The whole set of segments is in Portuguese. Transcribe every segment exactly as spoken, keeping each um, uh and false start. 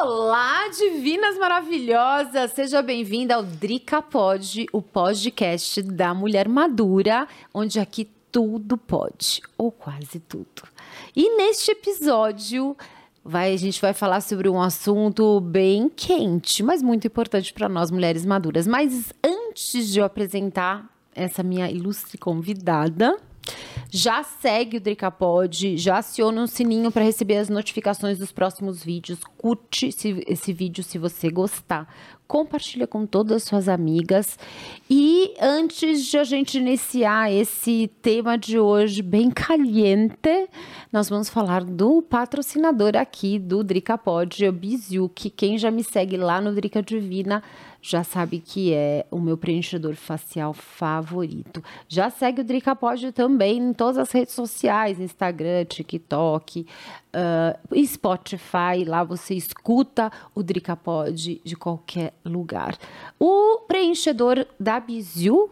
Olá, divinas maravilhosas! Seja bem-vinda ao Drica Pod, o podcast da mulher madura, onde aqui tudo pode, ou quase tudo. E neste episódio, vai, a gente vai falar sobre um assunto bem quente, mas muito importante para nós mulheres maduras. Mas antes de eu apresentar essa minha ilustre convidada, já segue o Drica Pod, já aciona o sininho para receber as notificações dos próximos vídeos. Curte esse, esse vídeo se você gostar. Compartilha com todas as suas amigas. E antes de a gente iniciar esse tema de hoje bem caliente, nós vamos falar do patrocinador aqui do Drica Pod, o Biziu, que quem já me segue lá no Drica Divina já sabe que é o meu preenchedor facial favorito. Já segue o Drica Pod também em todas as redes sociais, Instagram, TikTok, uh, Spotify. Lá você escuta o Drica Pod de qualquer lugar. O preenchedor da Biziu,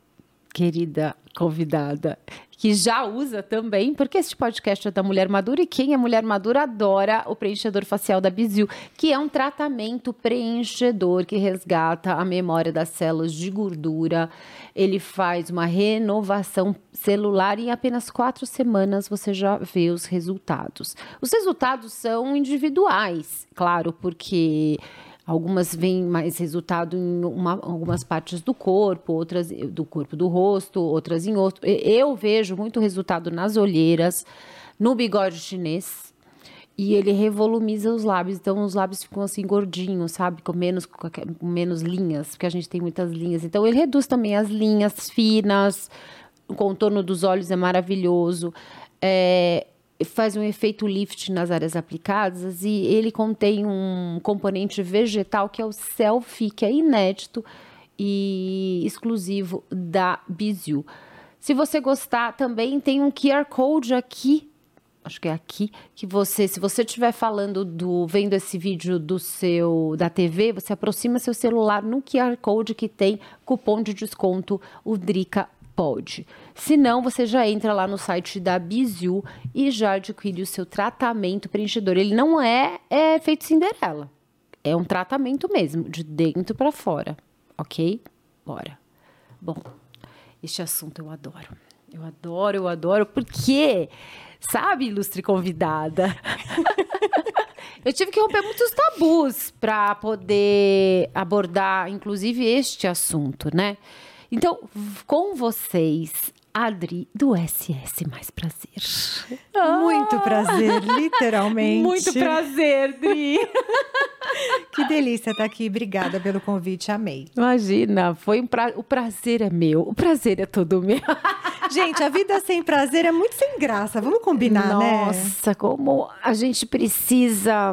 querida convidada, que já usa também, porque esse podcast é da mulher madura e quem é mulher madura adora o preenchedor facial da Biziu, que é um tratamento preenchedor que resgata a memória das células de gordura. Ele faz uma renovação celular e em apenas quatro semanas você já vê os resultados. Os resultados são individuais, claro, porque algumas veem mais resultado em uma, algumas partes do corpo, outras do corpo do rosto, outras em outro. Eu vejo muito resultado nas olheiras, no bigode chinês, e ele revolumiza os lábios. Então, os lábios ficam assim gordinhos, sabe? Com menos, com menos linhas, porque a gente tem muitas linhas. Então, ele reduz também as linhas finas, o contorno dos olhos é maravilhoso. É... faz um efeito lift nas áreas aplicadas e ele contém um componente vegetal que é o selfie, que é inédito e exclusivo da Biziu. Se você gostar, também tem um Q R Code aqui, acho que é aqui, que você, se você estiver falando do, vendo esse vídeo do seu, da T V, você aproxima seu celular no Q R Code que tem cupom de desconto, o Drica Pode. Se não, você já entra lá no site da Biziu e já adquire o seu tratamento preenchedor. Ele não é, é feito Cinderela. É um tratamento mesmo, de dentro para fora. Ok? Bora. Bom, este assunto eu adoro. Eu adoro, eu adoro, porque, sabe, ilustre convidada? Eu tive que romper muitos tabus para poder abordar, inclusive, este assunto, né? Então, com vocês, Adri, do S S Mais Prazer. Muito prazer, literalmente. Muito prazer, Dri. Que delícia estar aqui. Obrigada pelo convite, amei. Imagina, foi um pra... o prazer é meu, o prazer é todo meu. Gente, a vida sem prazer é muito sem graça, vamos combinar, Nossa, né? Nossa, como a gente precisa...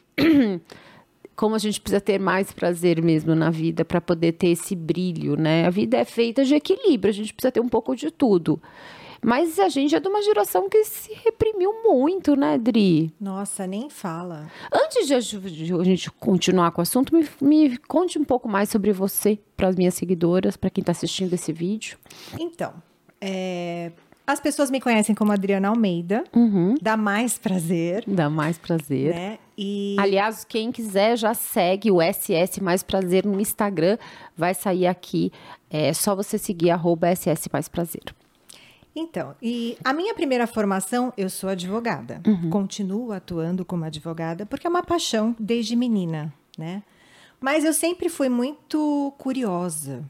Como a gente precisa ter mais prazer mesmo na vida para poder ter esse brilho, né? A vida é feita de equilíbrio, a gente precisa ter um pouco de tudo. Mas a gente é de uma geração que se reprimiu muito, né, Dri? Nossa, nem fala. Antes de a gente continuar com o assunto, me, me conte um pouco mais sobre você para as minhas seguidoras, para quem está assistindo esse vídeo. Então, é... as pessoas me conhecem como Adriana Almeida, uhum. Dá Mais Prazer. Dá Mais Prazer. Né? E... Aliás, quem quiser já segue o S S Mais Prazer no Instagram, vai sair aqui, é só você seguir arroba S S Mais Prazer. Então, e a minha primeira formação, eu sou advogada, uhum. Continuo atuando como advogada, porque é uma paixão desde menina, né? Mas eu sempre fui muito curiosa.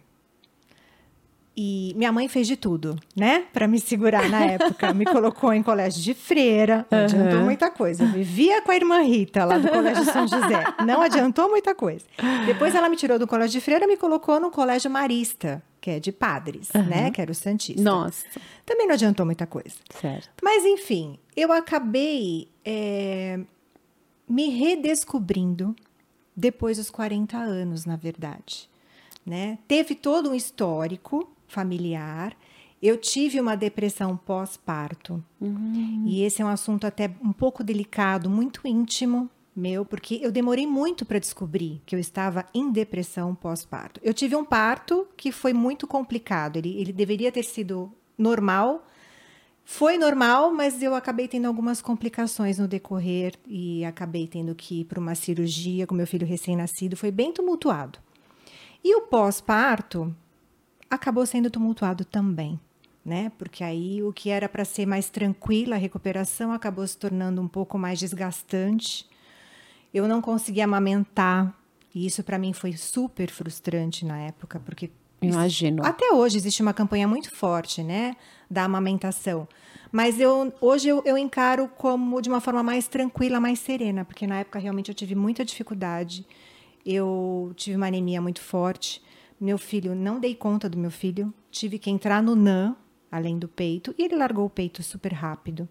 E minha mãe fez de tudo, né? Para me segurar na época. Me colocou em colégio de freira. Não uhum. adiantou muita coisa. Eu vivia com a irmã Rita, lá do Colégio São José. Não adiantou muita coisa. Depois ela me tirou do colégio de freira e me colocou no Colégio Marista, que é de padres, uhum. né? Que era o Santista. Nossa. Também não adiantou muita coisa. Certo. Mas, enfim, eu acabei é, me redescobrindo depois dos quarenta anos, na verdade. Né? Teve todo um histórico familiar. Eu tive uma depressão pós-parto. Uhum. E esse é um assunto até um pouco delicado, muito íntimo meu, porque eu demorei muito para descobrir que eu estava em depressão pós-parto. Eu tive um parto que foi muito complicado. Ele, ele deveria ter sido normal, Foi normal, mas eu acabei tendo algumas complicações no decorrer e acabei tendo que ir para uma cirurgia com meu filho recém-nascido. Foi bem tumultuado. E o pós-parto acabou sendo tumultuado também, né? Porque aí o que era para ser mais tranquila a recuperação acabou se tornando um pouco mais desgastante. Eu não conseguia amamentar, e isso para mim foi super frustrante na época, porque Imagino. até hoje existe uma campanha muito forte, né, da amamentação. Mas eu, hoje eu, eu encaro como de uma forma mais tranquila, mais serena, porque na época realmente eu tive muita dificuldade. Eu tive uma anemia muito forte. Meu filho, não dei conta do meu filho. Tive que entrar no N A M, além do peito, e ele largou o peito super rápido.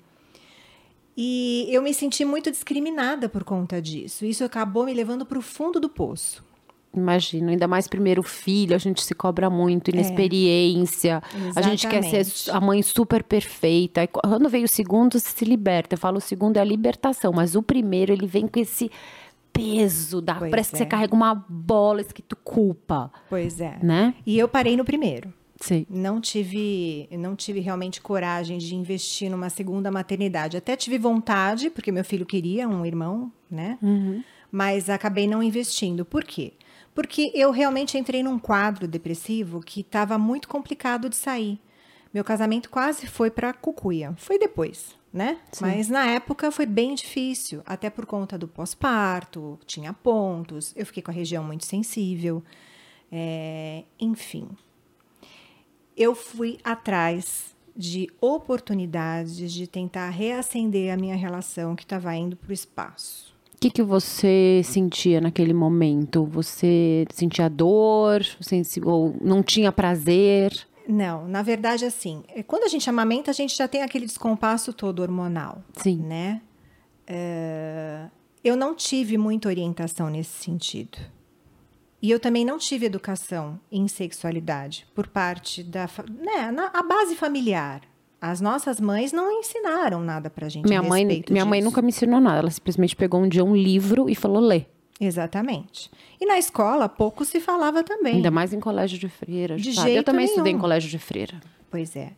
E eu me senti muito discriminada por conta disso. Isso acabou me levando para o fundo do poço. Imagino, ainda mais primeiro filho, a gente se cobra muito, inexperiência, é, a gente quer ser a mãe super perfeita. E quando veio o segundo, se liberta. Eu falo, o segundo é a libertação, mas o primeiro, ele vem com esse peso, da, parece é. que você carrega uma bola escrito culpa. Pois é. Né? E eu parei no primeiro. Sim. Não tive, não tive realmente coragem de investir numa segunda maternidade. Até tive vontade, porque meu filho queria um irmão, né? Uhum. Mas acabei não investindo. Por quê? Porque eu realmente entrei num quadro depressivo que estava muito complicado de sair. Meu casamento quase foi para cucuia. Foi depois, né? Sim. Mas na época foi bem difícil, até por conta do pós-parto, tinha pontos, eu fiquei com a região muito sensível, é, enfim. Eu fui atrás de oportunidades de tentar reacender a minha relação que estava indo para o espaço. O que, que você sentia naquele momento? Você sentia dor? Ou não tinha prazer? Não, na verdade, assim, quando a gente amamenta, a gente já tem aquele descompasso todo hormonal. Sim. Né? É, eu não tive muita orientação nesse sentido. E eu também não tive educação em sexualidade por parte da... Né, na, a base familiar. As nossas mães não ensinaram nada pra gente minha a mãe, respeito Minha disso. mãe nunca me ensinou nada. Ela simplesmente pegou um dia um livro e falou, lê. Exatamente. E na escola, pouco se falava também. Ainda mais em colégio de freira. De sabe? jeito Eu também nenhum. estudei em colégio de freira. Pois é.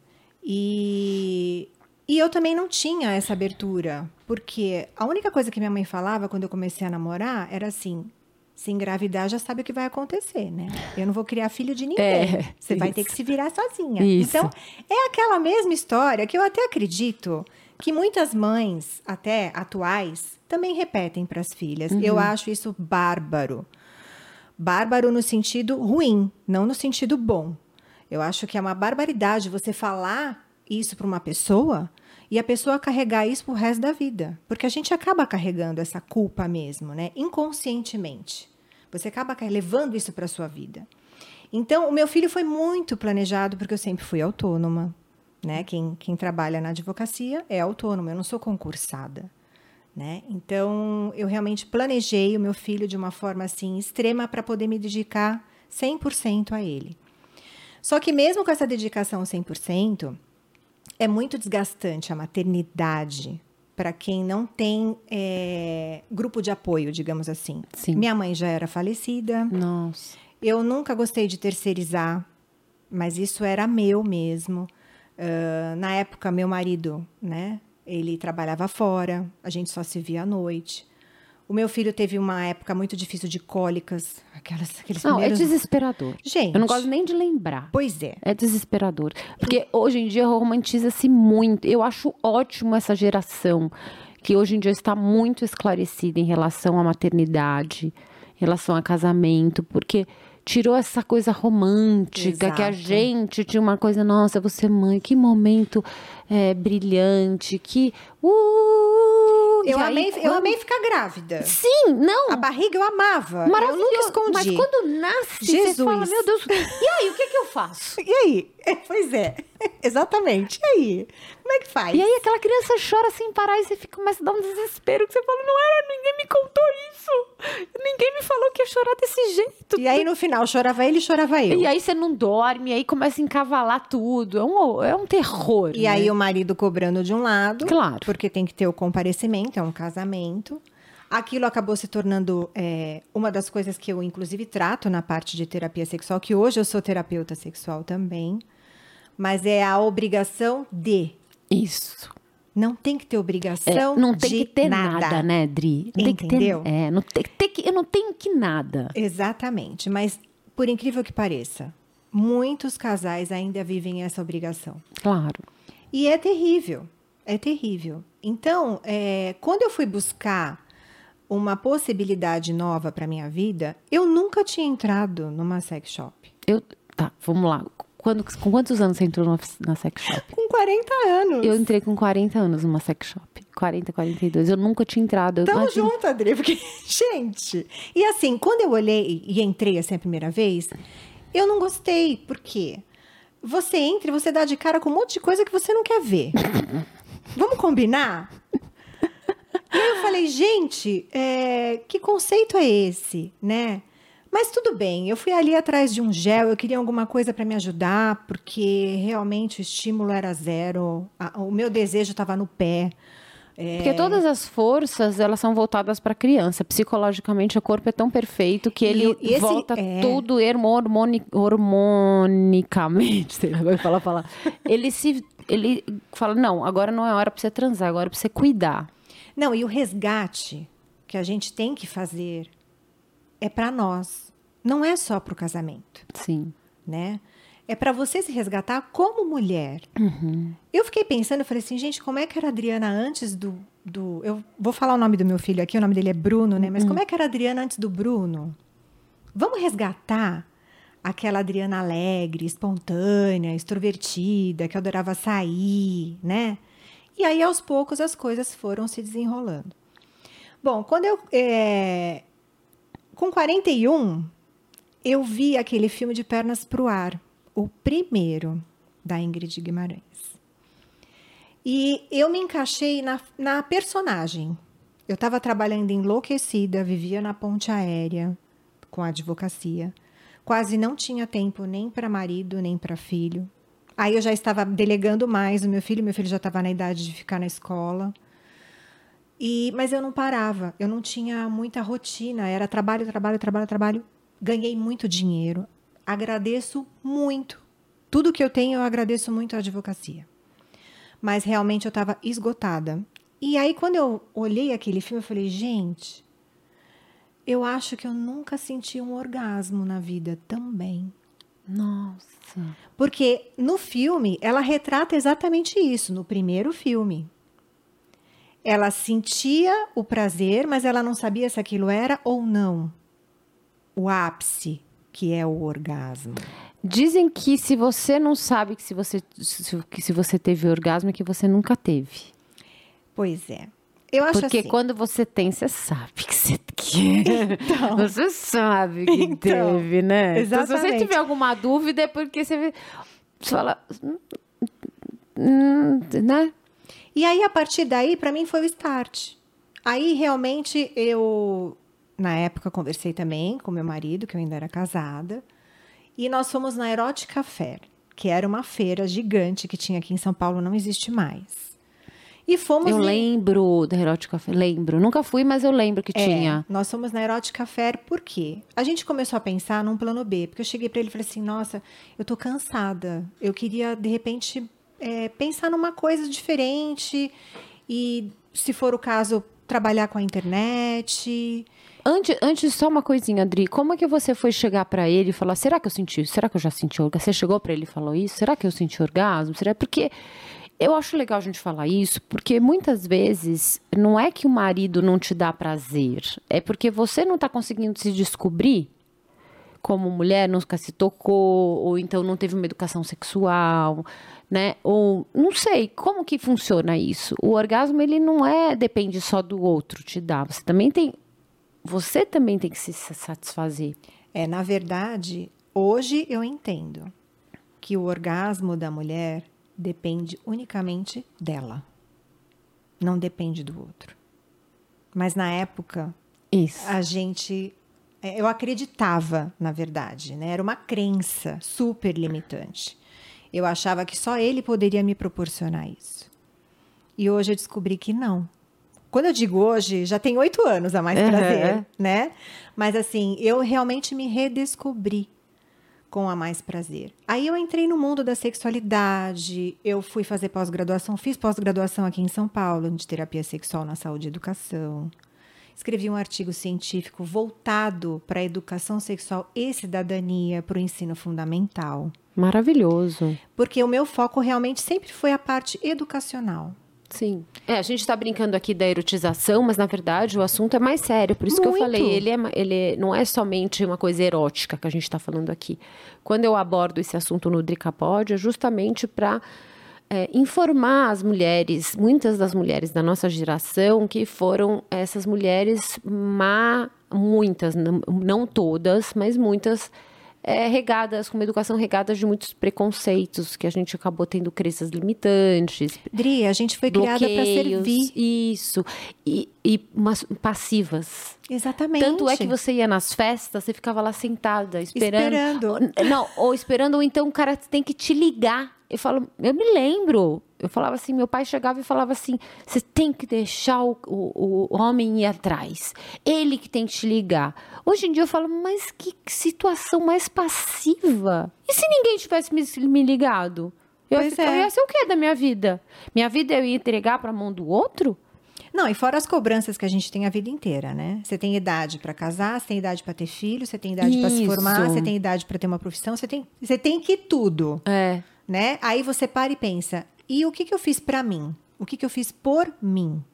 E... E eu também não tinha essa abertura. Porque a única coisa que minha mãe falava quando eu comecei a namorar era assim... Se engravidar, já sabe o que vai acontecer, né? Eu não vou criar filho de ninguém. É, Você vai isso. ter que se virar sozinha. Isso. Então, é aquela mesma história que eu até acredito que muitas mães, até atuais, também repetem para as filhas. Uhum. Eu acho isso bárbaro. Bárbaro no sentido ruim, não no sentido bom. Eu acho que é uma barbaridade você falar isso para uma pessoa e a pessoa carregar isso pro resto da vida. Porque a gente acaba carregando essa culpa mesmo, né? Inconscientemente. Você acaba levando isso para a sua vida. Então, o meu filho foi muito planejado, porque eu sempre fui autônoma. Né? Quem, quem trabalha na advocacia é autônomo, eu não sou concursada. Né? Então, eu realmente planejei o meu filho de uma forma assim, extrema para poder me dedicar cem por cento a ele. Só que mesmo com essa dedicação cem por cento... é muito desgastante a maternidade para quem não tem é, grupo de apoio, digamos assim. Sim. Minha mãe já era falecida. Nossa. Eu nunca gostei de terceirizar, mas isso era meu mesmo. Uh, na época, meu marido, né, ele trabalhava fora, a gente só se via à noite. O meu filho teve uma época muito difícil de cólicas. Aquelas, aqueles não, primeiros... é desesperador. Gente. Eu não gosto nem de lembrar. Pois é. É desesperador. Porque hoje em dia romantiza-se muito. Eu acho ótimo essa geração que hoje em dia está muito esclarecida em relação à maternidade, em relação a casamento, porque tirou essa coisa romântica. Exato. Que a gente tinha uma coisa, nossa, você mãe, que momento é, brilhante, que... Uh, eu, aí, amei, quando... eu amei ficar grávida. Sim, não. A barriga eu amava. Maravilhoso. Eu nunca escondi. Mas quando nasce, Jesus. Você fala, meu Deus, e aí, o que, que eu faço? E aí? Pois é, exatamente. E aí? Como é que faz? E aí aquela criança chora sem parar e você fica, começa a dar um desespero, que você fala, não era, ninguém me contou isso. Ninguém me falou que ia chorar desse jeito. E aí no final, chorava ele e chorava eu. E aí você não dorme, e aí começa a encavalar tudo. É um, é um terror. E né? aí o marido cobrando de um lado. Claro. Porque tem que ter o comparecimento, é um casamento. Aquilo acabou se tornando é, uma das coisas que eu, inclusive, trato na parte de terapia sexual, que hoje eu sou terapeuta sexual também. Mas é a obrigação de... Isso. Não tem que ter obrigação é, não tem de que ter nada, nada né, Dri? Não Entendeu? Tem que ter, é, não tem, tem que, eu não tenho que nada. Exatamente. Mas, por incrível que pareça, muitos casais ainda vivem essa obrigação. Claro. E é terrível. É terrível. Então, é, quando eu fui buscar uma possibilidade nova para minha vida, eu nunca tinha entrado numa sex shop. Eu, tá, vamos lá. Quando, com quantos anos você entrou na, na sex shop? Com quarenta anos. Eu entrei com quarenta anos numa sex shop. quarenta, quarenta e dois. Eu nunca tinha entrado. Eu Tamo imagino... junto, Adri, porque, gente... E assim, quando eu olhei e entrei assim a primeira vez, eu não gostei. Por quê? Você entra e você dá de cara com um monte de coisa que você não quer ver. Vamos combinar? E aí eu falei, gente, é, que conceito é esse, né? Mas tudo bem, eu fui ali atrás de um gel, eu queria alguma coisa para me ajudar, porque realmente o estímulo era zero, a, o meu desejo estava no pé. É... Porque todas as forças, elas são voltadas para a criança. Psicologicamente, o corpo é tão perfeito que ele e esse, volta é... tudo hormoni, hormonicamente, sei lá, vai falar, falar. Ele se, ele fala, não, agora não é hora para você transar, agora é para você cuidar. Não, e o resgate que a gente tem que fazer é para nós, não é só para o casamento. Sim. Né? É para você se resgatar como mulher. Uhum. Eu fiquei pensando, eu falei assim, gente, como é que era a Adriana antes do, do... Eu vou falar o nome do meu filho aqui, o nome dele é Bruno, né? Mas uhum. como é que era a Adriana antes do Bruno? Vamos resgatar aquela Adriana alegre, espontânea, extrovertida, que adorava sair, né? E aí, aos poucos, as coisas foram se desenrolando. Bom, quando eu... É... Com quarenta e um, eu vi aquele filme de Pernas pro Ar, o primeiro, da Ingrid Guimarães. E eu me encaixei na, na personagem. Eu estava trabalhando enlouquecida, vivia na ponte aérea, com a advocacia. Quase não tinha tempo nem para marido, nem para filho. Aí eu já estava delegando mais o meu filho, meu filho já estava na idade de ficar na escola. E, mas eu não parava, eu não tinha muita rotina, era trabalho, trabalho, trabalho, trabalho. Ganhei muito dinheiro, agradeço muito. Tudo que eu tenho, eu agradeço muito à advocacia. Mas realmente eu estava esgotada. E aí, quando eu olhei aquele filme, eu falei, gente, eu acho que eu nunca senti um orgasmo na vida também. Nossa. Porque no filme, ela retrata exatamente isso, no primeiro filme. Ela sentia o prazer, mas ela não sabia se aquilo era ou não o ápice, que é o orgasmo. Dizem que se você não sabe que se você, se, que se você teve orgasmo, é que você nunca teve. Pois é. Eu acho Porque assim. quando você tem, você sabe que você que... Então, você sabe que então, teve, né? Exatamente. Então, se você tiver alguma dúvida, é porque você, você fala... Hum, né? E aí, a partir daí, para mim, foi o start. Aí, realmente, eu... Na época, conversei também com meu marido, que eu ainda era casada. E nós fomos na Erótica Fair, que era uma feira gigante que tinha aqui em São Paulo, não existe mais. E fomos... Eu em... lembro da Erótica Fair, lembro. Nunca fui, mas eu lembro que é, tinha. Nós fomos na Erótica Fair por quê? A gente começou a pensar num plano B, porque eu cheguei para ele e falei assim, nossa, eu tô cansada. Eu queria, de repente, é, pensar numa coisa diferente e, se for o caso, trabalhar com a internet... Antes, antes, só uma coisinha, Adri. Como é que você foi chegar pra ele e falar, será que eu senti? Será que eu já senti orgasmo? Você chegou pra ele e falou isso? Será que eu senti orgasmo? Será? Porque eu acho legal a gente falar isso, porque muitas vezes não é que o marido não te dá prazer, é porque você não tá conseguindo se descobrir como mulher, nunca se tocou, ou então não teve uma educação sexual, né? Ou não sei, como que funciona isso? O orgasmo, ele não é, depende só do outro te dar. Você também tem Você também tem que se satisfazer. É, na verdade, hoje eu entendo que o orgasmo da mulher depende unicamente dela. Não depende do outro. Mas na época, Isso. a gente... Eu acreditava, na verdade, né? Era uma crença super limitante. Eu achava que só ele poderia me proporcionar isso. E hoje eu descobri que não. Quando eu digo hoje, já tem oito anos a mais prazer, uhum. né? Mas assim, eu realmente me redescobri. com a Mais Prazer. Aí eu entrei no mundo da sexualidade, eu fui fazer pós-graduação, fiz pós-graduação aqui em São Paulo, de terapia sexual na saúde e educação. Escrevi um artigo científico voltado para a educação sexual e cidadania, para o ensino fundamental. Maravilhoso. Porque o meu foco realmente sempre foi a parte educacional. Sim. É, a gente está brincando aqui da erotização, mas na verdade o assunto é mais sério. Por isso Muito. que eu falei, ele, é, ele não é somente uma coisa erótica que a gente está falando aqui. Quando eu abordo esse assunto no DricaPod, é justamente para é, informar as mulheres, muitas das mulheres da nossa geração, que foram essas mulheres má, muitas, não, não todas, mas muitas, É, regadas, com uma educação regada de muitos preconceitos, que a gente acabou tendo crenças limitantes. Dri, a gente foi criada para servir. Isso. E, e umas passivas. Exatamente. Tanto é que você ia nas festas, você ficava lá sentada, esperando. Esperando. Não, ou esperando, ou então o cara tem que te ligar. Eu falo, eu me lembro. Eu falava assim, meu pai chegava e falava assim, você tem que deixar o, o, o homem ir atrás. Ele que tem que te ligar. Hoje em dia eu falo, mas que situação mais passiva. E se ninguém tivesse me, me ligado? Eu, Pois ia, é. eu ia ser o quê da minha vida? Minha vida eu ia entregar para a mão do outro? Não, e fora as cobranças que a gente tem a vida inteira, né? Você tem idade para casar, você tem idade para ter filho, você tem idade para se Isso. formar, você tem idade para ter uma profissão, você tem, você tem que tudo, É. né? Aí você para e pensa, e o que, que eu fiz para mim? O que, que eu fiz por mim?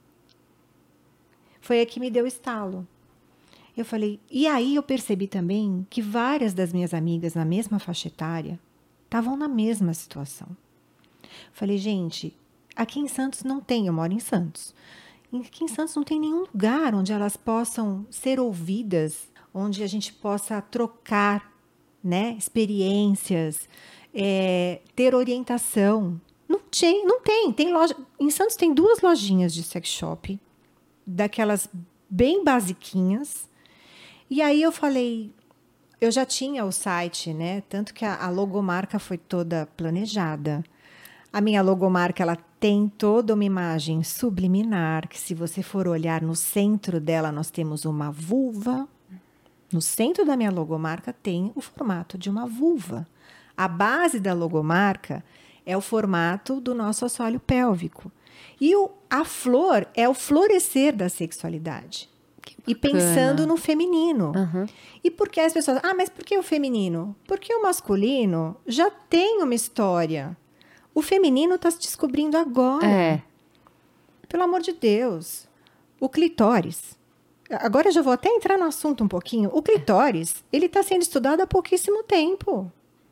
Foi aí que me deu estalo. Eu falei, e aí eu percebi também que várias das minhas amigas na mesma faixa etária estavam na mesma situação. Falei, gente, aqui em Santos não tem, eu moro em Santos. Aqui em Santos não tem nenhum lugar onde elas possam ser ouvidas, onde a gente possa trocar, né, experiências, é, ter orientação. Não tem, não tem. Tem loja, em Santos tem duas lojinhas de sex shop, daquelas bem basiquinhas. E aí eu falei, eu já tinha o site, né? Tanto que a, a logomarca foi toda planejada. A minha logomarca, ela tem toda uma imagem subliminar, que se você for olhar no centro dela, nós temos uma vulva. No centro da minha logomarca tem o formato de uma vulva. A base da logomarca é o formato do nosso assoalho pélvico. E o, a flor é o florescer da sexualidade. E pensando no feminino. Uhum. E por que as pessoas... Ah, mas por que o feminino? Porque o masculino já tem uma história. O feminino está se descobrindo agora. É. Pelo amor de Deus. O clitóris. Agora eu já vou até entrar no assunto um pouquinho. O clitóris, ele está sendo estudado há pouquíssimo tempo.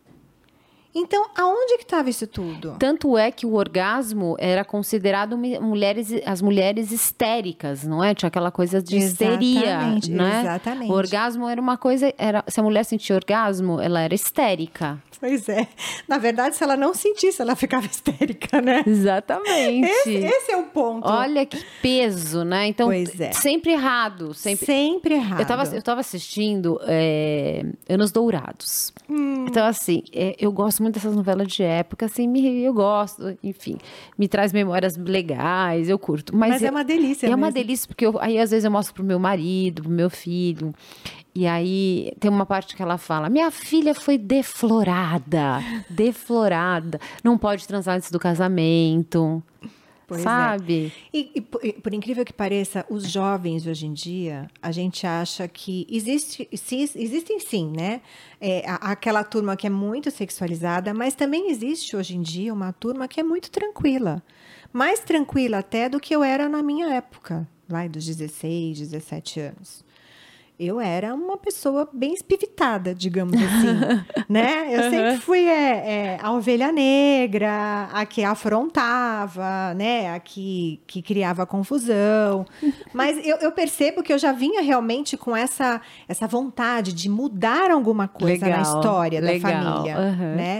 Então, aonde que estava isso tudo? Tanto é que o orgasmo era considerado mi- mulheres, as mulheres histéricas, não é? Tinha aquela coisa de histeria, Exatamente, né? exatamente. O orgasmo era uma coisa, era, se a mulher sentia orgasmo, ela era histérica. Pois é. Na verdade, se ela não sentisse, ela ficava histérica, né? Exatamente. Esse, esse é o ponto. Olha que peso, né? Então, Pois é. sempre errado. Sempre, Sempre errado. Eu tava, eu tava assistindo é, Anos Dourados. Hum. Então, assim, é, eu gosto muito dessas novelas de época, assim, me, eu gosto, enfim, me traz memórias legais, eu curto. Mas, Mas é eu- uma delícia É uma mesmo. delícia, porque eu- aí às vezes eu mostro pro meu marido, pro meu filho, e aí tem uma parte que ela fala, minha filha foi deflorada, deflorada, não pode transar antes do casamento. Pois é. Sabe? E, e por- e por incrível que pareça, os jovens de hoje em dia, a gente acha que existe, sim, existem sim, né? É, a- aquela turma que é muito sexualizada, mas também existe hoje em dia uma turma que é muito tranquila. Mais tranquila até do que eu era na minha época, lá dos dezesseis, dezessete anos. Eu era uma pessoa bem espivitada, digamos assim, né? Eu sempre fui é, é, a ovelha negra, a que afrontava, né? A que, que criava confusão. Mas eu, eu percebo que eu já vinha realmente com essa, essa vontade de mudar alguma coisa na Legal, história da legal, família, aham. né?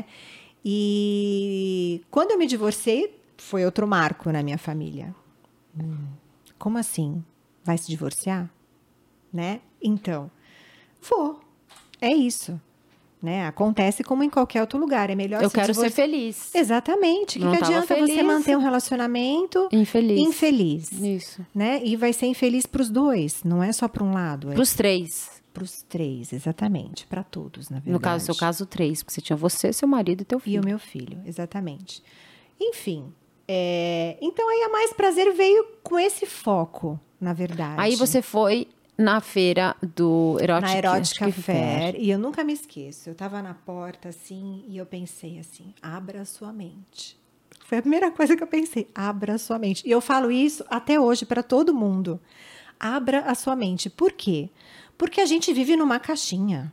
E quando eu me divorciei, foi outro marco na minha família. Hum, como assim? Vai se divorciar? Né? Então, vou. É isso. Né? Acontece como em qualquer outro lugar. É melhor Eu se quero ser divorciar. feliz. Exatamente. O que, Não que tava adianta você feliz. manter um relacionamento Infeliz. infeliz? Isso. Né? E vai ser infeliz para os dois, não é só para um lado. É Pros três. Para os três, exatamente. Para todos, na verdade. No caso, seu caso, três. Porque você tinha você, seu marido e teu filho. E o meu filho, exatamente. Enfim. É, então, aí a Mais Prazer veio com esse foco, na verdade. Aí você foi na feira do Erotic, na Erótica Fair. Fair. E eu nunca me esqueço. Eu estava na porta, assim, e eu pensei assim, abra sua mente. Foi a primeira coisa que eu pensei, abra sua mente. E eu falo isso até hoje para todo mundo. Abra a sua mente. Por quê? Porque a gente vive numa caixinha.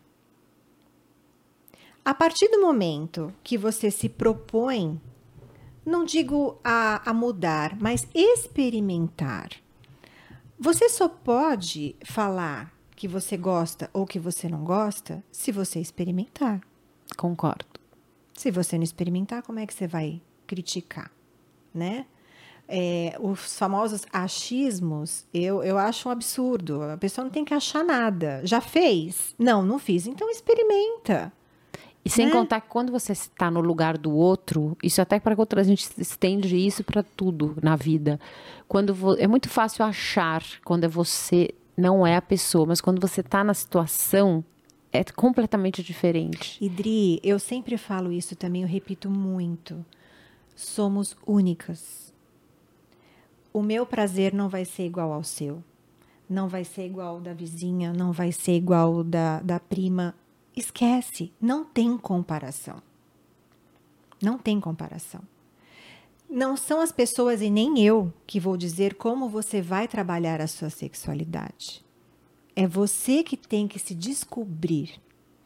A partir do momento que você se propõe, não digo a, a mudar, mas experimentar. Você só pode falar que você gosta ou que você não gosta se você experimentar. Concordo. Se você não experimentar, como é que você vai criticar, né? É, os famosos achismos, eu, eu acho um absurdo. A pessoa não tem que achar nada. Já fez? Não, não fiz. Então experimenta. E sem né? contar que quando você está no lugar do outro, isso até para outra a gente estende isso para tudo na vida. Quando vo, é muito fácil achar quando é você não é a pessoa, mas quando você está na situação é completamente diferente. Idri, eu sempre falo isso também, eu repito muito. Somos únicas. O meu prazer não vai ser igual ao seu. Não vai ser igual ao da vizinha, não vai ser igual ao da, da prima. Esquece, não tem comparação. Não tem comparação. Não são as pessoas e nem eu que vou dizer como você vai trabalhar a sua sexualidade. É você que tem que se descobrir.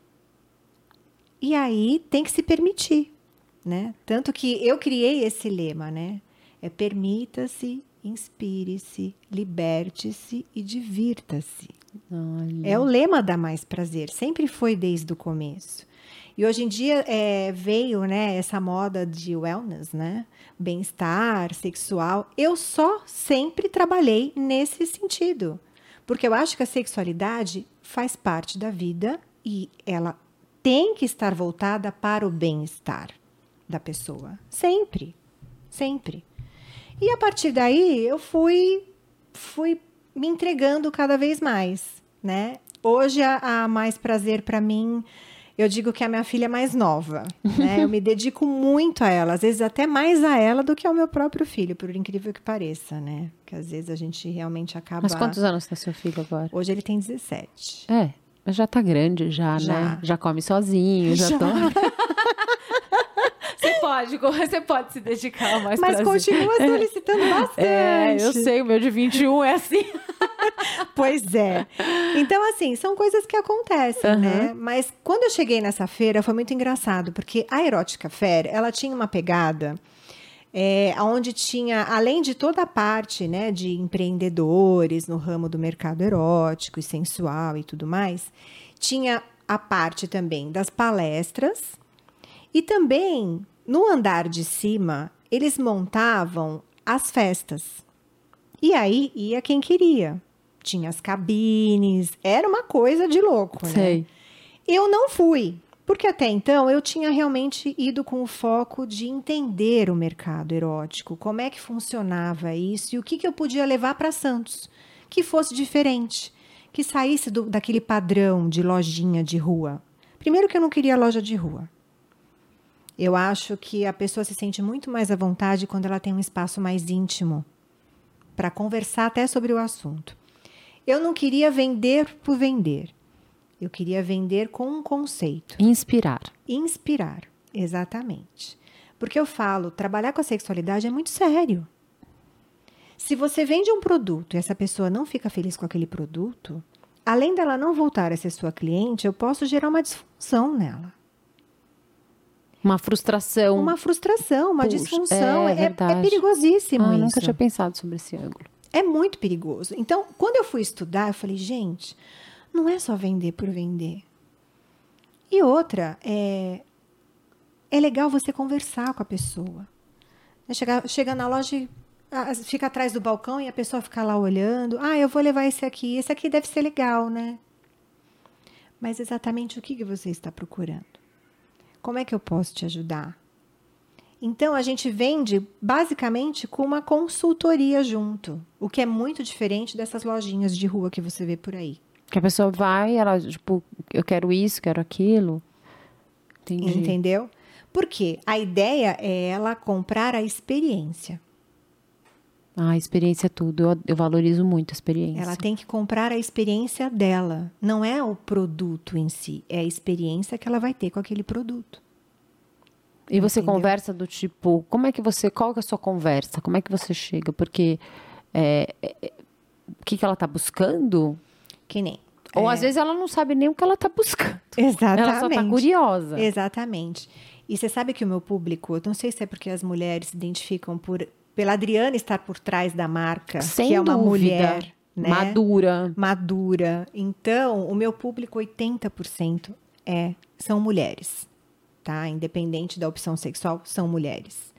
E aí tem que se permitir, né? Tanto que eu criei esse lema, né? É permita-se, inspire-se, liberte-se e divirta-se. Olha. É o lema da Mais Prazer, sempre foi desde o começo. E hoje em dia é, veio, né, essa moda de wellness, né? Bem-estar sexual. Eu só sempre trabalhei nesse sentido. Porque eu acho que a sexualidade faz parte da vida e ela tem que estar voltada para o bem-estar da pessoa. Sempre. Sempre. E a partir daí eu fui, fui me entregando cada vez mais, né? Hoje a, a Mais Prazer para mim, eu digo que é a minha filha mais nova, né? Eu me dedico muito a ela, às vezes até mais a ela do que ao meu próprio filho, por incrível que pareça, né? Que às vezes a gente realmente acaba... Mas quantos anos tem seu filho agora? Hoje ele tem dezessete. É, mas já tá grande já, Já. né? Já come sozinho, já, Já. toma... Você pode, você pode se dedicar mais Mas prazer. continua solicitando bastante. É, eu sei, o meu de vinte e um é assim. Pois é. Então, assim, são coisas que acontecem, Uhum. né? Mas quando eu cheguei nessa feira, foi muito engraçado, porque a Erótica Fair, ela tinha uma pegada é, onde tinha, além de toda a parte, né, de empreendedores no ramo do mercado erótico e sensual e tudo mais, tinha a parte também das palestras e também, no andar de cima, eles montavam as festas. E aí ia quem queria. Tinha as cabines, era uma coisa de louco, né? Sei. Eu não fui, porque até então eu tinha realmente ido com o foco de entender o mercado erótico, como é que funcionava isso e o que, que eu podia levar para Santos, que fosse diferente, que saísse do, daquele padrão de lojinha de rua. Primeiro que eu não queria loja de rua. Eu acho que a pessoa se sente muito mais à vontade quando ela tem um espaço mais íntimo para conversar até sobre o assunto. Eu não queria vender por vender. Eu queria vender com um conceito. Inspirar. Inspirar, exatamente. Porque eu falo, trabalhar com a sexualidade é muito sério. Se você vende um produto e essa pessoa não fica feliz com aquele produto, além dela não voltar a ser sua cliente, eu posso gerar uma disfunção nela. Uma frustração. Uma frustração, uma Puxa, disfunção. é É, é verdade. perigosíssimo Ah, isso. nunca tinha pensado sobre esse ângulo. É muito perigoso. Então, quando eu fui estudar, eu falei, gente, não é só vender por vender. E outra, é, é legal você conversar com a pessoa. Chega, chega na loja e ah, fica atrás do balcão e a pessoa fica lá olhando. Ah, eu vou levar esse aqui. Esse aqui deve ser legal, né? Mas exatamente o que que você está procurando? Como é que eu posso te ajudar? Então, a gente vende basicamente com uma consultoria junto, o que é muito diferente dessas lojinhas de rua que você vê por aí. Que a pessoa vai, ela, tipo, eu quero isso, quero aquilo. Entendi. Entendeu? Porque a ideia é ela comprar a experiência. Ah, a experiência é tudo. Eu, eu valorizo muito a experiência. Ela tem que comprar a experiência dela. Não é o produto em si, é a experiência que ela vai ter com aquele produto. E você Entendeu? conversa do tipo, como é que você, qual que é a sua conversa? Como é que você chega? Porque é, é, o que, que ela está buscando? Que nem. Ou é, às vezes ela não sabe nem o que ela está buscando. Exatamente. Ela só está curiosa. Exatamente. E você sabe que o meu público, eu não sei se é porque as mulheres se identificam por, pela Adriana estar por trás da marca, Sem que é uma dúvida. mulher, né? Madura. Madura. Então, o meu público, oitenta por cento é, são mulheres, tá? Independente da opção sexual, são mulheres.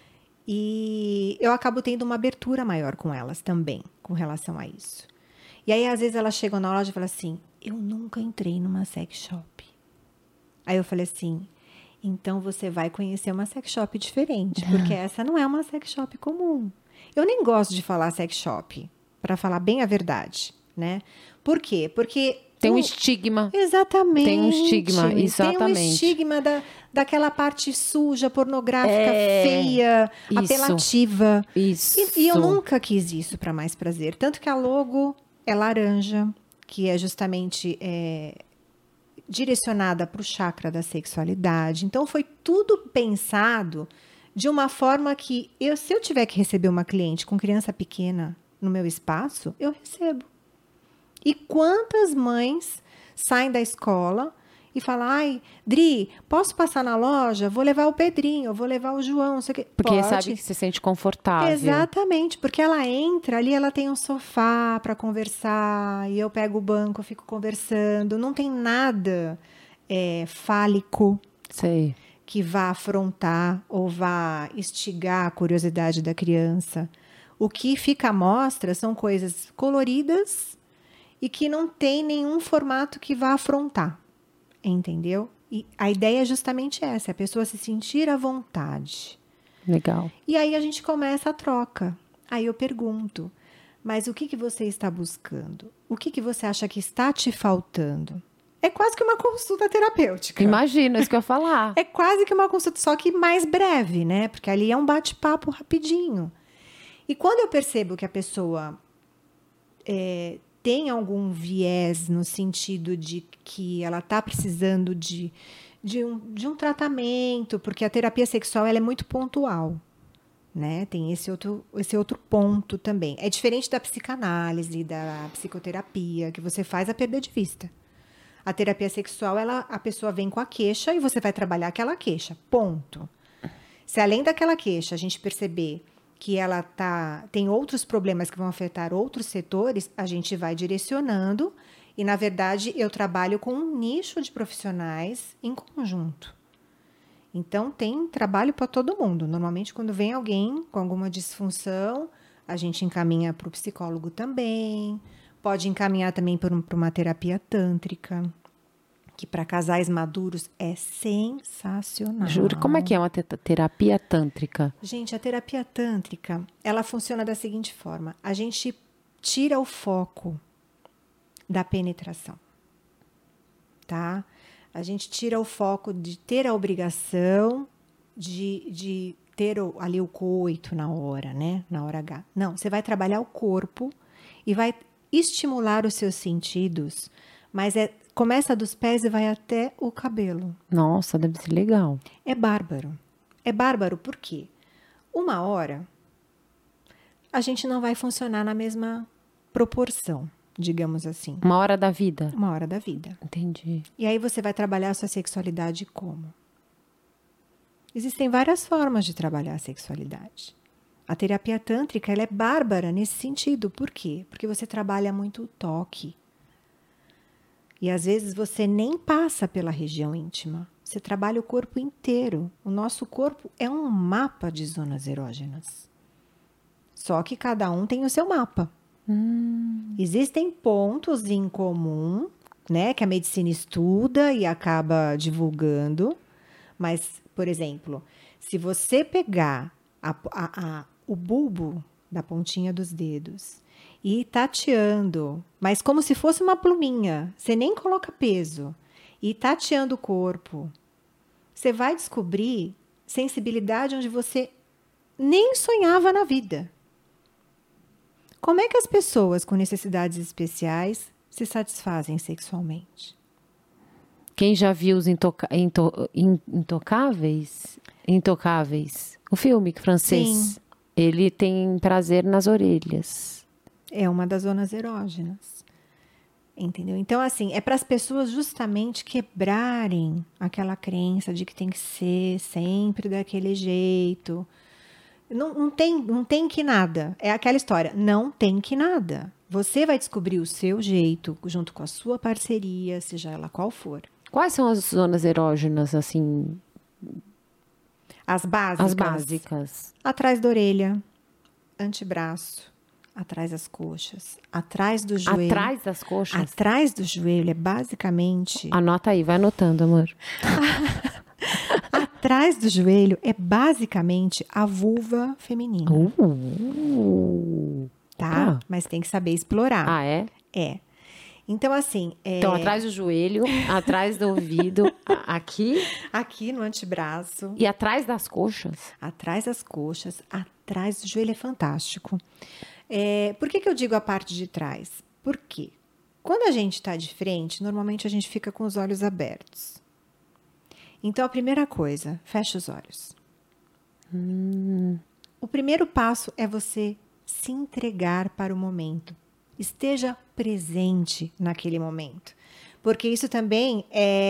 E eu acabo tendo uma abertura maior com elas também, com relação a isso. E aí, às vezes, elas chegam na loja e falam assim, eu nunca entrei numa sex shop. Aí eu falei assim, então você vai conhecer uma sex shop diferente, porque essa não é uma sex shop comum. Eu nem gosto de falar sex shop, para falar bem a verdade, né? Por quê? Porque... Tem um o- estigma. Exatamente. Tem um estigma, Tem um exatamente. estigma da, daquela parte suja, pornográfica, É, feia, isso. apelativa. Isso. E, e eu nunca quis isso para mais prazer. Tanto que a logo é laranja, que é justamente é, direcionada para o chakra da sexualidade. Então, foi tudo pensado de uma forma que, eu, se eu tiver que receber uma cliente com criança pequena no meu espaço, eu recebo. E quantas mães saem da escola e falam, ai, Dri, posso passar na loja? Vou levar o Pedrinho, vou levar o João, não sei o quê. Porque Pode. sabe que se sente confortável. Exatamente, porque ela entra ali, ela tem um sofá para conversar, e eu pego o banco, eu fico conversando. Não tem nada é, fálico Sei. que vá afrontar ou vá instigar a curiosidade da criança. O que fica à mostra são coisas coloridas e que não tem nenhum formato que vá afrontar, entendeu? E a ideia é justamente essa, é a pessoa se sentir à vontade. Legal. E aí a gente começa a troca. Aí eu pergunto, mas o que, que você está buscando? O que, que você acha que está te faltando? É quase que uma consulta terapêutica. Imagina, isso que eu ia falar. É quase que uma consulta, só que mais breve, né? Porque ali é um bate-papo rapidinho. E quando eu percebo que a pessoa é, tem algum viés no sentido de que ela está precisando de, de, um, de um tratamento, porque a terapia sexual ela é muito pontual, né? Tem esse outro, esse outro ponto também. É diferente da psicanálise, da psicoterapia, que você faz a perda de vista. A terapia sexual, ela, a pessoa vem com a queixa e você vai trabalhar aquela queixa, ponto. Se além daquela queixa a gente perceber que ela tá, tem outros problemas que vão afetar outros setores, a gente vai direcionando e, na verdade, eu trabalho com um nicho de profissionais em conjunto. Então, tem trabalho para todo mundo. Normalmente, quando vem alguém com alguma disfunção, a gente encaminha para o psicólogo também, pode encaminhar também para uma terapia tântrica, que para casais maduros é sensacional. Juro, como é que é uma te- terapia tântrica? Gente, a terapia tântrica, ela funciona da seguinte forma. A gente tira o foco da penetração, tá? A gente tira o foco de ter a obrigação de, de ter o, ali o coito na hora, né? Na hora H. Não, você vai trabalhar o corpo e vai estimular os seus sentidos, mas é, começa dos pés e vai até o cabelo. Nossa, deve ser legal. É bárbaro. É bárbaro por quê? Uma hora, a gente não vai funcionar na mesma proporção, digamos assim. Uma hora da vida. Uma hora da vida. Entendi. E aí você vai trabalhar a sua sexualidade como? Existem várias formas de trabalhar a sexualidade. A terapia tântrica ela é bárbara nesse sentido. Por quê? Porque você trabalha muito o toque. E às vezes você nem passa pela região íntima. Você trabalha o corpo inteiro. O nosso corpo é um mapa de zonas erógenas. Só que cada um tem o seu mapa. Hum. Existem pontos em comum, né, que a medicina estuda e acaba divulgando. Mas, por exemplo, se você pegar a, a, a, o bulbo da pontinha dos dedos e tateando, mas como se fosse uma pluminha, você nem coloca peso, e tateando o corpo, você vai descobrir sensibilidade onde você nem sonhava na vida. Como é que as pessoas com necessidades especiais se satisfazem sexualmente? Quem já viu os intoca into in intocáveis? Intocáveis. O filme francês. Sim. Ele tem prazer nas orelhas. É uma das zonas erógenas. Entendeu? Então, assim, é para as pessoas justamente quebrarem aquela crença de que tem que ser sempre daquele jeito. Não, não, tem, não tem que nada. É aquela história. Não tem que nada. Você vai descobrir o seu jeito junto com a sua parceria, seja ela qual for. Quais são as zonas erógenas, assim? As básicas. As básicas. Atrás da orelha, antebraço, atrás das coxas, atrás do joelho. Atrás das coxas? Atrás do joelho é basicamente... Anota aí, vai anotando, amor. Atrás do joelho é basicamente a vulva feminina. Uh, tá? tá? Mas tem que saber explorar. Ah, é? É. Então, assim... É... Então, atrás do joelho, atrás do ouvido, aqui... Aqui no antebraço. E atrás das coxas? Atrás das coxas, atrás do joelho é fantástico. É, por que que eu digo a parte de trás? Porque quando a gente está de frente, normalmente a gente fica com os olhos abertos. Então, a primeira coisa, fecha os olhos. Hum. O primeiro passo é você se entregar para o momento. Esteja presente naquele momento. Porque isso também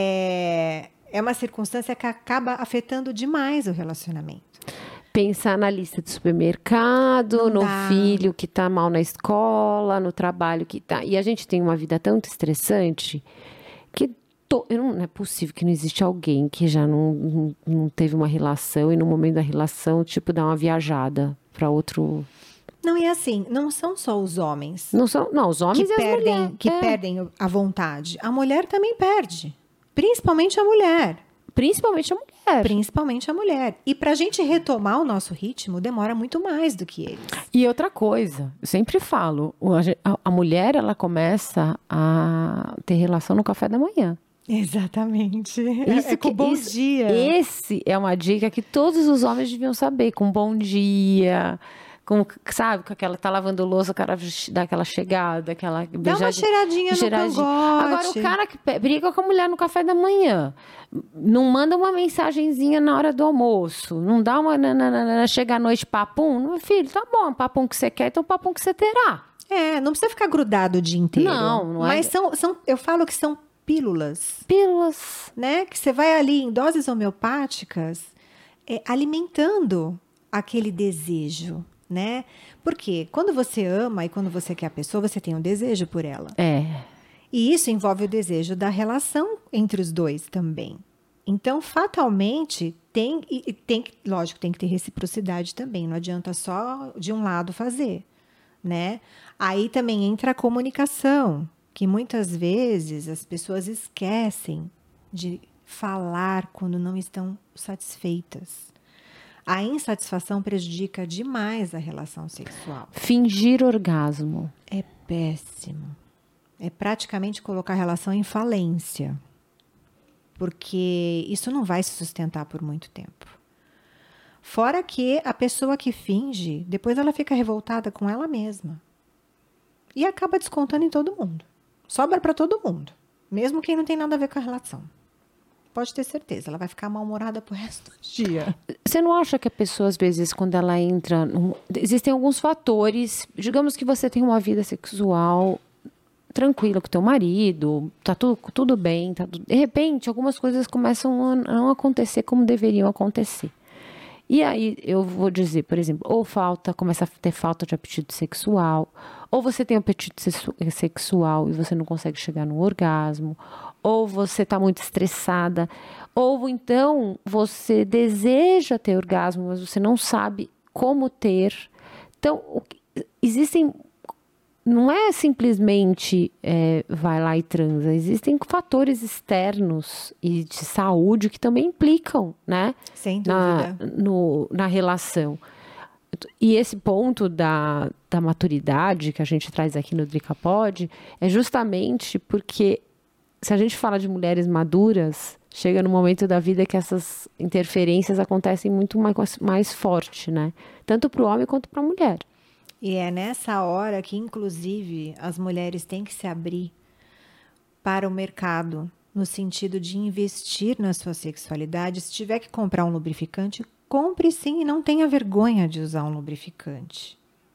é, é uma circunstância que acaba afetando demais o relacionamento. Pensar na lista de supermercado, Não no dá. filho que está mal na escola, no trabalho que está... E a gente tem uma vida tão estressante que to... não é possível que não existe alguém que já não, não, não teve uma relação e no momento da relação, tipo, dá uma viajada para outro... Não, e assim, não são só os homens Não, são, não os homens que, e as perdem, mulheres. que é. perdem a vontade. A mulher também perde. Principalmente a mulher. Principalmente a mulher. Principalmente a mulher. E para a gente retomar o nosso ritmo, demora muito mais do que eles. E outra coisa, eu sempre falo, a, a mulher, ela começa a ter relação no café da manhã. Exatamente. Isso é, é com que, bom isso, dia. Esse é uma dica que todos os homens deviam saber, com bom dia, com, sabe, com aquela, tá lavando louça, o cara dá aquela chegada, aquela Dá uma cheiradinha, cheiradinha no cangote. Agora, o cara que briga com a mulher no café da manhã, não manda uma mensagenzinha na hora do almoço, não dá uma, nananana, chega à noite, papum, meu filho, tá bom, papum que você quer, então papum que você terá. É, não precisa ficar grudado o dia inteiro. Não, não é. Mas são, são, eu falo que são pílulas. Pílulas. Né? Que você vai ali em doses homeopáticas, é, alimentando aquele desejo, né? Porque quando você ama e quando você quer a pessoa, você tem um desejo por ela. É. E isso envolve o desejo da relação entre os dois também. Então, fatalmente, tem, e tem lógico, tem que ter reciprocidade também. Não adianta só de um lado fazer, né? Aí também entra a comunicação, que muitas vezes as pessoas esquecem de falar quando não estão satisfeitas. A insatisfação prejudica demais a relação sexual. Fingir orgasmo. É péssimo. É praticamente colocar a relação em falência. Porque isso não vai se sustentar por muito tempo. Fora que a pessoa que finge, depois ela fica revoltada com ela mesma. E acaba descontando em todo mundo. Sobra para todo mundo. Mesmo quem não tem nada a ver com a relação. Pode ter certeza, ela vai ficar mal-humorada pro resto do dia. Você não acha que a pessoa, às vezes, quando ela entra... Num... Existem alguns fatores. Digamos que você tem uma vida sexual tranquila com o teu marido, tá tudo, tudo bem. Tá tudo... De repente, algumas coisas começam a não acontecer como deveriam acontecer. E aí, eu vou dizer, por exemplo, ou falta, começa a ter falta de apetite sexual, ou você tem apetite sexual e você não consegue chegar no orgasmo, ou você está muito estressada, ou então você deseja ter orgasmo, mas você não sabe como ter. Então, existem... Não é simplesmente é, vai lá e transa. Existem fatores externos e de saúde que também implicam, né? Sem dúvida. Na, no, na relação. E esse ponto da, da maturidade que a gente traz aqui no DricaPod é justamente porque se a gente fala de mulheres maduras, chega no momento da vida que essas interferências acontecem muito mais, mais forte, né? Tanto para o homem quanto para a mulher. E é nessa hora que, inclusive, as mulheres têm que se abrir para o mercado, no sentido de investir na sua sexualidade. Se tiver que comprar um lubrificante, compre sim e não tenha vergonha de usar um lubrificante.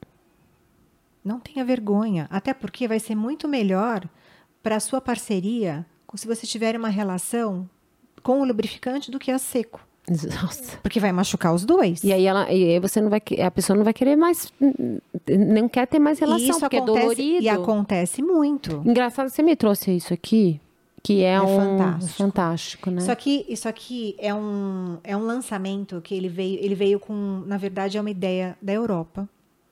Não tenha vergonha, até porque vai ser muito melhor para a sua parceria se você tiver uma relação com o lubrificante do que a seco. Nossa. Porque vai machucar os dois. E aí, ela, e aí você não vai, a pessoa não vai querer mais, não quer ter mais relação, isso porque acontece, é dolorido. E acontece muito. Engraçado, você me trouxe isso aqui, que é, É um fantástico. fantástico, né? Isso aqui, isso aqui é, um, é um lançamento que ele veio, ele veio com, na verdade, é uma ideia da Europa.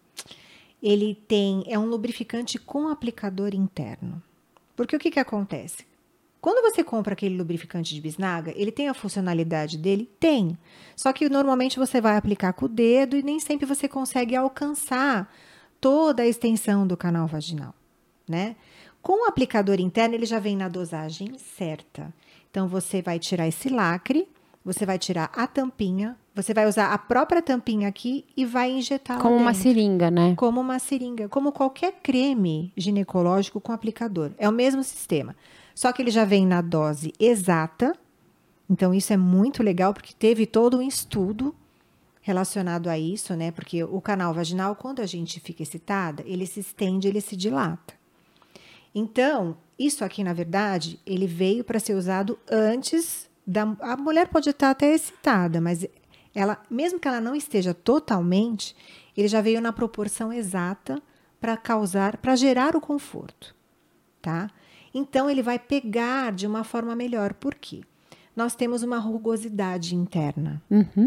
Ele tem, é um lubrificante com aplicador interno. Porque o que que acontece? Quando você compra aquele lubrificante de bisnaga, ele tem a funcionalidade dele? Tem. Só que normalmente você vai aplicar com o dedo e nem sempre você consegue alcançar toda a extensão do canal vaginal, né? Com o aplicador interno, ele já vem na dosagem certa. Então, você vai tirar esse lacre, você vai tirar a tampinha, você vai usar a própria tampinha aqui e vai injetar Como lá uma dentro. seringa, né? Como uma seringa, como qualquer creme ginecológico com aplicador. É o mesmo sistema. Só que ele já vem na dose exata. Então, isso é muito legal, porque teve todo um estudo relacionado a isso, né? Porque o canal vaginal, quando a gente fica excitada, ele se estende, ele se dilata. Então, isso aqui, na verdade, ele veio para ser usado antes da... A mulher pode estar até excitada, mas ela, mesmo que ela não esteja totalmente, ele já veio na proporção exata para causar, para gerar o conforto, tá? Então, ele vai pegar de uma forma melhor. Por quê? Nós temos uma rugosidade interna. Uhum.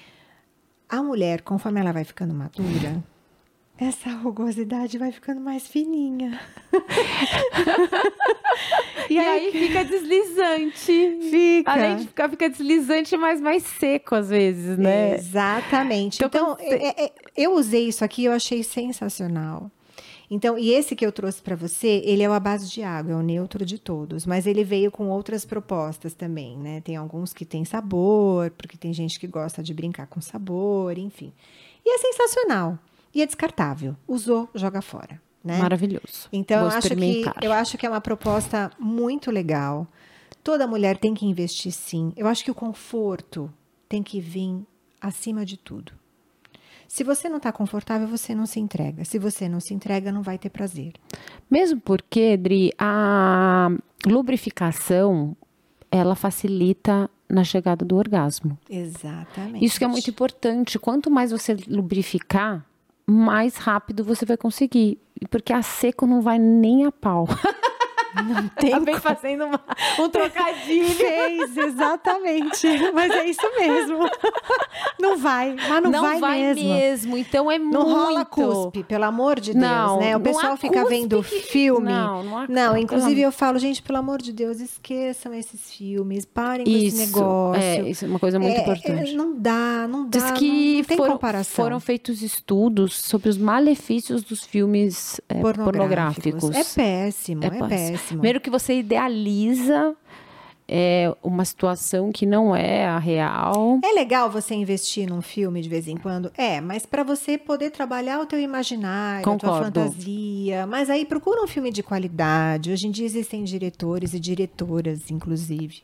A mulher, conforme ela vai ficando madura, essa rugosidade vai ficando mais fininha. E aí fica deslizante. Fica. Além de ficar, fica deslizante, mas mais seco às vezes, né? Exatamente. Então, Então, é, é, eu usei isso aqui, eu achei sensacional. Então, e esse que eu trouxe para você, ele é o à base de água, é o neutro de todos, mas ele veio com outras propostas também, né? Tem alguns que tem sabor, porque tem gente que gosta de brincar com sabor, enfim. E é sensacional. E é descartável. Usou, joga fora, né? Maravilhoso. Então, Vou eu acho, que, experimentar. eu acho que é uma proposta muito legal. Toda mulher tem que investir, sim. Eu acho que o conforto tem que vir acima de tudo. Se você não está confortável, você não se entrega. Se você não se entrega, não vai ter prazer. Mesmo porque, Dri, a lubrificação, ela facilita na chegada do orgasmo. Exatamente. Isso que é muito importante. Quanto mais você lubrificar, mais rápido você vai conseguir. Porque a seco não vai nem a pau. Não tem Acabei como. fazendo uma, um trocadilho. Fez, exatamente. Mas é isso mesmo. Não vai, mas não, Não vai, vai mesmo. mesmo. Então é Não muito. rola cuspe, pelo amor de Deus, Não, né? O não pessoal há fica cuspe vendo que- filme. Não, não há- Não, pelo inclusive amor- eu falo, gente, pelo amor de Deus, esqueçam esses filmes, parem com Isso, esse negócio. é, isso é uma coisa muito É, importante. é, não dá, não dá, Diz não, que não tem foram, comparação. foram feitos estudos sobre os malefícios dos filmes é, pornográficos. É péssimo, é, péssimo. péssimo. Primeiro que você idealiza é, uma situação que não é a real. É legal você investir num filme de vez em quando? É, mas para você poder trabalhar o teu imaginário, a tua Concordo. fantasia. Mas aí procura um filme de qualidade. Hoje em dia existem diretores e diretoras, inclusive.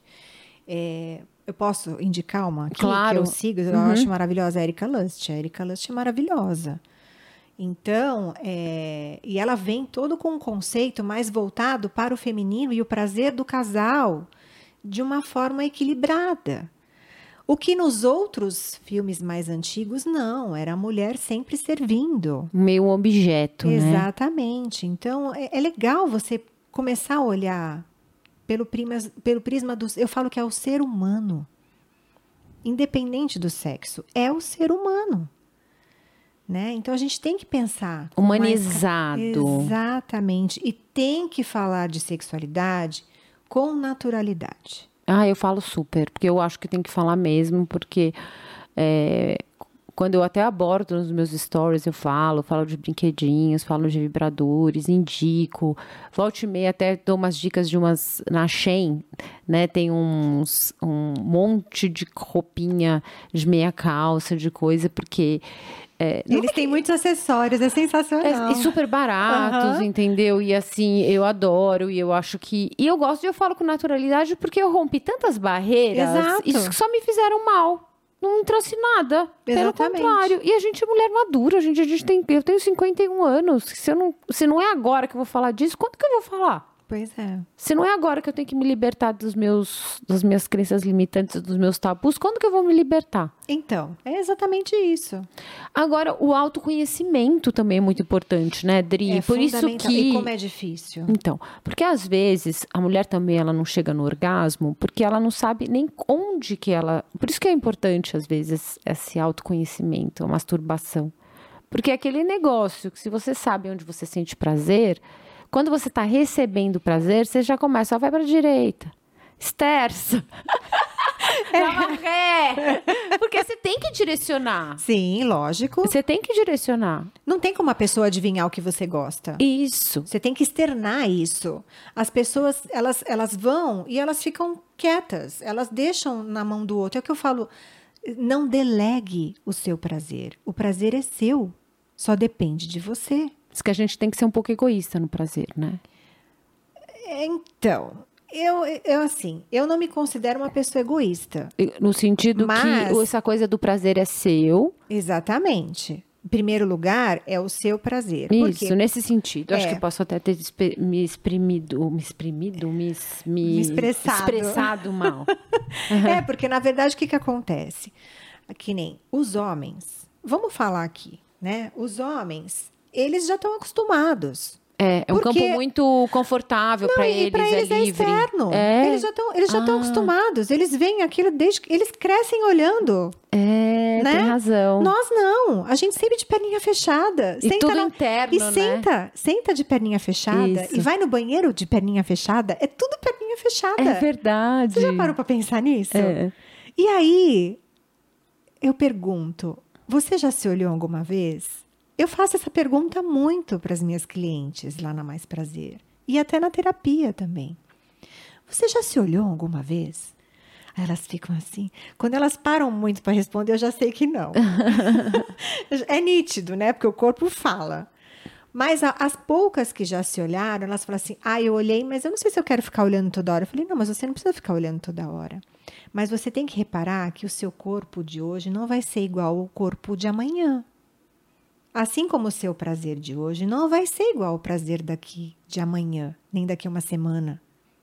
É, eu posso indicar uma aqui Claro. que eu sigo? Eu Uhum. acho maravilhosa, a Erika Lust. A Erika Lust é maravilhosa. Então, é, e ela vem todo com um conceito mais voltado para o feminino e o prazer do casal de uma forma equilibrada. O que nos outros filmes mais antigos, não. Era a mulher sempre servindo. Meio objeto, né? Exatamente. Então, é, é legal você começar a olhar pelo, primas, pelo prisma do... Eu falo que é o ser humano. Independente do sexo. É o ser humano. Né? Então, a gente tem que pensar... com mais ca- Humanizado. Exatamente. E tem que falar de sexualidade com naturalidade. Ah, eu falo super, porque eu acho que tem que falar mesmo, porque é, quando eu até abordo nos meus stories, eu falo, falo de brinquedinhos, falo de vibradores, indico. Volta e meia até dou umas dicas de umas na Shein, né? Tem uns, um monte de roupinha, de meia calça, de coisa, porque... É, Eles têm muitos acessórios, é sensacional. É, e super baratos, uhum. entendeu? E assim, eu adoro, e eu acho que... E eu gosto, e eu falo com naturalidade, porque eu rompi tantas barreiras. Exato. Isso só me fizeram mal. Não me trouxe nada. Exatamente. Pelo contrário. E a gente é mulher madura, gente. A gente tem, eu tenho cinquenta e um anos. Se, eu não, se não é agora que eu vou falar disso, quando que eu vou falar? Pois é. Se não é agora que eu tenho que me libertar dos meus, das minhas crenças limitantes, dos meus tabus, quando que eu vou me libertar? Então, é exatamente isso. Agora, o autoconhecimento também é muito importante, né, Dri? É Por isso que... E como é difícil. Então, porque às vezes a mulher também ela não chega no orgasmo porque ela não sabe nem onde que ela... Por isso que é importante, às vezes, esse autoconhecimento, a masturbação. Porque é aquele negócio que se você sabe onde você sente prazer... Quando você está recebendo prazer, você já começa, ó, vai para a direita, esterça, dá uma ré, porque você tem que direcionar. Sim, lógico. Você tem que direcionar. Não tem como a pessoa adivinhar o que você gosta. Isso. Você tem que externar isso. As pessoas, elas, elas vão e elas ficam quietas, elas deixam na mão do outro. É o que eu falo, não delegue o seu prazer. O prazer é seu, só depende de você. Diz que a gente tem que ser um pouco egoísta no prazer, né? Então, eu, eu assim, eu não me considero uma pessoa egoísta. No sentido mas... que essa coisa do prazer é seu. Exatamente. Em primeiro lugar, é o seu prazer. Isso, porque... nesse sentido. É. Acho que posso até ter me exprimido, me exprimido, me, me... me expressado. expressado mal. Uhum. É, porque na verdade o que, que acontece? Que nem os homens, vamos falar aqui, né? Os homens... Eles já estão acostumados. É, é um porque... campo muito confortável para eles, para eles é é livre. externo. É. Eles já estão, eles já estão ah. acostumados. Eles veem aquilo desde que eles crescem olhando. É, né? tem razão. Nós não. A gente sempre de perninha fechada. E senta tudo na... interno, e né? senta, senta de perninha fechada Isso. e vai no banheiro de perninha fechada. É tudo perninha fechada. É verdade. Você já parou para pensar nisso? É. E aí eu pergunto, você já se olhou alguma vez? Eu faço essa pergunta muito para as minhas clientes lá na Mais Prazer. E até na terapia também. Você já se olhou alguma vez? Aí elas ficam assim. Quando elas param muito para responder, eu já sei que não. É nítido, né? Porque o corpo fala. Mas a, as poucas que já se olharam, elas falam assim, ah, eu olhei, mas eu não sei se eu quero ficar olhando toda hora. Eu falei, não, mas você não precisa ficar olhando toda hora. Mas você tem que reparar que o seu corpo de hoje não vai ser igual ao corpo de amanhã. Assim como o seu prazer de hoje não vai ser igual ao prazer daqui de amanhã, nem daqui a uma semana.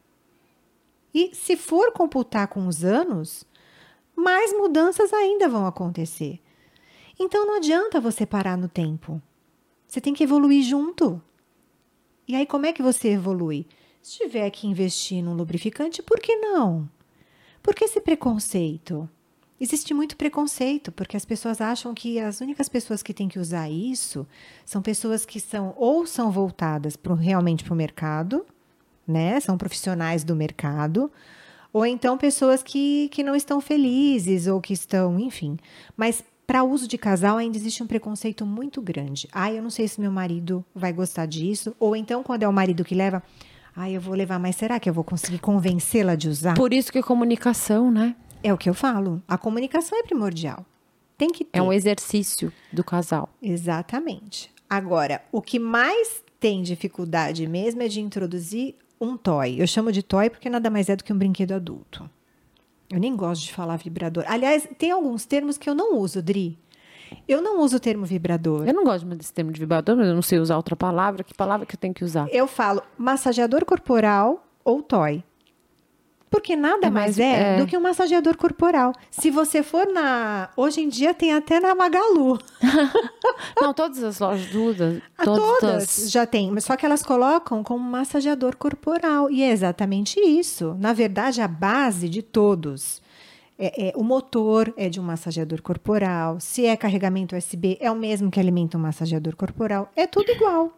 E se for computar com os anos, mais mudanças ainda vão acontecer. Então não adianta você parar no tempo. Você tem que evoluir junto. E aí como é que você evolui? Se tiver que investir num lubrificante, por que não? Por que esse preconceito? Existe muito preconceito, porque as pessoas acham que as únicas pessoas que têm que usar isso são pessoas que são ou são voltadas pro, realmente para o mercado, né? São profissionais do mercado, ou então pessoas que, que não estão felizes ou que estão, enfim. Mas para uso de casal ainda existe um preconceito muito grande. Ah, eu não sei se meu marido vai gostar disso, ou então quando é o marido que leva, ah, eu vou levar, mas será que eu vou conseguir convencê-la de usar? Por isso que é comunicação, né? É o que eu falo. A comunicação é primordial. Tem que ter. É um exercício do casal. Exatamente. Agora, o que mais tem dificuldade mesmo é de introduzir um toy. Eu chamo de toy porque nada mais é do que um brinquedo adulto. Eu nem gosto de falar vibrador. Aliás, tem alguns termos que eu não uso, Dri. Eu não uso o termo vibrador. Eu não gosto muito desse termo de vibrador, mas eu não sei usar outra palavra. Que palavra que eu tenho que usar? Eu falo massageador corporal ou toy. Porque nada é mais, mais é, é do que um massageador corporal. Se você for na... Hoje em dia tem até na Magalu. Não, todas as lojas Duda. Todas, todas já tem. Só que elas colocam como massageador corporal. E é exatamente isso. Na verdade, a base de todos. É, é, o motor é de um massageador corporal. Se é carregamento U S B, é o mesmo que alimenta um massageador corporal. É tudo igual.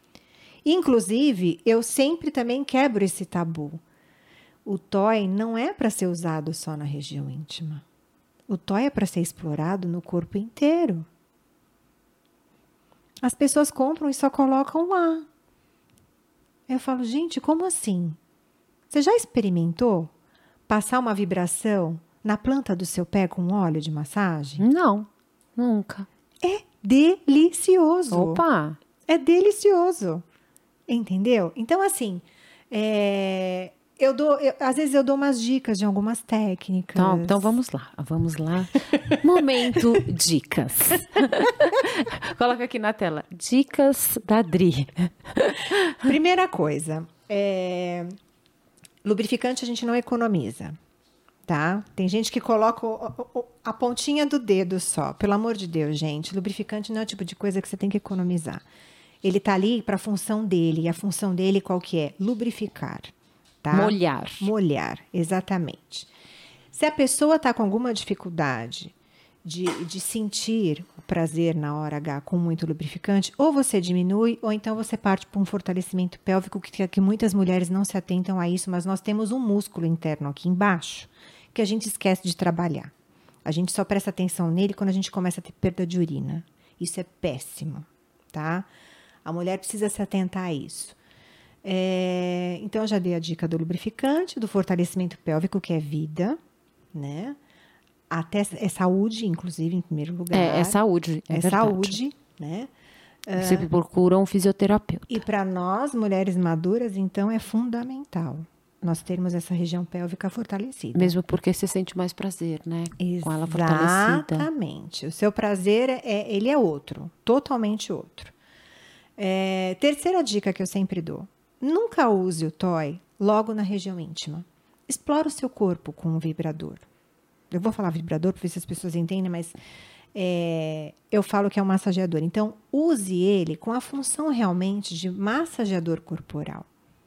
Inclusive, eu sempre também quebro esse tabu. O toy não é para ser usado só na região íntima. O toy é para ser explorado no corpo inteiro. As pessoas compram e só colocam lá. Eu falo, gente, como assim? Você já experimentou passar uma vibração na planta do seu pé com óleo de massagem? Não, nunca. É delicioso. Opa! É delicioso. Entendeu? Então, assim, é, eu dou, eu, às vezes eu dou umas dicas de algumas técnicas. Então, então vamos lá, vamos lá. Momento dicas. Coloca aqui na tela. Dicas da Dri. Primeira coisa, é, lubrificante a gente não economiza, tá? Tem gente que coloca o, o, a pontinha do dedo só. Pelo amor de Deus, gente, lubrificante não é o tipo de coisa que você tem que economizar. Ele tá ali para a função dele. E a função dele qual que é? Lubrificar, tá? Molhar. Molhar, exatamente. Se a pessoa tá com alguma dificuldade de, de sentir o prazer na hora H com muito lubrificante, ou você diminui, ou então você parte para um fortalecimento pélvico, que, que muitas mulheres não se atentam a isso, mas nós temos um músculo interno aqui embaixo que a gente esquece de trabalhar. A gente só presta atenção nele quando a gente começa a ter perda de urina. Isso é péssimo, tá? A mulher precisa se atentar a isso. É, então, eu já dei a dica do lubrificante, do fortalecimento pélvico, que é vida, né? Até é saúde, inclusive, em primeiro lugar. É, é saúde. É, é verdade. saúde, né? Você procura um fisioterapeuta. E para nós, mulheres maduras, então, é fundamental nós termos essa região pélvica fortalecida. Mesmo porque você sente mais prazer, né? Com ela fortalecida. Exatamente. O seu prazer, é, ele é outro. Totalmente outro. É, terceira dica que eu sempre dou. Nunca use o toy logo na região íntima. Explora o seu corpo com um vibrador. Eu vou falar vibrador para ver se as pessoas entendem, mas é, eu falo que é um massageador. Então, use ele com a função realmente de massageador corporal.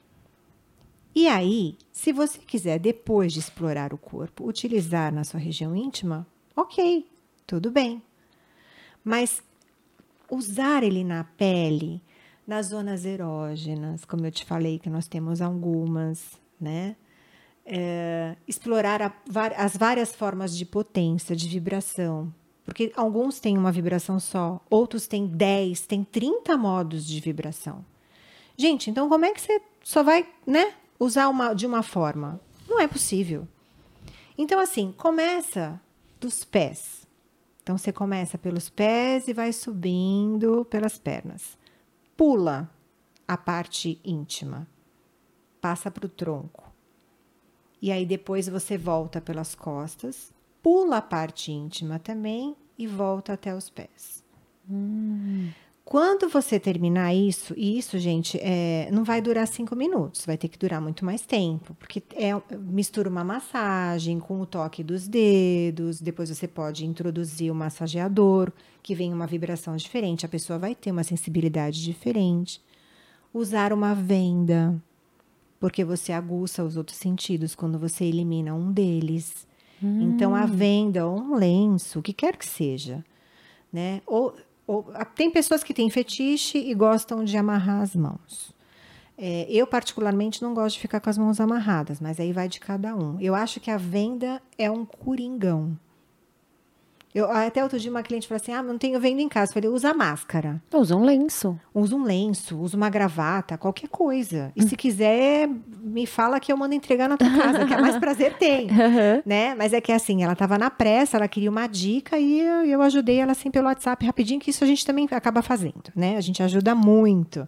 E aí, se você quiser, depois de explorar o corpo, utilizar na sua região íntima, ok, tudo bem. Mas usar ele na pele, nas zonas erógenas, como eu te falei, que nós temos algumas, né? É, explorar a, as várias formas de potência, de vibração. Porque alguns têm uma vibração só, outros têm dez, têm trinta modos de vibração. Gente, então como é que você só vai, né, usar uma, de uma forma? Não é possível. Então, assim, começa dos pés. Então, você começa pelos pés e vai subindo pelas pernas. Pula a parte íntima. Passa para o tronco. E aí, depois você volta pelas costas. Pula a parte íntima também e volta até os pés. Hum. Quando você terminar isso, e isso, gente, é, não vai durar cinco minutos, vai ter que durar muito mais tempo, porque é, mistura uma massagem com o toque dos dedos, depois você pode introduzir o massageador, que vem uma vibração diferente, a pessoa vai ter uma sensibilidade diferente. Usar uma venda, porque você aguça os outros sentidos quando você elimina um deles. Hum. Então, a venda, ou um lenço, o que quer que seja, né? Ou... Tem pessoas que têm fetiche e gostam de amarrar as mãos. É, eu, particularmente, não gosto de ficar com as mãos amarradas, mas aí vai de cada um. Eu acho que a venda é um coringão. Eu, até outro dia uma cliente falou assim, ah, não tenho venda em casa. Eu falei, usa máscara. Usa um lenço. Usa um lenço, usa uma gravata, qualquer coisa. E hum. se quiser, me fala que eu mando entregar na tua casa, que é mais prazer tem. Uhum. Né? Mas é que assim, ela estava na pressa, ela queria uma dica e eu, eu ajudei ela assim pelo WhatsApp rapidinho, que isso a gente também acaba fazendo, né? A gente ajuda muito.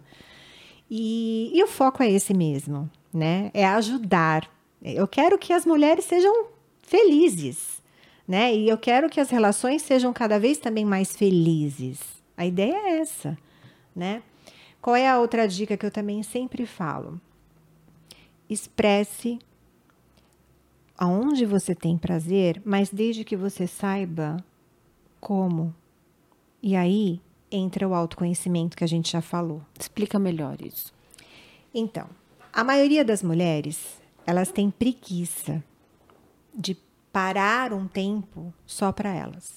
E, e o foco é esse mesmo, né? É ajudar. Eu quero que as mulheres sejam felizes. Né? E eu quero que as relações sejam cada vez também mais felizes. A ideia é essa, né? Qual é a outra dica que eu também sempre falo? Expresse aonde você tem prazer, mas desde que você saiba como. E aí entra o autoconhecimento que a gente já falou. Explica melhor isso. Então, a maioria das mulheres, elas têm preguiça de parar um tempo só para elas.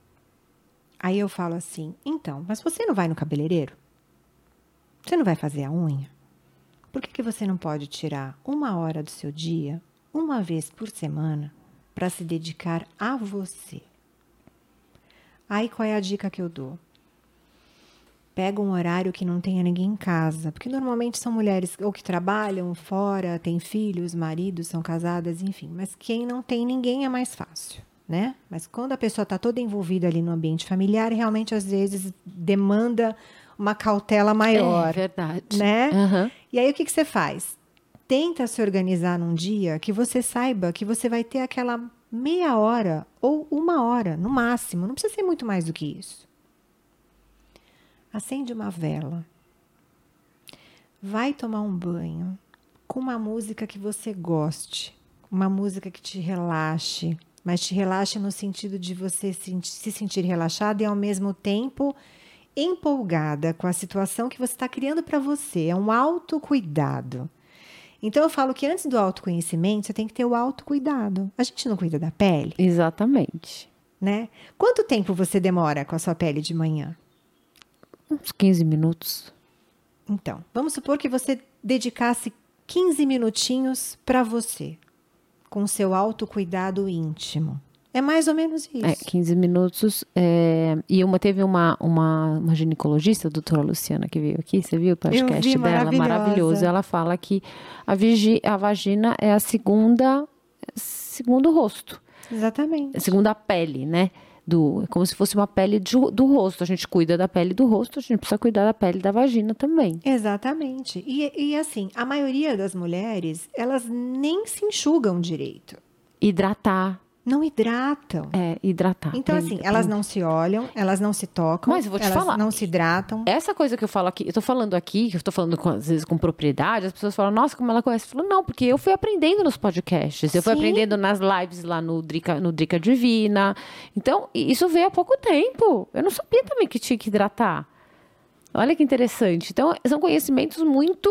Aí eu falo assim, então, mas você não vai no cabeleireiro? Você não vai fazer a unha? Por que que você não pode tirar uma hora do seu dia, uma vez por semana, para se dedicar a você. Aí qual é a dica que eu dou? Pega um horário que não tenha ninguém em casa, porque normalmente são mulheres ou que trabalham fora, têm filhos, maridos, são casadas, enfim. Mas quem não tem ninguém é mais fácil, né? Mas quando a pessoa está toda envolvida ali no ambiente familiar, realmente às vezes demanda uma cautela maior. É verdade. Né? Uhum. E aí o que, que você faz? Tenta se organizar num dia que você saiba que você vai ter aquela meia hora ou uma hora, no máximo. Não precisa ser muito mais do que isso. Acende uma vela. Vai tomar um banho com uma música que você goste. Uma música que te relaxe. Mas te relaxe no sentido de você se sentir relaxada e ao mesmo tempo empolgada com a situação que você está criando para você. É um autocuidado. Então, eu falo que antes do autoconhecimento, você tem que ter o autocuidado. A gente não cuida da pele? Exatamente. Né? Quanto tempo você demora com a sua pele de manhã? Uns quinze minutos. Então, vamos supor que você dedicasse quinze minutinhos para você, com o seu autocuidado íntimo. É mais ou menos isso. É, quinze minutos. É, e uma teve uma, uma, uma ginecologista, a doutora Luciana, que veio aqui, você viu o podcast vi, dela? maravilhosa. Maravilhoso. Ela fala que a, vigi, a vagina é a segunda, segundo rosto. Exatamente. A segunda pele, né? Do, como se fosse uma pele de, do rosto. A gente cuida da pele do rosto, a gente precisa cuidar da pele da vagina também. Exatamente. E, e assim, a maioria das mulheres, elas nem se enxugam direito. Hidratar. Não hidratam. É, hidratar. Então, assim, elas não se olham, elas não se tocam, Mas eu vou te elas falar, não se hidratam. Essa coisa que eu falo aqui, eu tô falando aqui, que eu tô falando com, às vezes com propriedade, as pessoas falam, nossa, como ela conhece. Eu falo, não, porque eu fui aprendendo nos podcasts, eu fui Sim. aprendendo nas lives lá no Drica, no Drica Divina. Então, isso veio há pouco tempo. Eu não sabia também que tinha que hidratar. Olha que interessante. Então, são conhecimentos muito...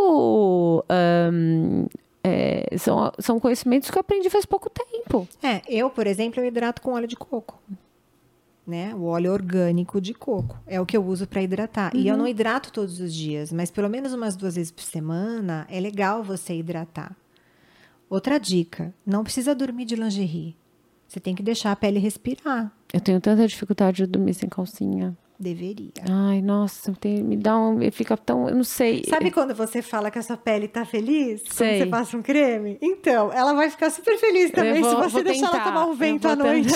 Um, É, são, são conhecimentos que eu aprendi faz pouco tempo. É, eu, por exemplo, eu hidrato com óleo de coco. Né? O óleo orgânico de coco. É o que eu uso para hidratar. Uhum. E eu não hidrato todos os dias, mas pelo menos umas duas vezes por semana é legal você hidratar. Outra dica, não precisa dormir de lingerie. Você tem que deixar a pele respirar. Eu tenho tanta dificuldade de dormir sem calcinha. Deveria. Ai, nossa, tem, me dá um... Fica tão... Eu não sei. Sabe quando você fala que a sua pele tá feliz? Sei. Quando você passa um creme? Então, ela vai ficar super feliz também vou, se você vou deixar tentar. ela tomar um vento à noite.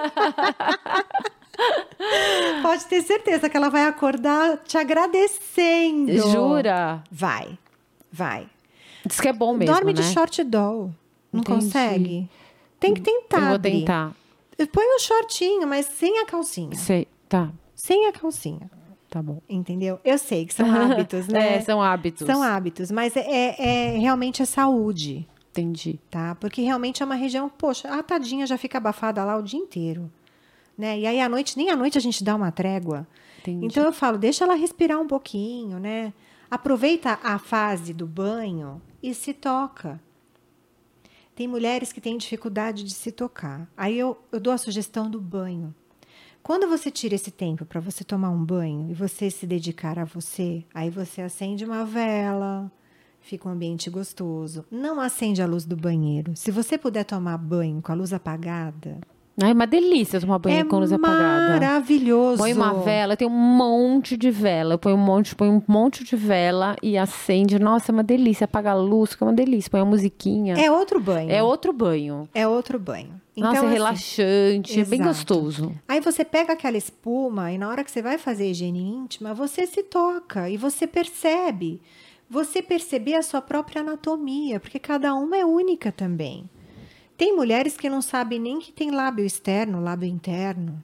Pode ter certeza que ela vai acordar te agradecendo. Jura? Vai, vai. Diz que é bom mesmo, Dorme né? de short doll. Não Entendi. consegue? Tem que tentar, Eu vou Adri. tentar. Põe um shortinho, mas sem a calcinha. Sei, tá, Sem a calcinha. tá bom. Entendeu? Eu sei que são hábitos, né? É, são hábitos. São hábitos, mas é, é, é realmente é saúde, Entendi. tá? Porque realmente é uma região, poxa, a tadinha já fica abafada lá o dia inteiro, né? E aí à noite, nem à noite a gente dá uma trégua. Entendi. Então eu falo, deixa ela respirar um pouquinho, né? Aproveita a fase do banho e se toca. Tem mulheres que têm dificuldade de se tocar. Aí eu, eu dou a sugestão do banho. Quando você tira esse tempo para você tomar um banho e você se dedicar a você, aí você acende uma vela, fica um ambiente gostoso. Não acende a luz do banheiro. Se você puder tomar banho com a luz apagada... Ai, é uma delícia tomar banho é com luz apagada. Maravilhoso. Põe uma vela, tem um monte de vela. Põe um monte, põe um monte de vela e acende. Nossa, é uma delícia. Apaga a luz, que é uma delícia. Põe uma musiquinha. É outro banho. É outro banho. É outro banho. Nossa, Então, é assim, relaxante, é bem exato. gostoso. Aí você pega aquela espuma e na hora que você vai fazer a higiene íntima, você se toca e você percebe. Você perceber a sua própria anatomia, porque cada uma é única também. Tem mulheres que não sabem nem que tem lábio externo, lábio interno.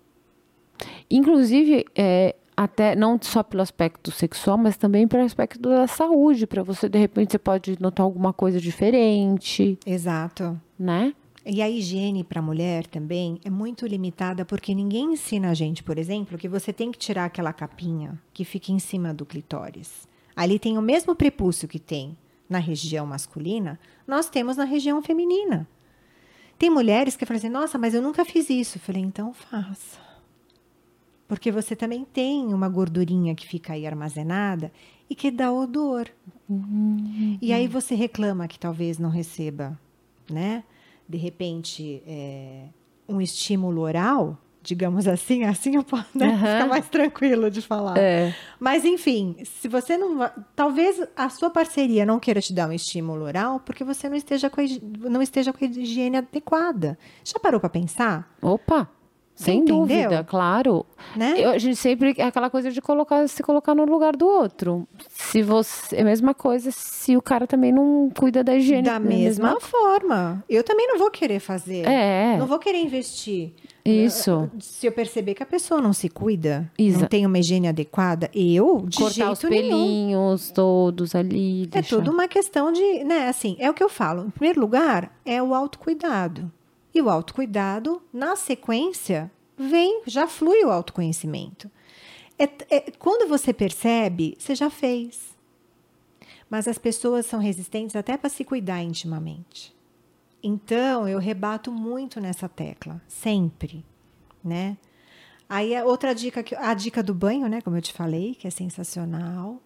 Inclusive, é, até não só pelo aspecto sexual, mas também pelo aspecto da saúde. Para você, de repente, você pode notar alguma coisa diferente. Exato. Né? E a higiene para a mulher também é muito limitada, porque ninguém ensina a gente, por exemplo, que você tem que tirar aquela capinha que fica em cima do clitóris. Ali tem o mesmo prepúcio que tem na região masculina, nós temos na região feminina. Tem mulheres que falam assim, nossa, mas eu nunca fiz isso. Eu falei, então faça. Porque você também tem uma gordurinha que fica aí armazenada e que dá odor. Uhum. E aí você reclama que talvez não receba, né? de repente, é, um estímulo oral, digamos assim, assim eu posso né, Uhum. ficar mais tranquilo de falar. É. Mas, enfim, se você não... va- Talvez a sua parceria não queira te dar um estímulo oral porque você não esteja com a, higi- não esteja com a higiene adequada. Já parou para pensar? Opa, sem Entendeu? dúvida, claro. Né? Eu- a gente sempre é aquela coisa de colocar, se colocar no lugar do outro. Se você, é a mesma coisa se o cara também não cuida da higiene. Da né? mesma forma. Eu também não vou querer fazer. É. Não vou querer investir. Isso. Se eu perceber que a pessoa não se cuida, Exa- não tem uma higiene adequada, eu, de Cortar jeito os nenhum. pelinhos todos ali. É deixar- tudo uma questão de, né, assim, é o que eu falo. Em primeiro lugar, é o autocuidado. E o autocuidado, na sequência, vem, já flui o autoconhecimento. É, é- quando você percebe, você já fez. Mas as pessoas são resistentes até para se cuidar intimamente. Então, eu rebato muito nessa tecla, sempre, né? Aí, a outra dica, que, a dica do banho, né? Como eu te falei, que é sensacional.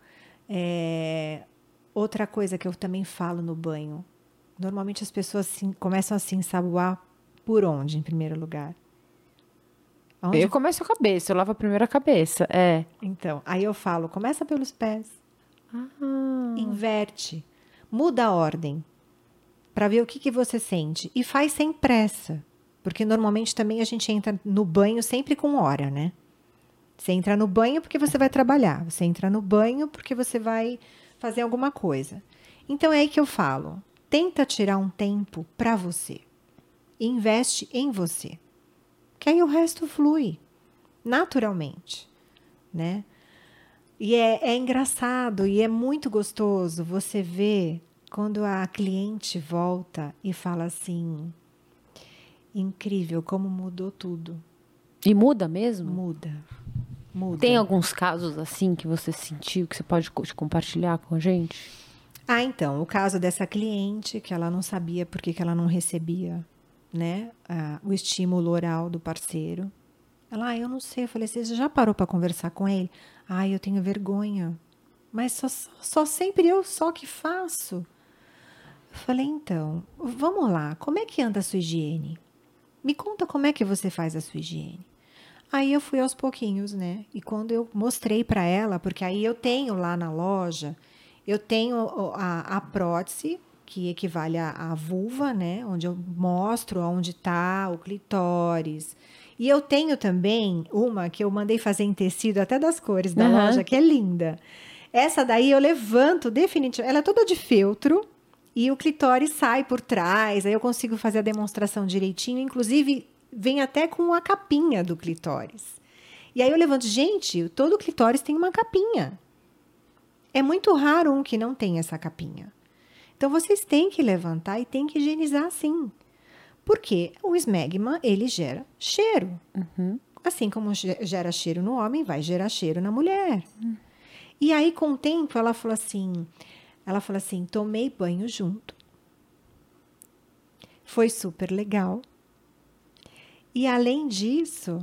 É, outra coisa que eu também falo no banho. Normalmente as pessoas se- começam a se ensaboar por onde, em primeiro lugar? Aonde? Eu começo a cabeça, eu lavo a primeira cabeça. É. Então, aí eu falo, começa pelos pés. Ah. Inverte. Muda a ordem. Para ver o que, que você sente. E faz sem pressa. Porque normalmente também a gente entra no banho sempre com hora, né? Você entra no banho porque você vai trabalhar. Você entra no banho porque você vai fazer alguma coisa. Então é aí que eu falo. Tenta tirar um tempo para você. Investe em você. Que aí o resto flui naturalmente, né? E é, é engraçado e é muito gostoso você ver quando a cliente volta e fala assim: incrível como mudou tudo. E muda mesmo? Muda. Muda. Tem alguns casos assim que você sentiu que você pode co- compartilhar com a gente? Ah, então, o caso dessa cliente que ela não sabia por que que ela não recebia, né, ah, o estímulo oral do parceiro. Ela, ah, eu não sei. Eu falei, você já parou para conversar com ele? Ah, eu tenho vergonha. Mas só, só, só sempre eu só que faço. Eu falei, então, vamos lá. Como é que anda a sua higiene? Me conta como é que você faz a sua higiene. Aí eu fui aos pouquinhos, né? E quando eu mostrei para ela, porque aí eu tenho lá na loja, eu tenho a, a prótese, que equivale à, à vulva, né? Onde eu mostro onde está o clitóris. E eu tenho também uma que eu mandei fazer em tecido, até das cores da Uhum. loja, que é linda. Essa daí eu levanto definitivamente. Ela é toda de feltro e o clitóris sai por trás. Aí eu consigo fazer a demonstração direitinho. Inclusive, vem até com a capinha do clitóris. E aí eu levanto. Gente, todo clitóris tem uma capinha. É muito raro um que não tem essa capinha. Então, vocês têm que levantar e têm que higienizar sim. Porque o esmegma, ele gera cheiro. Uhum. Assim como ge- gera cheiro no homem, vai gerar cheiro na mulher. E aí, com o tempo, ela falou assim, ela falou assim, tomei banho junto. Foi super legal. E além disso,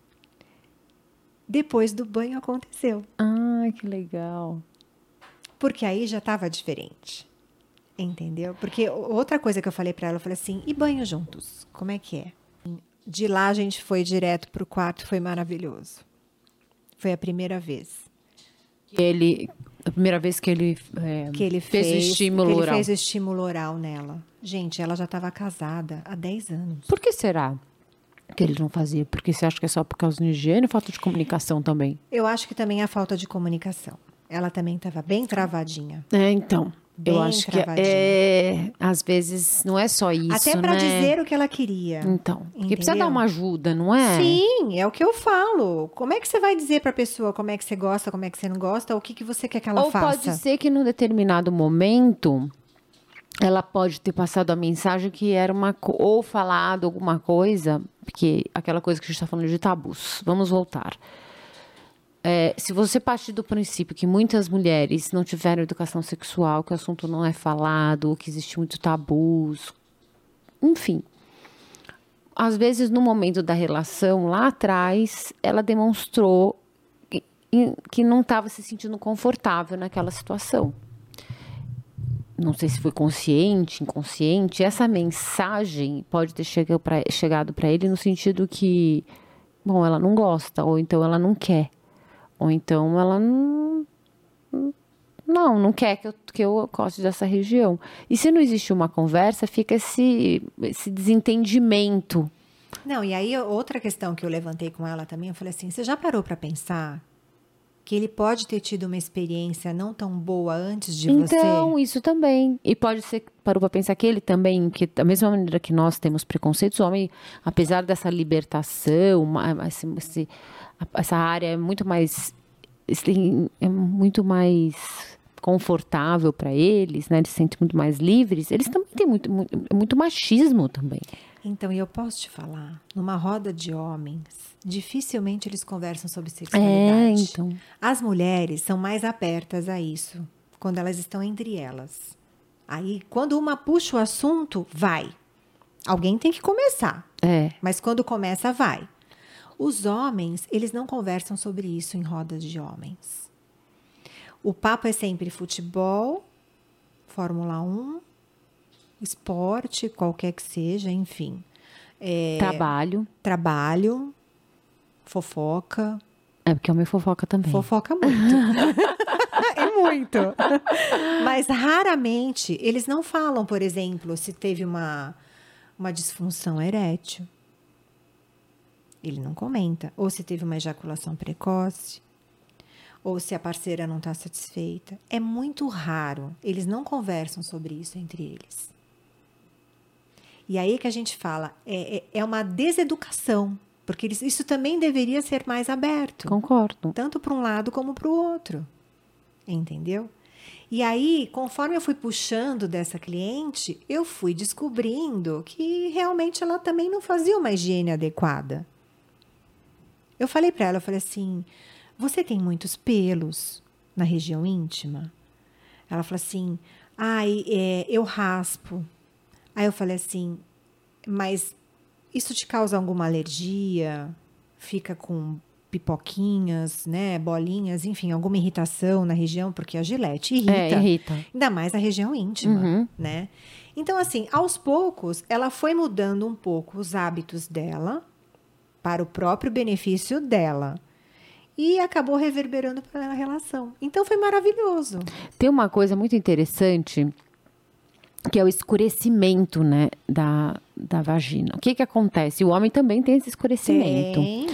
depois do banho aconteceu. Ah, que legal. Porque aí já estava diferente. Entendeu? Porque o- outra coisa que eu falei para ela, eu falei assim, e banho juntos? Como é que é? De lá a gente foi direto pro quarto, foi maravilhoso. Foi a primeira vez Que ele, a primeira vez que ele, é, que ele fez, fez, o estímulo que ele oral. fez o estímulo oral nela. Gente, ela já estava casada há dez anos. Por que será que ele não fazia? Porque você acha que é só por causa de higiene ou falta de comunicação também? Eu acho que também é a falta de comunicação. Ela também estava bem travadinha. É, então. Bem eu acho que travadinha. é, às vezes não é só isso, Até para né? dizer o que ela queria. Então, porque precisa Entendeu? dar uma ajuda, não é? Sim, é o que eu falo. Como é que você vai dizer para a pessoa como é que você gosta, como é que você não gosta, o que, que você quer que ela Ou faça? pode ser que num determinado momento ela pode ter passado a mensagem que era uma co- ou falado alguma coisa, porque aquela coisa que a gente está falando de tabus. Vamos voltar. É, se você partir do princípio que muitas mulheres não tiveram educação sexual, que o assunto não é falado, que existe muito tabus, enfim. Às vezes, no momento da relação, lá atrás, ela demonstrou que não estava se sentindo confortável naquela situação. não sei se foi consciente, inconsciente, essa mensagem pode ter chegado pra, chegado para ele no sentido que, bom, ela não gosta, ou então ela não quer, ou então ela não, não, não quer que eu, que eu goste dessa região. E se não existe uma conversa, fica esse, esse desentendimento. Não, e aí outra questão que eu levantei com ela também, eu falei assim, você já parou para pensar que ele pode ter tido uma experiência não tão boa antes de então, você? Então, isso também. E pode ser, parou para pensar que ele também, que da mesma maneira que nós temos preconceitos, o homem, apesar dessa libertação, esse, esse, essa área é muito mais, é muito mais confortável para eles, né? Eles se sentem muito mais livres. Eles também têm muito, muito, muito machismo também. Então, e eu posso te falar, numa roda de homens, dificilmente eles conversam sobre sexualidade. É, então. As mulheres são mais abertas a isso, quando elas estão entre elas. Aí, quando uma puxa o assunto, vai. Alguém tem que começar. É. Mas quando começa, vai. Os homens, eles não conversam sobre isso em rodas de homens. O papo é sempre futebol, Fórmula um, esporte, qualquer que seja, enfim. É, trabalho. Trabalho, fofoca. É, porque homem fofoca também. Fofoca muito. É muito. Mas raramente, eles não falam, por exemplo, se teve uma, uma disfunção erétil. Ele não comenta. Ou se teve uma ejaculação precoce. Ou se a parceira não está satisfeita. É muito raro. Eles não conversam sobre isso entre eles. E aí que a gente fala, é, é uma deseducação, porque eles, isso também deveria ser mais aberto. Concordo. Tanto para um lado como para o outro. Entendeu? E aí, conforme eu fui puxando dessa cliente, eu fui descobrindo que realmente ela também não fazia uma higiene adequada. Eu falei para ela, eu falei assim, você tem muitos pelos na região íntima? Ela falou assim, ai, é, eu raspo. Aí eu falei assim, mas isso te causa alguma alergia? Fica com pipoquinhas, né, bolinhas, enfim, alguma irritação na região? Porque a Gillette irrita. É, irrita. Ainda mais a região íntima, uhum. né? Então, assim, aos poucos, ela foi mudando um pouco os hábitos dela para o próprio benefício dela. E acabou reverberando para a relação. Então, foi maravilhoso. Tem uma coisa muito interessante, que é o escurecimento, né, da, da vagina. O que que acontece? O homem também tem esse escurecimento. Tem.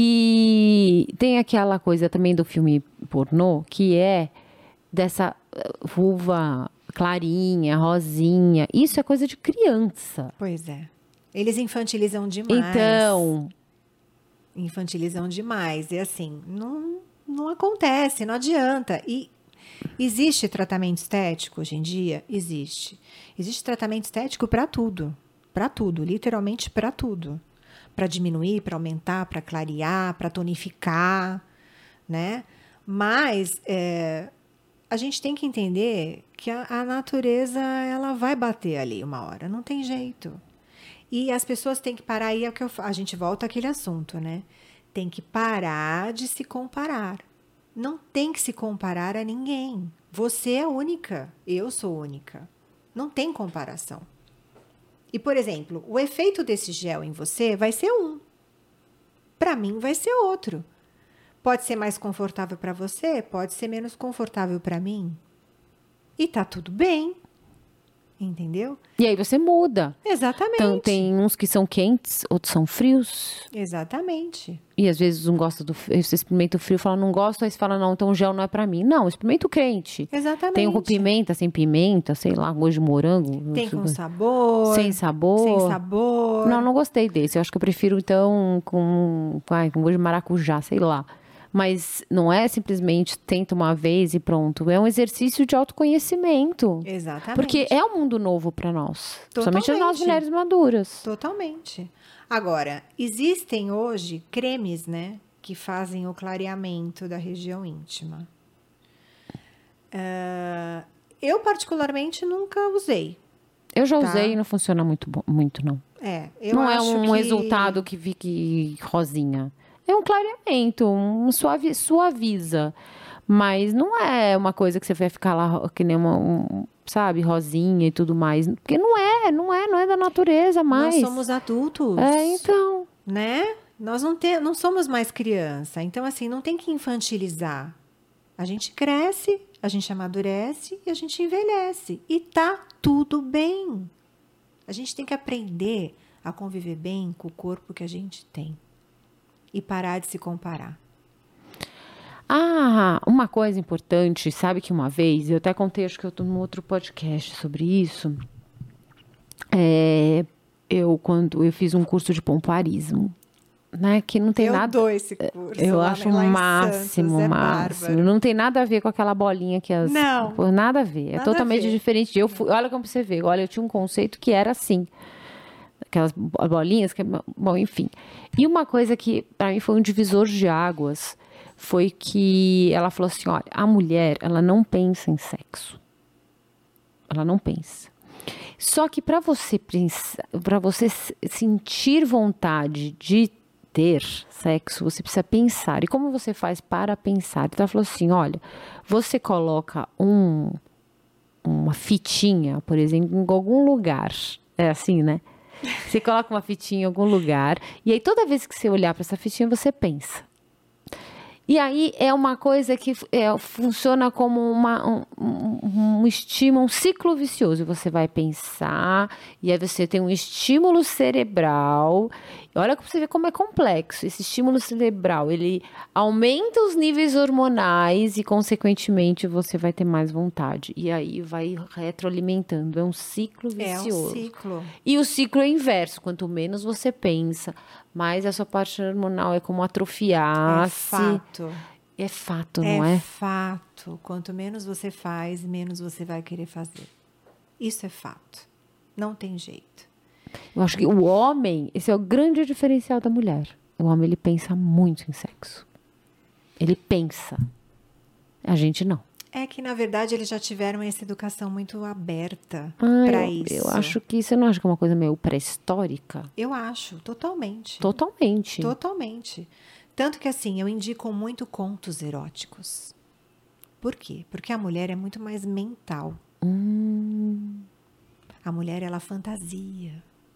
E tem aquela coisa também do filme pornô, que é dessa vulva clarinha, rosinha. Isso é coisa de criança. Pois é. Eles infantilizam demais. Então... Infantilizam demais. E assim, não, não acontece, não adianta. E existe tratamento estético hoje em dia? Existe. Existe tratamento estético para tudo. Para tudo, literalmente para tudo. Para diminuir, para aumentar, para clarear, para tonificar, né? Mas é, a gente tem que entender que a, a natureza ela vai bater ali uma hora, não tem jeito. E as pessoas têm que parar, aí é o que eu, a gente volta àquele assunto, né? Tem que parar de se comparar. Não tem que se comparar a ninguém. Você é única, eu sou única. Não tem comparação. E, por exemplo, o efeito desse gel em você vai ser um. Para mim vai ser outro. Pode ser mais confortável para você, pode ser menos confortável para mim. E tá tudo bem. Entendeu? E aí você muda. Exatamente. Então, tem uns que são quentes, outros são frios. Exatamente. E às vezes um gosta do frio, você experimenta o frio e fala, não gosto, aí você fala, não, então o gel não é pra mim. Não, experimenta o quente. Exatamente. Tem com pimenta, sem pimenta, sei lá, gosto de morango. Tem com sabor. Sem sabor. Sem sabor. Não, não gostei desse. Eu acho que eu prefiro, então, com, ai, com gosto de maracujá, sei lá. Mas não é simplesmente tenta uma vez e pronto. É um exercício de autoconhecimento. Exatamente. Porque é um mundo novo para nós. Totalmente. Somente nós mulheres maduras. Totalmente. Agora, existem hoje cremes, né? Que fazem o clareamento da região íntima. Uh, eu, particularmente, nunca usei. Eu já tá? usei e não funciona muito, bom, muito não. É, eu não acho é um que... resultado que fique rosinha. É um clareamento, um suavi, suaviza. Mas não é uma coisa que você vai ficar lá que nem uma, um, sabe, rosinha e tudo mais. Porque não é, não é, não é da natureza mais. Nós somos adultos. É, então. Né? Nós não, te, não somos mais criança. Então, assim, não tem que infantilizar. A gente cresce, a gente amadurece e a gente envelhece. E tá tudo bem. A gente tem que aprender a conviver bem com o corpo que a gente tem. E parar de se comparar. Ah, uma coisa importante, sabe que uma vez, eu até contei, acho que eu estou num outro podcast sobre isso, é, eu, quando eu fiz um curso de pompoarismo, né, que não tem eu nada... Eu dou esse curso. Eu lá, acho lá o máximo, Santos, é máximo. bárbaro. Não tem nada a ver com aquela bolinha que as... Não. Pô, nada a ver, é Nada totalmente a ver. diferente. Eu fui, olha como você vê, olha, eu tinha um conceito que era assim, aquelas bolinhas, que, bom, enfim. E uma coisa que, para mim, foi um divisor de águas, foi que ela falou assim, olha, a mulher, ela não pensa em sexo. Ela não pensa. Só que para você para você sentir vontade de ter sexo, você precisa pensar. E como você faz para pensar? Então ela falou assim, olha, você coloca um, uma fitinha, por exemplo, em algum lugar. É assim, né? Você coloca uma fitinha em algum lugar e aí toda vez que você olhar para essa fitinha, você pensa. E aí é uma coisa que é, funciona como uma, um, um, um estímulo, um ciclo vicioso. Você vai pensar e aí você tem um estímulo cerebral. Olha para você ver como é complexo. Esse estímulo cerebral, ele aumenta os níveis hormonais e, consequentemente, você vai ter mais vontade. E aí vai retroalimentando. É um ciclo vicioso. É um ciclo. E o ciclo é inverso. Quanto menos você pensa, mais a sua parte hormonal é como atrofiar-se. É fato. É fato, não é? É fato. Quanto menos você faz, menos você vai querer fazer. Isso é fato. Não tem jeito. Eu acho que o homem, esse é o grande diferencial da mulher. O homem, ele pensa muito em sexo. Ele pensa. A gente não. É que, na verdade, eles já tiveram essa educação muito aberta Ah, para eu, isso. Eu acho que, você não acha que é uma coisa meio pré-histórica? Eu acho, totalmente. Totalmente. Totalmente. Tanto que, assim, eu indico muito contos eróticos. Por quê? Porque a mulher é muito mais mental. Hum. A mulher, ela fantasia.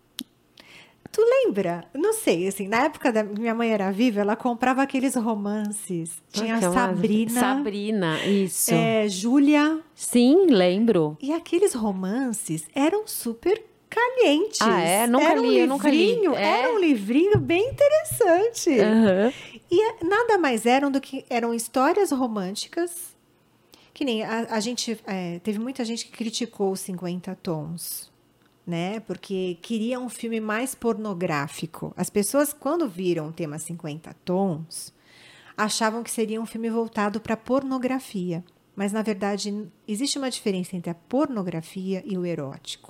Tu lembra? Não sei, assim, na época da minha mãe era viva, ela comprava aqueles romances. Tinha Aquela- Sabrina, Sabrina, isso. é, Júlia. Sim, lembro. E aqueles romances eram super calientes. Ah, é? Nunca era um li, eu nunca li. livrinho, É? Era um livrinho bem interessante. Aham. E é- nada mais eram do que eram histórias românticas. Que nem a, a gente é, teve muita gente que criticou os cinquenta tons, né? Porque queria um filme mais pornográfico. As pessoas, quando viram o tema cinquenta tons, achavam que seria um filme voltado para pornografia. Mas, na verdade, existe uma diferença entre a pornografia e o erótico.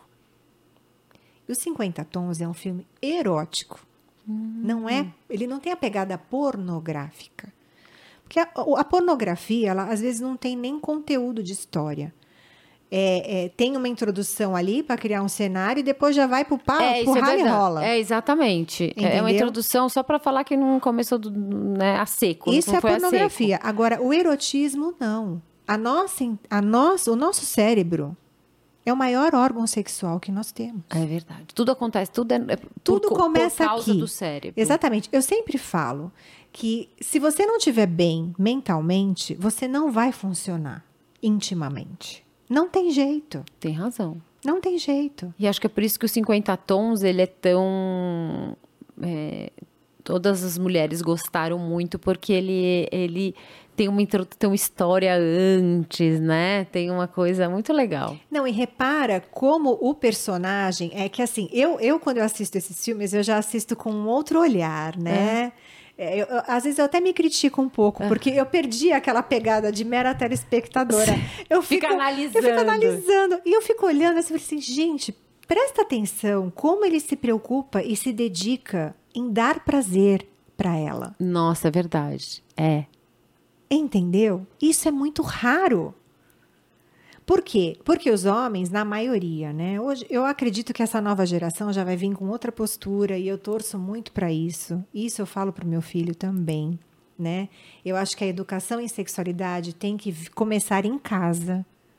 E os cinquenta tons é um filme erótico. Hum. Não é, ele não tem a pegada pornográfica. Porque a, a pornografia, ela às vezes não tem nem conteúdo de história. É, é, tem uma introdução ali para criar um cenário e depois já vai pro pau, É, pro isso é rala e verdade. rola. É, exatamente. É uma Entendeu? introdução só para falar que não começou do, né, a seco. Isso não é foi pornografia. A seco. Agora, o erotismo, não. A nossa, a nossa, o nosso cérebro é o maior órgão sexual que nós temos. É verdade. Tudo acontece, tudo é, é Tudo por, começa por causa aqui. do cérebro. Exatamente. Eu sempre falo que se você não estiver bem mentalmente, você não vai funcionar intimamente. Não tem jeito. Tem razão. Não tem jeito. E acho que é por isso que os cinquenta tons, ele é tão... É, todas as mulheres gostaram muito, porque ele, ele tem, uma, tem uma história antes, né? Tem uma coisa muito legal. Não, e repara como o personagem... É que assim, eu, eu quando eu assisto esses filmes, eu já assisto com um outro olhar, né? É. É, eu, eu, às vezes eu até me critico um pouco, é. porque eu perdi aquela pegada de mera telespectadora. Eu fico, Fica analisando. Eu fico analisando. E eu fico olhando assim, assim, gente, presta atenção como ele se preocupa e se dedica em dar prazer para ela. Nossa, é verdade. É. Entendeu? Isso é muito raro. Por quê? Porque os homens, na maioria, né? Hoje, eu acredito que essa nova geração já vai vir com outra postura e eu torço muito para isso. Isso eu falo para o meu filho também, né? Eu acho que a educação em sexualidade tem que começar em casa.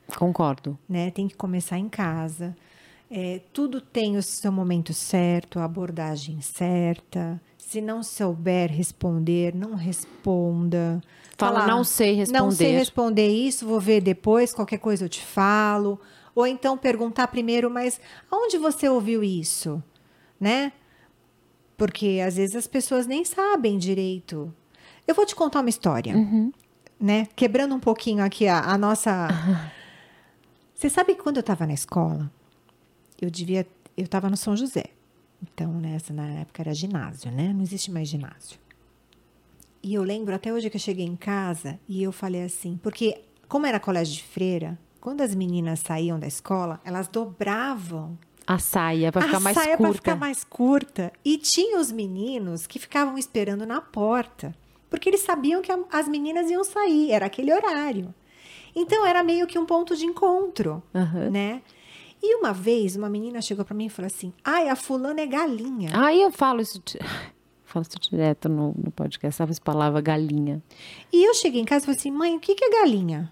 Concordo. Né? Tem que começar em casa. É, tudo tem o seu momento certo, a abordagem certa. Se não souber responder, não responda. Fala, Falar, não sei responder. Não sei responder isso, vou ver depois, qualquer coisa eu te falo. Ou então perguntar primeiro, mas aonde você ouviu isso? Né? Porque às vezes as pessoas nem sabem direito. Eu vou te contar uma história. Uhum. Né? Quebrando um pouquinho aqui a, a nossa... Você sabe que quando eu estava na escola, eu devia... Eu estava no São José. Então, nessa, na época era ginásio, né? Não existe mais ginásio. E eu lembro até hoje que eu cheguei em casa e eu falei assim... Porque, como era colégio de freira, quando as meninas saíam da escola, elas dobravam a saia para ficar a mais saia curta. para ficar mais curta. E tinha os meninos que ficavam esperando na porta. Porque eles sabiam que a, as meninas iam sair. Era aquele horário. Então, era meio que um ponto de encontro, Uhum. né? E uma vez, uma menina chegou para mim e falou assim, ai, a fulana é galinha. Aí eu falo isso, falo isso direto no, no podcast, sabe essa palavra galinha. E eu cheguei em casa e falei assim, mãe, o que, que é galinha?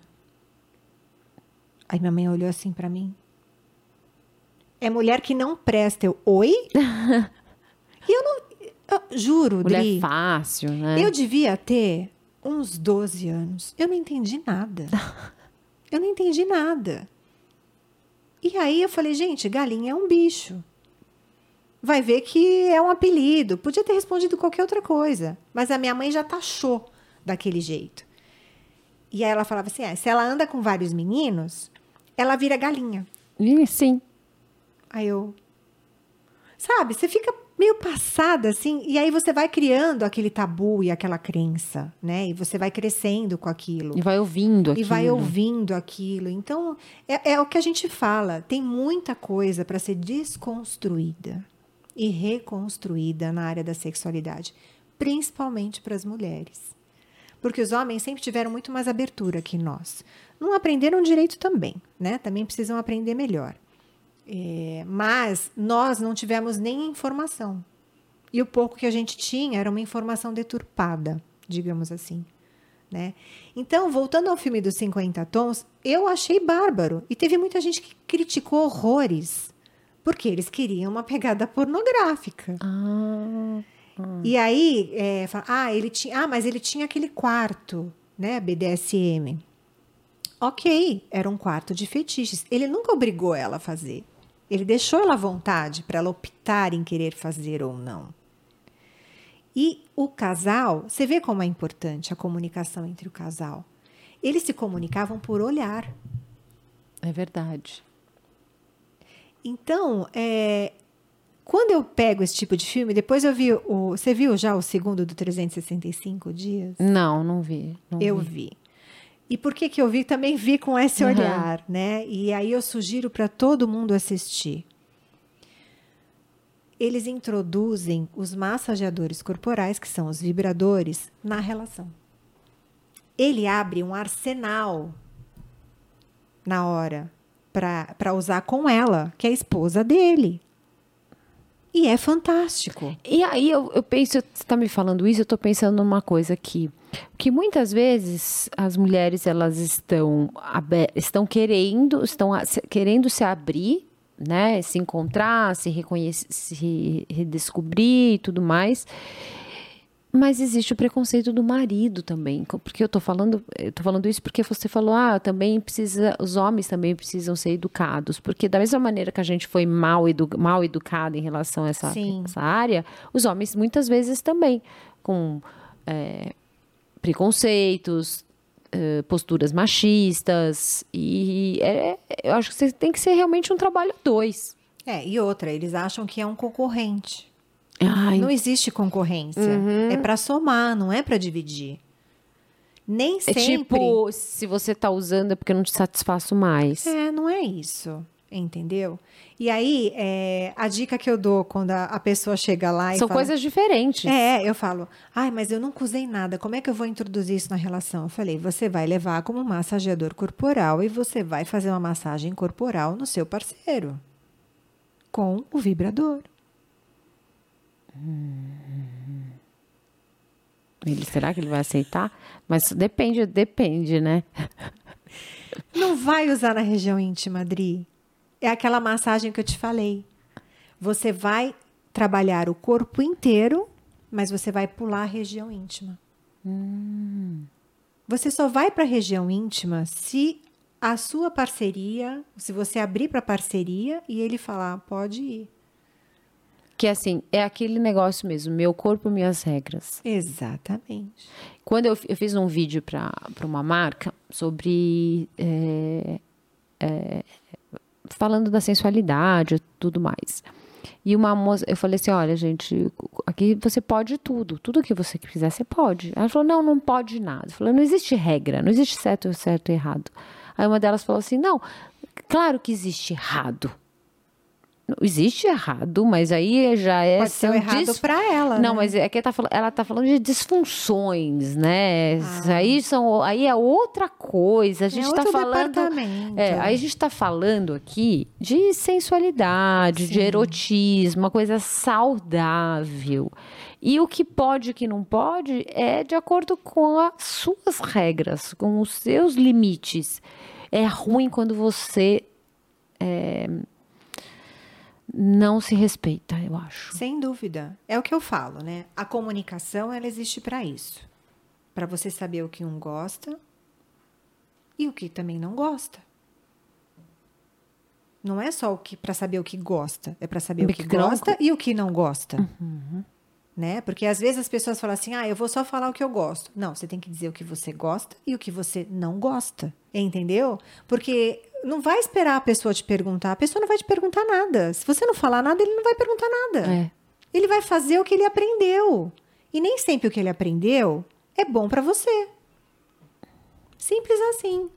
Aí minha mãe olhou assim para mim. É mulher que não presta. Eu, oi? E eu não... Eu, juro, Mulher Dri, fácil, né? eu devia ter uns doze anos. Eu não entendi nada. Eu não entendi nada. E aí eu falei, gente, galinha é um bicho. Vai ver que é um apelido. Podia ter respondido qualquer outra coisa. Mas a minha mãe já taxou daquele jeito. E aí ela falava assim, ah, se ela anda com vários meninos, ela vira galinha. E, sim. Aí eu... Sabe, você fica meio passada, assim, e aí você vai criando aquele tabu e aquela crença, né? E você vai crescendo com aquilo. E vai ouvindo aquilo. E vai ouvindo aquilo. Então, é, é o que a gente fala. Tem muita coisa para ser desconstruída e reconstruída na área da sexualidade. Principalmente para as mulheres. Porque os homens sempre tiveram muito mais abertura que nós. Não aprenderam direito também, né? Também precisam aprender melhor. É, mas nós não tivemos nem informação. E o pouco que a gente tinha era uma informação deturpada, digamos assim. Né? Então, voltando ao filme dos cinquenta tons, eu achei bárbaro. E teve muita gente que criticou horrores, porque eles queriam uma pegada pornográfica. Ah, ah. E aí, é, fala, ah, ele tinha, ah, mas ele tinha aquele quarto, né, B D S M. Ok, era um quarto de fetiches. Ele nunca obrigou ela a fazer. Ele deixou ela à vontade para ela optar em querer fazer ou não. E o casal, você vê como é importante a comunicação entre o casal. Eles se comunicavam por olhar. é verdade. Então, é, quando eu pego esse tipo de filme, depois eu vi, o, você viu já o segundo do trezentos e sessenta e cinco dias? Não, não vi. Não eu vi. vi. E por que que eu vi? Também vi com esse Uhum. olhar, né? E aí eu sugiro para todo mundo assistir. Eles introduzem os massageadores corporais, que são os vibradores, na relação. Ele abre um arsenal na hora para usar com ela, que é a esposa dele. E é fantástico. E aí eu, eu penso, você está me falando isso, eu estou pensando numa coisa aqui. Que muitas vezes as mulheres elas estão, estão querendo, estão querendo se abrir, né? Se encontrar, se reconhecer, se redescobrir e tudo mais. Mas existe o preconceito do marido também. Porque eu tô falando, eu tô falando isso porque você falou, ah, também precisa, os homens também precisam ser educados. Porque da mesma maneira que a gente foi mal, edu, mal educado em relação a essa, essa área, os homens muitas vezes também, com é, preconceitos, é, posturas machistas. E é, eu acho que você tem que ser realmente um trabalho a dois. É, e outra, eles acham que é um concorrente. Ai. Não existe concorrência. Uhum. É para somar, não é para dividir. Nem sempre. É tipo, se você tá usando é porque eu não te satisfaço mais. É, não é isso. Entendeu? E aí, é, a dica que eu dou quando a, a pessoa chega lá e São fala, coisas diferentes. É, eu falo, ai, mas eu nunca usei nada. Como é que eu vou introduzir isso na relação? Eu falei, você vai levar como massageador corporal e você vai fazer uma massagem corporal no seu parceiro. Com o vibrador. Hum. Ele, será que ele vai aceitar? Mas depende, depende, né? Não vai usar na região íntima, Adri. É aquela massagem que eu te falei. Você vai trabalhar o corpo inteiro, mas você vai pular a região íntima. Hum. Você só vai para a região íntima se a sua parceria, se você abrir para parceria e ele falar, pode ir. Que assim, é aquele negócio mesmo, meu corpo, minhas regras. Exatamente. Quando eu, eu fiz um vídeo para uma marca sobre... É, é, falando da sensualidade e tudo mais. E uma moça, eu falei assim, olha, gente, aqui você pode tudo. Tudo que você quiser, você pode. Ela falou, não, não pode nada. Eu falei, não existe regra, não existe certo, certo e errado. Aí uma delas falou assim, não, claro que existe errado. Não existe errado, mas aí já é... Pode ser o errado dis... para ela, Não, né? mas é que ela tá, falando, ela tá falando de disfunções, né? Ah. Aí, são, aí é outra coisa. A gente é tá falando... É, aí a gente tá falando aqui de sensualidade, Sim. de erotismo, uma coisa saudável. E o que pode e o que não pode é de acordo com as suas regras, com os seus limites. É ruim quando você... É, não se respeita, eu acho. Sem dúvida. É o que eu falo, né? A comunicação, ela existe para isso. Para você saber o que um gosta e o que também não gosta. Não é só o que para saber o que gosta, é para saber o que gosta e o que não gosta. Uhum. Né? Porque às vezes as pessoas falam assim, ah, eu vou só falar o que eu gosto. Não, você tem que dizer o que você gosta e o que você não gosta. Entendeu? Porque não vai esperar a pessoa te perguntar. A pessoa não vai te perguntar nada. Se você não falar nada, ele não vai perguntar nada. É. Ele vai fazer o que ele aprendeu. E nem sempre o que ele aprendeu é bom para você. Simples assim.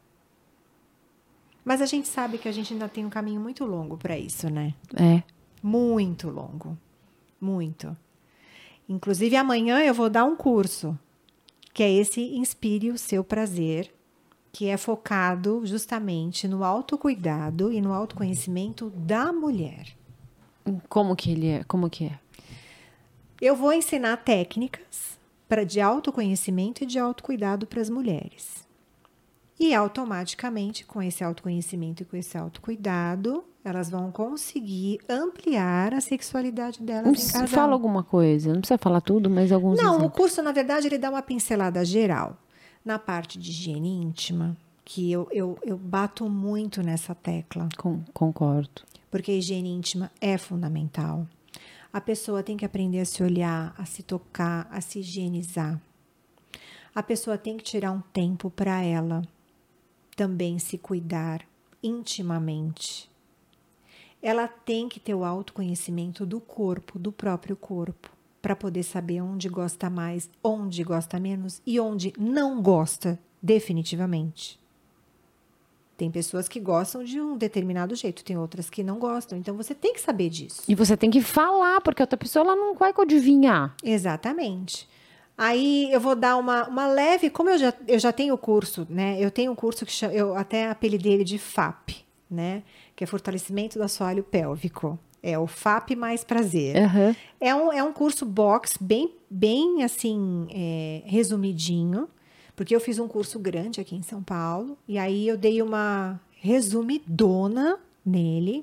Mas a gente sabe que a gente ainda tem um caminho muito longo para isso, né? É. Muito longo. Muito. Inclusive, amanhã eu vou dar um curso, que é esse Inspire o Seu Prazer, que é focado justamente no autocuidado e no autoconhecimento da mulher. Como que ele é? Como que é? Eu vou ensinar técnicas pra, de autoconhecimento e de autocuidado para as mulheres. E automaticamente, com esse autoconhecimento e com esse autocuidado, elas vão conseguir ampliar a sexualidade delas em casal. Fala alguma coisa, não precisa falar tudo, mas alguns Não, exemplos. O curso, na verdade, ele dá uma pincelada geral. Na parte de higiene íntima, que eu, eu, eu bato muito nessa tecla. Com, concordo. Porque a higiene íntima é fundamental. A pessoa tem que aprender a se olhar, a se tocar, a se higienizar. A pessoa tem que tirar um tempo para ela também se cuidar intimamente. Ela tem que ter o autoconhecimento do corpo, do próprio corpo, para poder saber onde gosta mais, onde gosta menos e onde não gosta definitivamente. Tem pessoas que gostam de um determinado jeito, tem outras que não gostam. Então, você tem que saber disso. E você tem que falar, porque a outra pessoa ela não vai adivinhar. Exatamente. Aí, eu vou dar uma, uma leve... Como eu já, eu já tenho o curso, né? Eu tenho um curso que chama, eu até apelidei ele de F A P, né? Que é Fortalecimento do Assoalho Pélvico. É o F A P mais prazer. Uhum. É, um, é um curso box bem, bem assim, é, resumidinho. Porque eu fiz um curso grande aqui em São Paulo. E aí eu dei uma resumidona nele.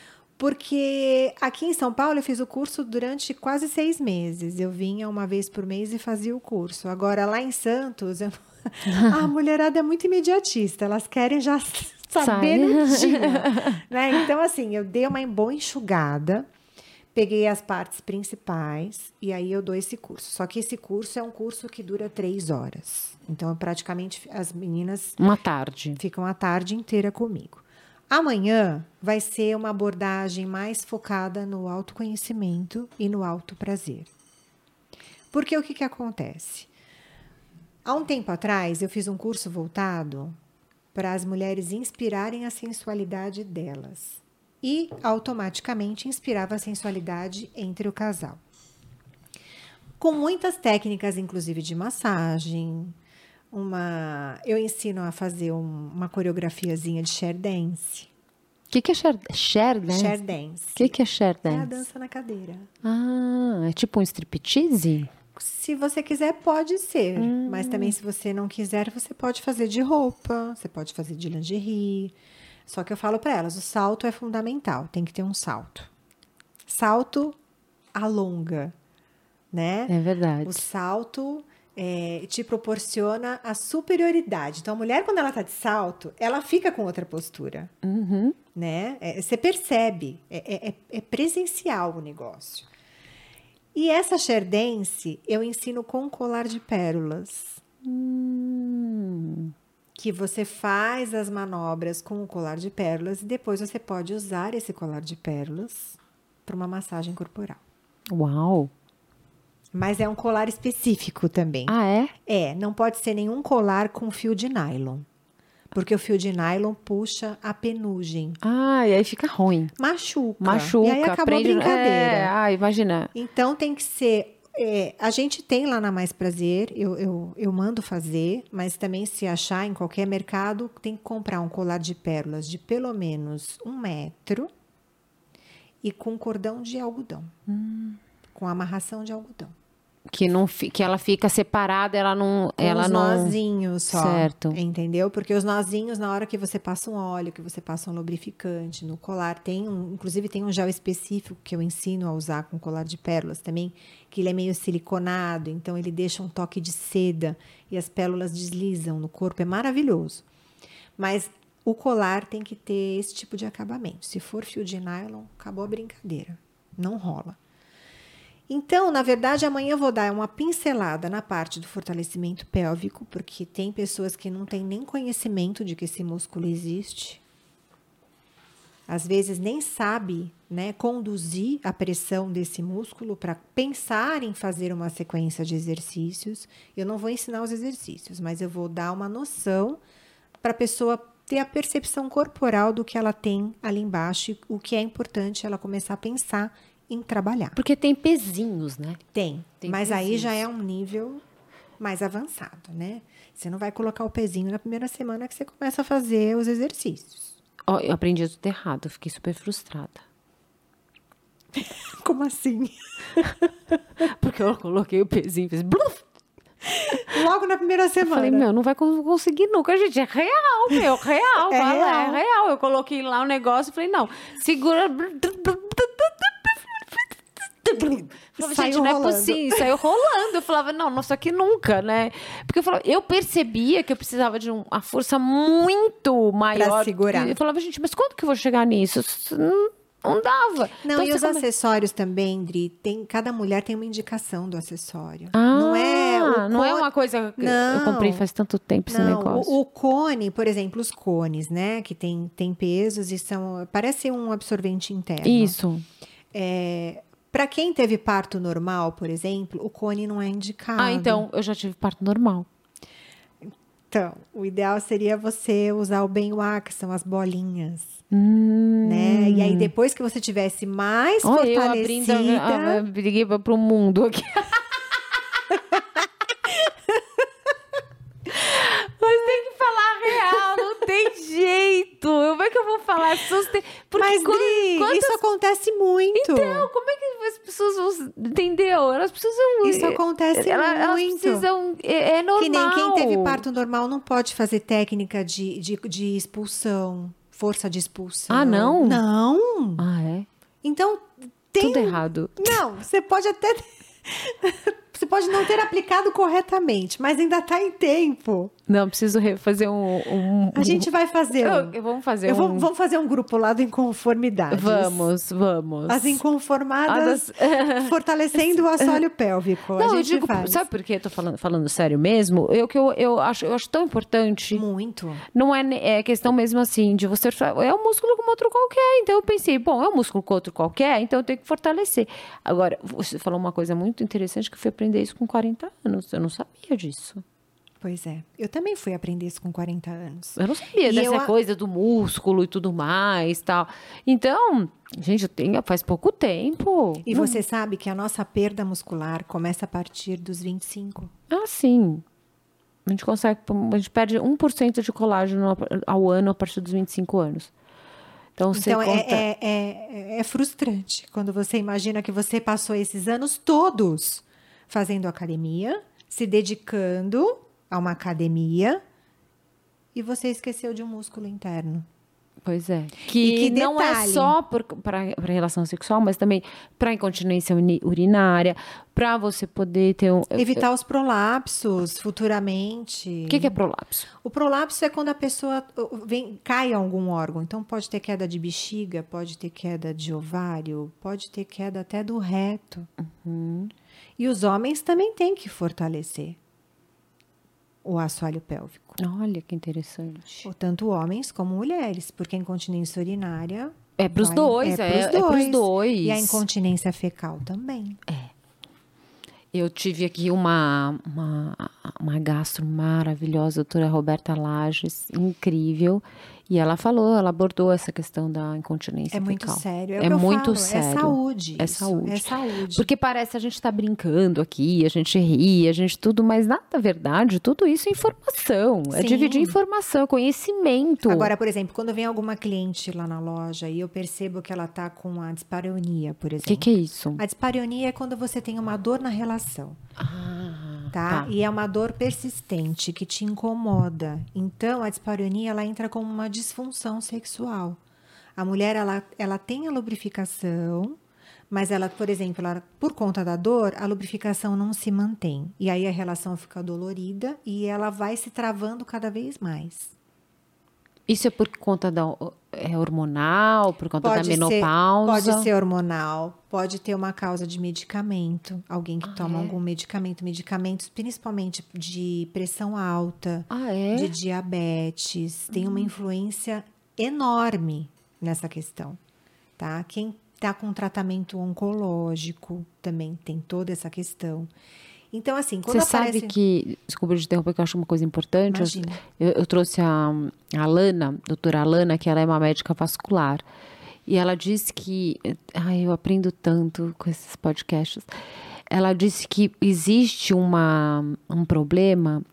Porque aqui em São Paulo eu fiz o curso durante quase seis meses. Eu vinha uma vez por mês e fazia o curso. Agora lá em Santos, eu... a mulherada é muito imediatista. Elas querem já saber no dia. Né? Então, assim, eu dei uma boa enxugada. Peguei as partes principais e aí eu dou esse curso. Só que esse curso é um curso que dura três horas. Então, praticamente, as meninas... Uma tarde. Ficam a tarde inteira comigo. Amanhã vai ser uma abordagem mais focada no autoconhecimento e no autoprazer. Porque o que, que acontece? Há um tempo atrás, eu fiz um curso voltado para as mulheres inspirarem a sensualidade delas. E, automaticamente, inspirava a sensualidade entre o casal. Com muitas técnicas, inclusive de massagem. Uma, eu ensino a fazer um, uma coreografiazinha de share dance. O que, que é share, share dance? Share dance. O que, que é share dance? É a dança na cadeira. Ah, é tipo um striptease? Se você quiser, pode ser. Hum. Mas também, se você não quiser, você pode fazer de roupa, você pode fazer de lingerie. Só que eu falo para elas, o salto é fundamental, tem que ter um salto. Salto alonga, né? É verdade. O salto é, te proporciona a superioridade. Então, a mulher, quando ela tá de salto, ela fica com outra postura, Uhum. né? É, você percebe, é, é, é presencial o negócio. E essa share dance eu ensino com colar de pérolas. Hum. Que você faz as manobras com o colar de pérolas e depois você pode usar esse colar de pérolas para uma massagem corporal. Uau. Mas é um colar específico também. Ah, é? É, não pode ser nenhum colar com fio de nylon. Porque o fio de nylon puxa a penugem. Ah, e aí fica ruim. Machuca. Machuca. E aí acabou prende... a brincadeira. É, ah, imagina. Então tem que ser... É, a gente tem lá na Mais Prazer, eu, eu, eu mando fazer, mas também se achar em qualquer mercado, tem que comprar um colar de pérolas de pelo menos um metro e com cordão de algodão. Hum. Com amarração de algodão. Que, não, fi- que ela fica separada, ela não... Com ela os não... nozinhos só. Certo. Entendeu? Porque os nozinhos, na hora que você passa um óleo, que você passa um lubrificante no colar, tem um, inclusive tem um gel específico que eu ensino a usar com colar de pérolas também, que ele é meio siliconado, então ele deixa um toque de seda e as pérolas deslizam no corpo, é maravilhoso. Mas o colar tem que ter esse tipo de acabamento. Se for fio de nylon, acabou a brincadeira. Não rola. Então, na verdade, amanhã eu vou dar uma pincelada na parte do fortalecimento pélvico, porque tem pessoas que não têm nem conhecimento de que esse músculo existe. Às vezes nem sabe, né, conduzir a pressão desse músculo para pensar em fazer uma sequência de exercícios. Eu não vou ensinar os exercícios, mas eu vou dar uma noção para a pessoa ter a percepção corporal do que ela tem ali embaixo e o que é importante ela começar a pensar em trabalhar. Porque tem pezinhos, né? Tem, Tem mas aí pezinhos. já é um nível mais avançado, né? Você não vai colocar o pezinho na primeira semana que você começa a fazer os exercícios. Ó, eu aprendi tudo errado, eu fiquei super frustrada. Como assim? Porque eu coloquei o pezinho e fiz... Bluf! Logo na primeira Eu semana. falei, meu, não vai con- conseguir nunca, gente. É real, meu, real. É fala, real. é real. Eu coloquei lá o negócio e falei, não, segura... Falei, Saiu gente, não é rolando. possível. Saiu rolando. Eu falava, não, nossa, aqui nunca, né? Porque eu, falava, eu percebia que eu precisava de um- uma força muito maior. Pra segurar. Eu falava, gente, mas quando que eu vou chegar nisso? Isso Não, não dava. Não, Então, e você os come- acessórios também, Dri, tem, cada mulher tem uma indicação do acessório. Ah, não é, o não é cone- uma coisa que Não. eu comprei faz tanto tempo esse Não, negócio. o, o cone, por exemplo, os cones, né? Que tem, tem pesos e são... Parece um absorvente interno. Isso. É, para quem teve parto normal, por exemplo, o cone não é indicado. Ah, então, eu já tive parto normal. Então, o ideal seria você usar o Benoit, que são as bolinhas, Hum. né? E aí, depois que você tivesse mais Olha, eu fortalecida... abrindo a, a, a, briguei pro mundo aqui. Mas tem que falar real, não tem jeito. Como é que eu vou falar? As pessoas têm... Porque Mas, quando- Dri, quantas- isso acontece muito. Então, como é que as pessoas vão... Entendeu? Elas precisam... Isso acontece Ela- Elas muito. precisam... É, é normal. Que nem quem teve parto normal não pode fazer técnica de, de, de expulsão, força de expulsão. Ah, não? Não. Ah, é? Então, tem... Tudo errado. Não, você pode até... Você pode não ter aplicado corretamente, mas ainda está em tempo. Não, preciso re- fazer um... um- A gente vai fazer um... Eu, eu- vamos fazer Eu um... vou, vamos fazer um grupo lá do Inconformidades. Vamos, vamos. As inconformadas As- fortalecendo o assoalho pélvico. Não, a eu gente digo, faz. sabe por que eu tô falando, falando sério mesmo? Eu que eu, eu, acho, eu acho tão importante. Muito. Não é, ne- é questão mesmo assim de você. É um músculo como outro qualquer. Então eu pensei, bom, é um músculo como outro qualquer, então eu tenho que fortalecer. Agora, você falou uma coisa muito interessante que eu fui aprender isso com quarenta anos. Eu não sabia disso. Pois é. Eu também fui aprender isso com quarenta anos. Eu não sabia E dessa eu a- coisa do músculo e tudo mais tal. Então, gente, eu tenho faz pouco tempo. E Não- você sabe que a nossa perda muscular começa a partir dos vinte e cinco. Ah, sim. A gente consegue, a gente perde um por cento de colágeno ao ano a partir dos vinte e cinco anos. Então, você Então, é, conta... é, é, é frustrante quando você imagina que você passou esses anos todos fazendo academia, se dedicando a uma academia, e você esqueceu de um músculo interno. Pois é. Que, que não é só para relação sexual, mas também para incontinência urinária, para você poder ter um... Evitar os prolapsos futuramente. O que, que é prolapso? O prolapso é quando a pessoa vem, cai em algum órgão. Então, pode ter queda de bexiga, pode ter queda de ovário, pode ter queda até do reto. Uhum. E os homens também têm que fortalecer o assoalho pélvico. Olha que interessante. Tanto homens como mulheres, porque a incontinência urinária... É para os dois, é, é para os dois. E a incontinência fecal também. É. Eu tive aqui uma, uma, uma gastro maravilhosa, a doutora Roberta Lages, incrível. E ela falou, ela abordou essa questão da incontinência é fecal. Muito sério. É, é o que eu muito falo. sério. É saúde. É isso. saúde. É saúde. Porque parece a gente tá brincando aqui, a gente ri, a gente tudo, mas na verdade, tudo isso é informação. Sim. É dividir informação, conhecimento. Agora, por exemplo, quando vem alguma cliente lá na loja e eu percebo que ela tá com a dispareunia, por exemplo. O que, que é isso? A dispareunia é quando você tem uma dor na relação. Ah, Tá? tá. E é uma dor persistente que te incomoda. Então, a dispareunia, ela entra como uma disfunção sexual. A mulher, ela, ela tem a lubrificação, mas ela, por exemplo, ela, por conta da dor, a lubrificação não se mantém. E aí a relação fica dolorida e ela vai se travando cada vez mais. Isso é por conta da é hormonal, por conta Pode da menopausa? Ser, pode ser hormonal, pode ter uma causa de medicamento. Alguém que Ah, toma é? algum medicamento, medicamentos principalmente de pressão alta, Ah, é? de diabetes. Tem uma influência enorme nessa questão, tá? Quem está com tratamento oncológico também tem toda essa questão. Então, assim, quando Você aparece... sabe que, desculpa de interromper, que eu acho uma coisa importante. Imagina. Eu, eu trouxe a, a Alana, doutora Alana, que ela é uma médica vascular. E ela disse que... Ai, eu aprendo tanto com esses podcasts. Ela disse que existe uma, um problema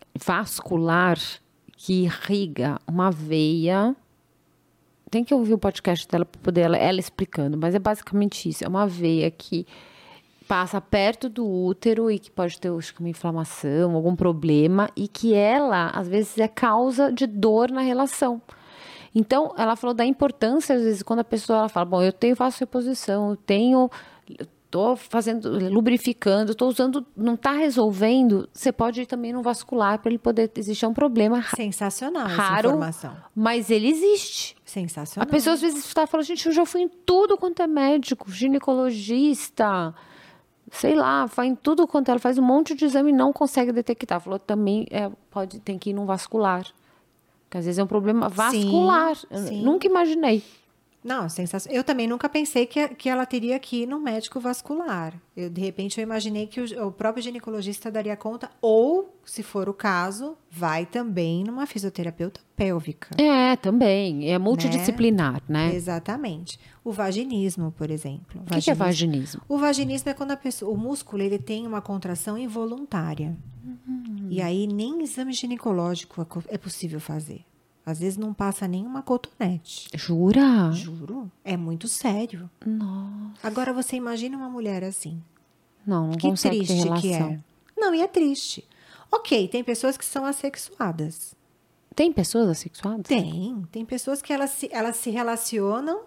vascular que irriga uma veia. Tem que ouvir o podcast dela para poder ela, ela explicando, mas é basicamente isso. É uma veia que passa perto do útero e que pode ter, acho que, uma inflamação, algum problema, e que ela, às vezes, é causa de dor na relação. Então, ela falou da importância, às vezes, quando a pessoa ela fala, bom, eu tenho, faço reposição, eu tenho, estou fazendo, lubrificando, estou usando, não está resolvendo, você pode ir também no vascular para ele poder, existir um problema Sensacional essa raro, informação. mas ele existe. Sensacional. A pessoa, às vezes, está falando, gente, eu já fui em tudo quanto é médico, ginecologista, sei lá, faz em tudo quanto ela faz um monte de exame e não consegue detectar. Falou, também é, pode, tem que ir num vascular. Porque às vezes é um problema vascular. Sim, Eu sim. nunca imaginei. Não, sensacional. Eu também nunca pensei que, que ela teria que ir no médico vascular. Eu, de repente, eu imaginei que o, o próprio ginecologista daria conta, ou, se for o caso, vai também numa fisioterapeuta pélvica. É, também. É multidisciplinar, né? né? Exatamente. O vaginismo, por exemplo. O que, que é vaginismo? O vaginismo é quando a pessoa, o músculo ele tem uma contração involuntária. Uhum. E aí, nem exame ginecológico é possível fazer. Às vezes não passa nenhuma cotonete. Jura? Juro. É muito sério. Nossa. Agora você imagina uma mulher assim. Não, não que consegue ter triste relação. que é. Não, e é triste. Ok, tem pessoas que são assexuadas. Tem pessoas assexuadas? Tem. Tem pessoas que elas se, elas se relacionam,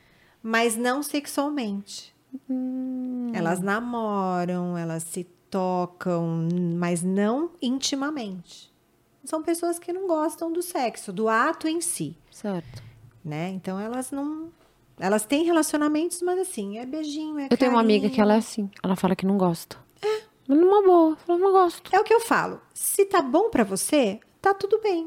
mas não sexualmente. Hum. Elas namoram, elas se tocam, mas não intimamente. São pessoas que não gostam do sexo, do ato em si. Certo. Né? Então, elas não... Elas têm relacionamentos, mas assim, é beijinho, é Eu tenho uma amiga que ela é assim. Ela fala que não gosta. É. Mas numa boa. Ela não gosta. É o que eu falo. Se tá bom pra você, tá tudo bem.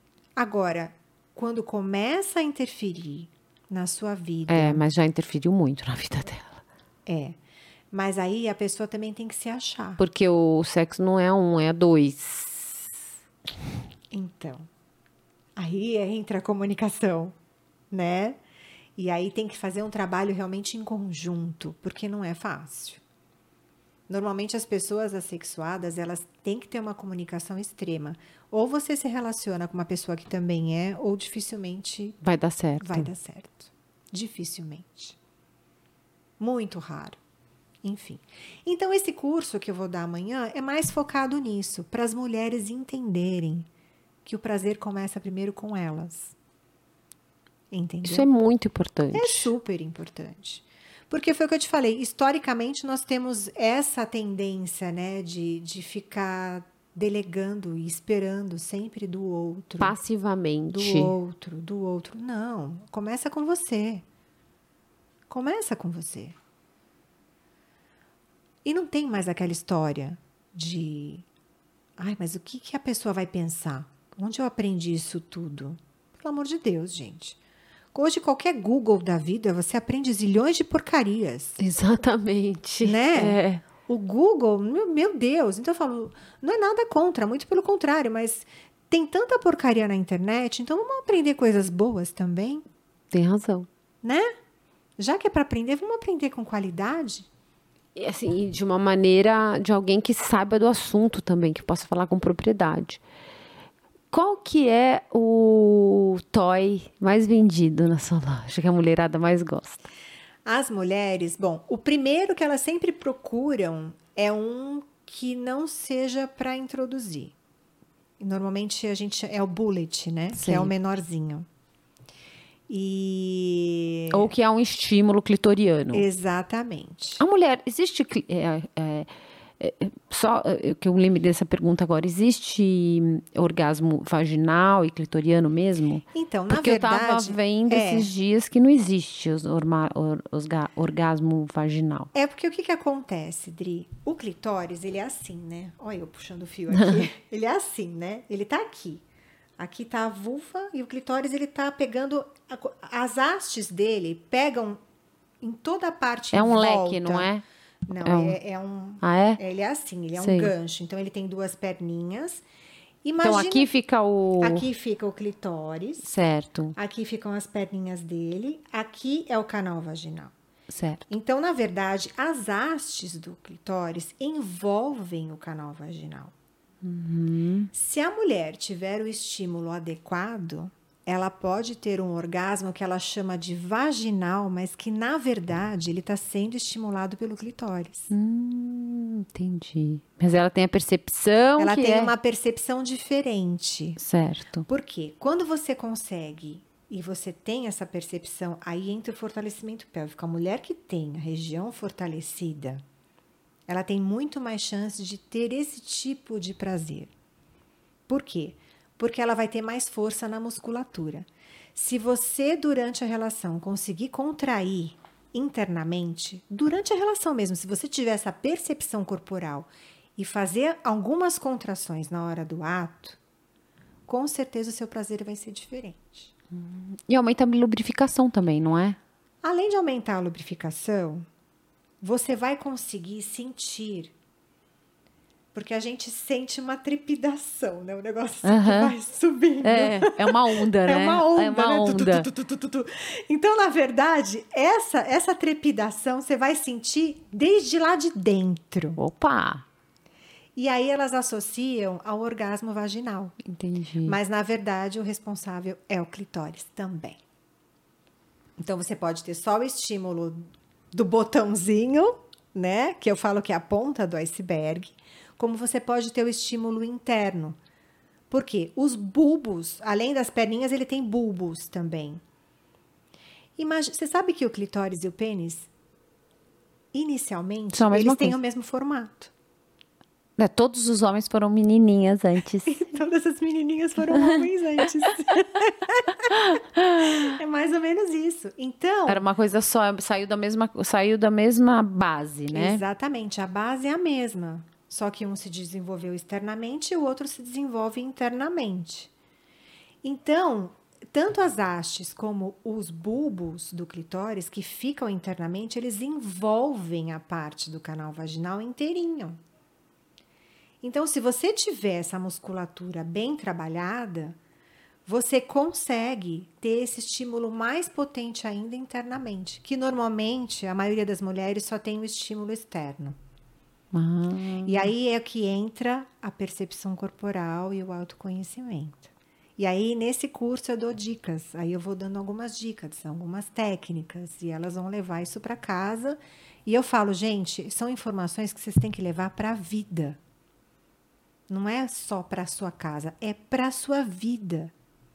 Agora, quando começa a interferir na sua vida... É, mas já interferiu muito na vida dela. É. Mas aí a pessoa também tem que se achar. Porque o sexo não é um, é dois. Então, aí entra a comunicação, né? E aí tem que fazer um trabalho realmente em conjunto, porque não é fácil. Normalmente as pessoas assexuadas, elas têm que ter uma comunicação extrema. Ou você se relaciona com uma pessoa que também é, ou dificilmente vai dar certo. Vai dar certo. Dificilmente. Muito raro. Enfim. Então, esse curso que eu vou dar amanhã é mais focado nisso, para as mulheres entenderem que o prazer começa primeiro com elas. Entendeu? Isso é muito importante. É super importante. Porque foi o que eu te falei, historicamente nós temos essa tendência, né, de, de ficar delegando e esperando sempre do outro. Passivamente. Do outro, do outro. Não, começa com você. Começa com você. E não tem mais aquela história de... Ai, mas o que, que a pessoa vai pensar? Onde eu aprendi isso tudo? Pelo amor de Deus, gente. Hoje, qualquer Google da vida, você aprende zilhões de porcarias. Exatamente. Né? É. O Google, meu, meu Deus. Então, eu falo, não é nada contra, muito pelo contrário, mas tem tanta porcaria na internet, então vamos aprender coisas boas também. Tem razão. Né? Já que é para aprender, vamos aprender com qualidade. E assim, de uma maneira de alguém que saiba do assunto também, que possa falar com propriedade. Qual que é o toy mais vendido na sua loja, que a mulherada mais gosta? As mulheres, bom, o primeiro que elas sempre procuram é um que não seja para introduzir. Normalmente a gente é o bullet, né? Sim. Que é o menorzinho. E... Ou que é um estímulo clitoriano. Exatamente. A mulher, existe... É, é, é, só é, que eu lembrei dessa pergunta agora. Existe orgasmo vaginal e clitoriano mesmo? Então, na Porque verdade... eu estava vendo é, esses dias que não existe os orma, or, os ga, orgasmo vaginal. É porque o que, que acontece, Dri? O clitóris, ele é assim, né? Olha eu puxando o fio aqui. Ele é assim, né? Ele tá aqui. Aqui tá a vulva e o clitóris, ele tá pegando... A, as hastes dele pegam em toda a parte É em um volta. leque, não é? Não, É um- é, é um... Ah, é? Ele é assim, ele é Sei. um gancho. Então, ele tem duas perninhas. Imagina, Então, aqui fica o... aqui fica o clitóris. Certo, Aqui ficam as perninhas dele. Aqui é o canal vaginal. certo. Então, na verdade, as hastes do clitóris envolvem o canal vaginal. Uhum. Se a mulher tiver o estímulo adequado, ela pode ter um orgasmo que ela chama de vaginal, mas que, na verdade, ele está sendo estimulado pelo clitóris. Hum, entendi. Mas ela tem a percepção Ela que tem é... uma percepção diferente. Certo. Por quê? Quando você consegue e você tem essa percepção, aí entra o fortalecimento pélvico. A mulher que tem a região fortalecida, ela tem muito mais chance de ter esse tipo de prazer. Por quê? Porque ela vai ter mais força na musculatura. Se você, durante a relação, conseguir contrair internamente, durante a relação mesmo, se você tiver essa percepção corporal e fazer algumas contrações na hora do ato, com certeza o seu prazer vai ser diferente. E aumenta a lubrificação também, não é? Além de aumentar a lubrificação, você vai conseguir sentir, porque a gente sente uma trepidação, né? O negócio assim Aham. que vai subindo. É, é uma onda, né? É uma onda, É uma né? Tu, tu, onda. tu, tu, tu, tu, tu. Então, na verdade, essa, essa trepidação você vai sentir desde lá de dentro. Opa! E aí elas associam ao orgasmo vaginal. Entendi. Mas, na verdade, o responsável é o clitóris também. Então, você pode ter só o estímulo do botãozinho, né? Que eu falo que é a ponta do iceberg. Como você pode ter o estímulo interno. Por quê? Os bulbos, além das perninhas, ele tem bulbos também. Imagina, você sabe que o clitóris e o pênis, inicialmente, São a mesma eles têm coisa. o mesmo formato. É, todos os homens foram menininhas antes. Todas as menininhas foram homens antes. É mais ou menos isso. Então, Era uma coisa só, saiu da mesma, saiu da mesma base, né? exatamente, a base é a mesma. Só que um se desenvolveu externamente e o outro se desenvolve internamente. Então, tanto as hastes como os bulbos do clitóris que ficam internamente, eles envolvem a parte do canal vaginal inteirinho. Então, se você tiver essa musculatura bem trabalhada, você consegue ter esse estímulo mais potente ainda internamente, que normalmente a maioria das mulheres só tem o estímulo externo. Ah, E aí é que entra a percepção corporal e o autoconhecimento. E aí, nesse curso, eu dou dicas. Aí eu vou dando algumas dicas, algumas técnicas. E elas vão levar isso para casa E eu falo, gente, são informações que vocês têm que levar para a vida. Não é só para a sua casa, é para a sua vida.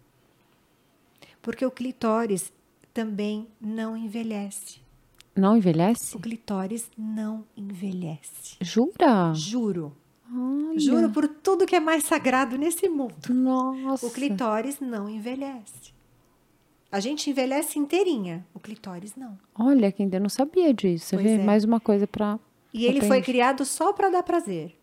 Porque o clitóris também não envelhece. Não envelhece? O clitóris não envelhece. Jura? Juro. Olha. Juro por tudo que é mais sagrado nesse mundo. Nossa. O clitóris não envelhece. A gente envelhece inteirinha, o clitóris não. Olha, que ainda não sabia disso. Você Pois vê? é. Mais uma coisa para... E ele foi criado só para dar prazer.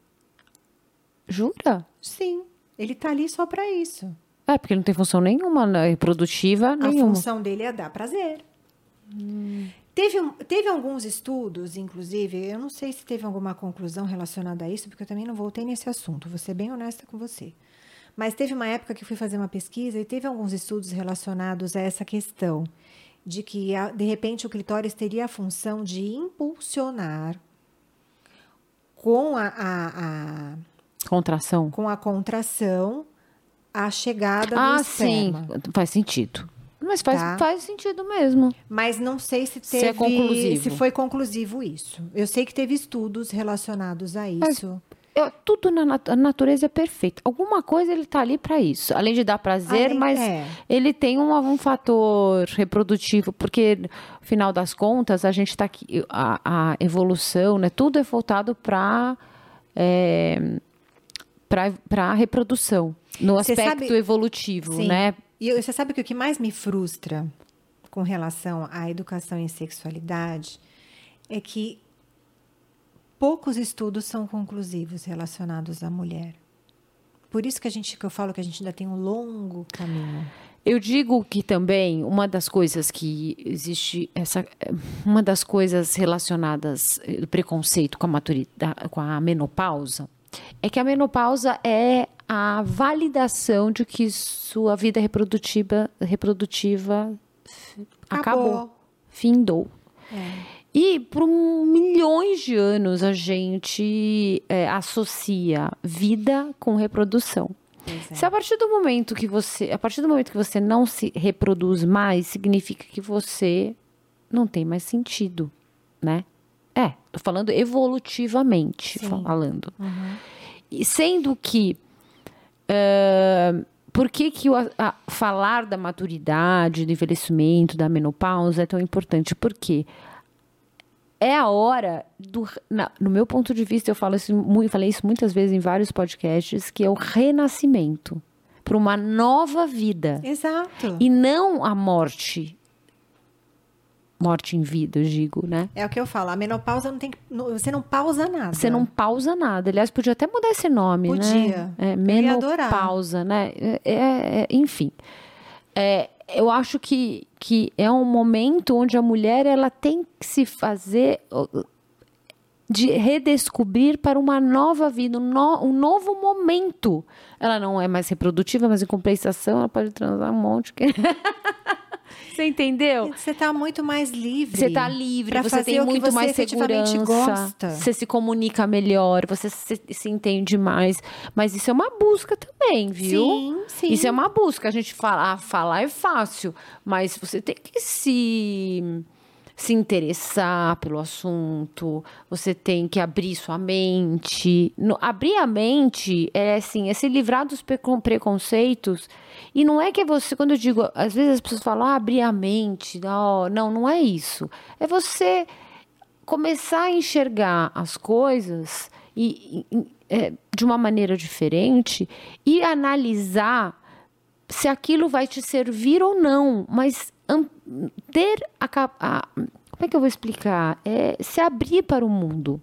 Jura? Sim, ele tá ali só para isso. É, porque não tem função nenhuma, né? Reprodutiva, A nenhuma. função dele é dar prazer. Hum. Teve, um, teve alguns estudos, inclusive, eu não sei se teve alguma conclusão relacionada a isso, porque eu também não voltei nesse assunto, vou ser bem honesta com você. Mas teve uma época que eu fui fazer uma pesquisa e teve alguns estudos relacionados a essa questão de que, de repente, o clitóris teria a função de impulsionar com a, a, a Contração. com a contração a chegada Ah, do esperma. sim. Faz sentido. Mas faz, Tá. faz sentido mesmo. Mas não sei se Se é teve, conclusivo. se foi conclusivo isso. Eu sei que teve estudos relacionados a isso. Eu- tudo na nat- a natureza é perfeita. Alguma coisa ele tá ali para isso. Além de dar prazer, Além- mas é. ele tem um, um fator reprodutivo, porque, no final das contas, a gente tá aqui. A, a evolução, né? Tudo é voltado para. É, para a reprodução, no Você aspecto sabe- evolutivo, Sim. né? E eu- você sabe que o que mais me frustra com relação à educação em sexualidade é que poucos estudos são conclusivos relacionados à mulher. Por isso que a gente que eu falo que a gente ainda tem um longo caminho. Eu digo que também uma das coisas que existe essa uma das coisas relacionadas do preconceito com a maturidade, com a menopausa, é que a menopausa é a validação de que sua vida reprodutiva reprodutiva f- acabou, Acabou. findou. É. E por um- milhões de anos a gente é, associa vida com reprodução. Pois é. Se a partir do momento que você, a partir do momento que você não se reproduz mais, significa que você não tem mais sentido, né? É, tô falando evolutivamente, Sim. falando. E sendo que ah, por que que o, a- falar da maturidade, do envelhecimento, da menopausa é tão importante? Porque é a hora do, na- no meu ponto de vista, eu falo isso, mu- falei isso muitas vezes em vários podcasts, que é o renascimento para uma nova vida Exato. e não a morte, morte em vida, eu digo, né? É o que eu falo, a menopausa não tem que, não- você não pausa nada. Você não pausa nada. Aliás, podia até mudar esse nome, Podia. né? É, Eu ia adorar. menopausa, né? É, é, é, enfim. É, eu acho que, que é um momento onde a mulher ela tem que se fazer ó, de redescobrir para uma nova vida, um, no- um novo momento. Ela não é mais reprodutiva, mas em compensação ela pode transar um monte. Que... Você entendeu? Você está muito mais livre. Você está livre, pra você fazer tem o que muito você mais efetivamente segurança, gosta. você se comunica melhor, você se, se entende mais. Mas isso é uma busca também, viu? Sim, sim. Isso é uma busca. A gente fala, ah, falar é fácil, mas você tem que se, se interessar pelo assunto, você tem que abrir sua mente. No- abrir a mente é assim, é se livrar dos precon- preconceitos. E não é que é você, quando eu digo, às vezes as pessoas falam, ah, abrir a mente, ó, não, não é isso. É você começar a enxergar as coisas e, e- é, de uma maneira diferente e analisar se aquilo vai te servir ou não, mas am- ter a, cap- a- como é que eu vou explicar? É se abrir para o mundo.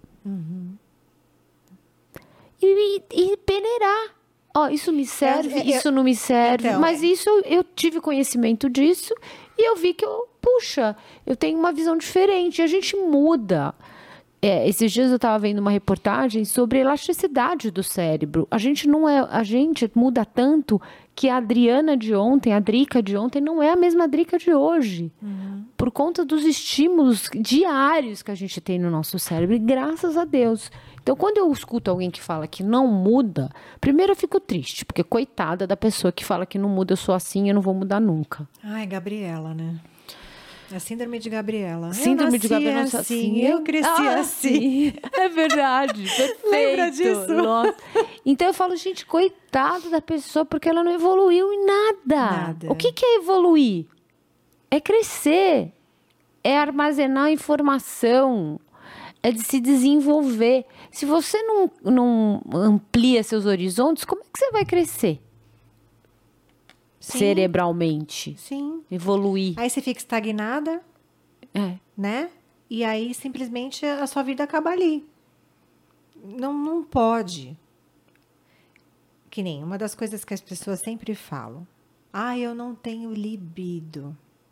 E, e peneirar. Ó, isso me serve, É, é, isso não me serve. então, mas é. isso eu, eu tive conhecimento disso e eu vi que eu, puxa, eu tenho uma visão diferente. A gente muda. É, esses dias eu estava vendo uma reportagem sobre a elasticidade do cérebro. A gente não é, a gente muda tanto que a Adriana de ontem, a Drica de ontem, não é a mesma Drica de hoje. Por conta dos estímulos diários que a gente tem no nosso cérebro, e graças a Deus. Então, quando eu escuto alguém que fala que não muda, primeiro eu fico triste, porque coitada da pessoa que fala que não muda, eu sou assim, eu não vou mudar nunca. Ai, Gabriela, né? A síndrome de Gabriela. Síndrome eu de Gabriela. assim, assim, eu cresci ah, assim. Sim. É verdade, perfeito. Lembra disso? Nossa. Então eu falo, gente, coitado da pessoa, porque ela não evoluiu em nada. Nada. O que, que é evoluir? É crescer, é armazenar informação, é de se desenvolver. Se você não, não amplia seus horizontes, como é que você vai crescer? Sim. Cerebralmente. Sim. Evoluir. Aí você fica estagnada, É. né? E aí simplesmente a sua vida acaba ali. Não, não pode. Que nem uma das coisas que as pessoas sempre falam. Ah, eu não tenho libido.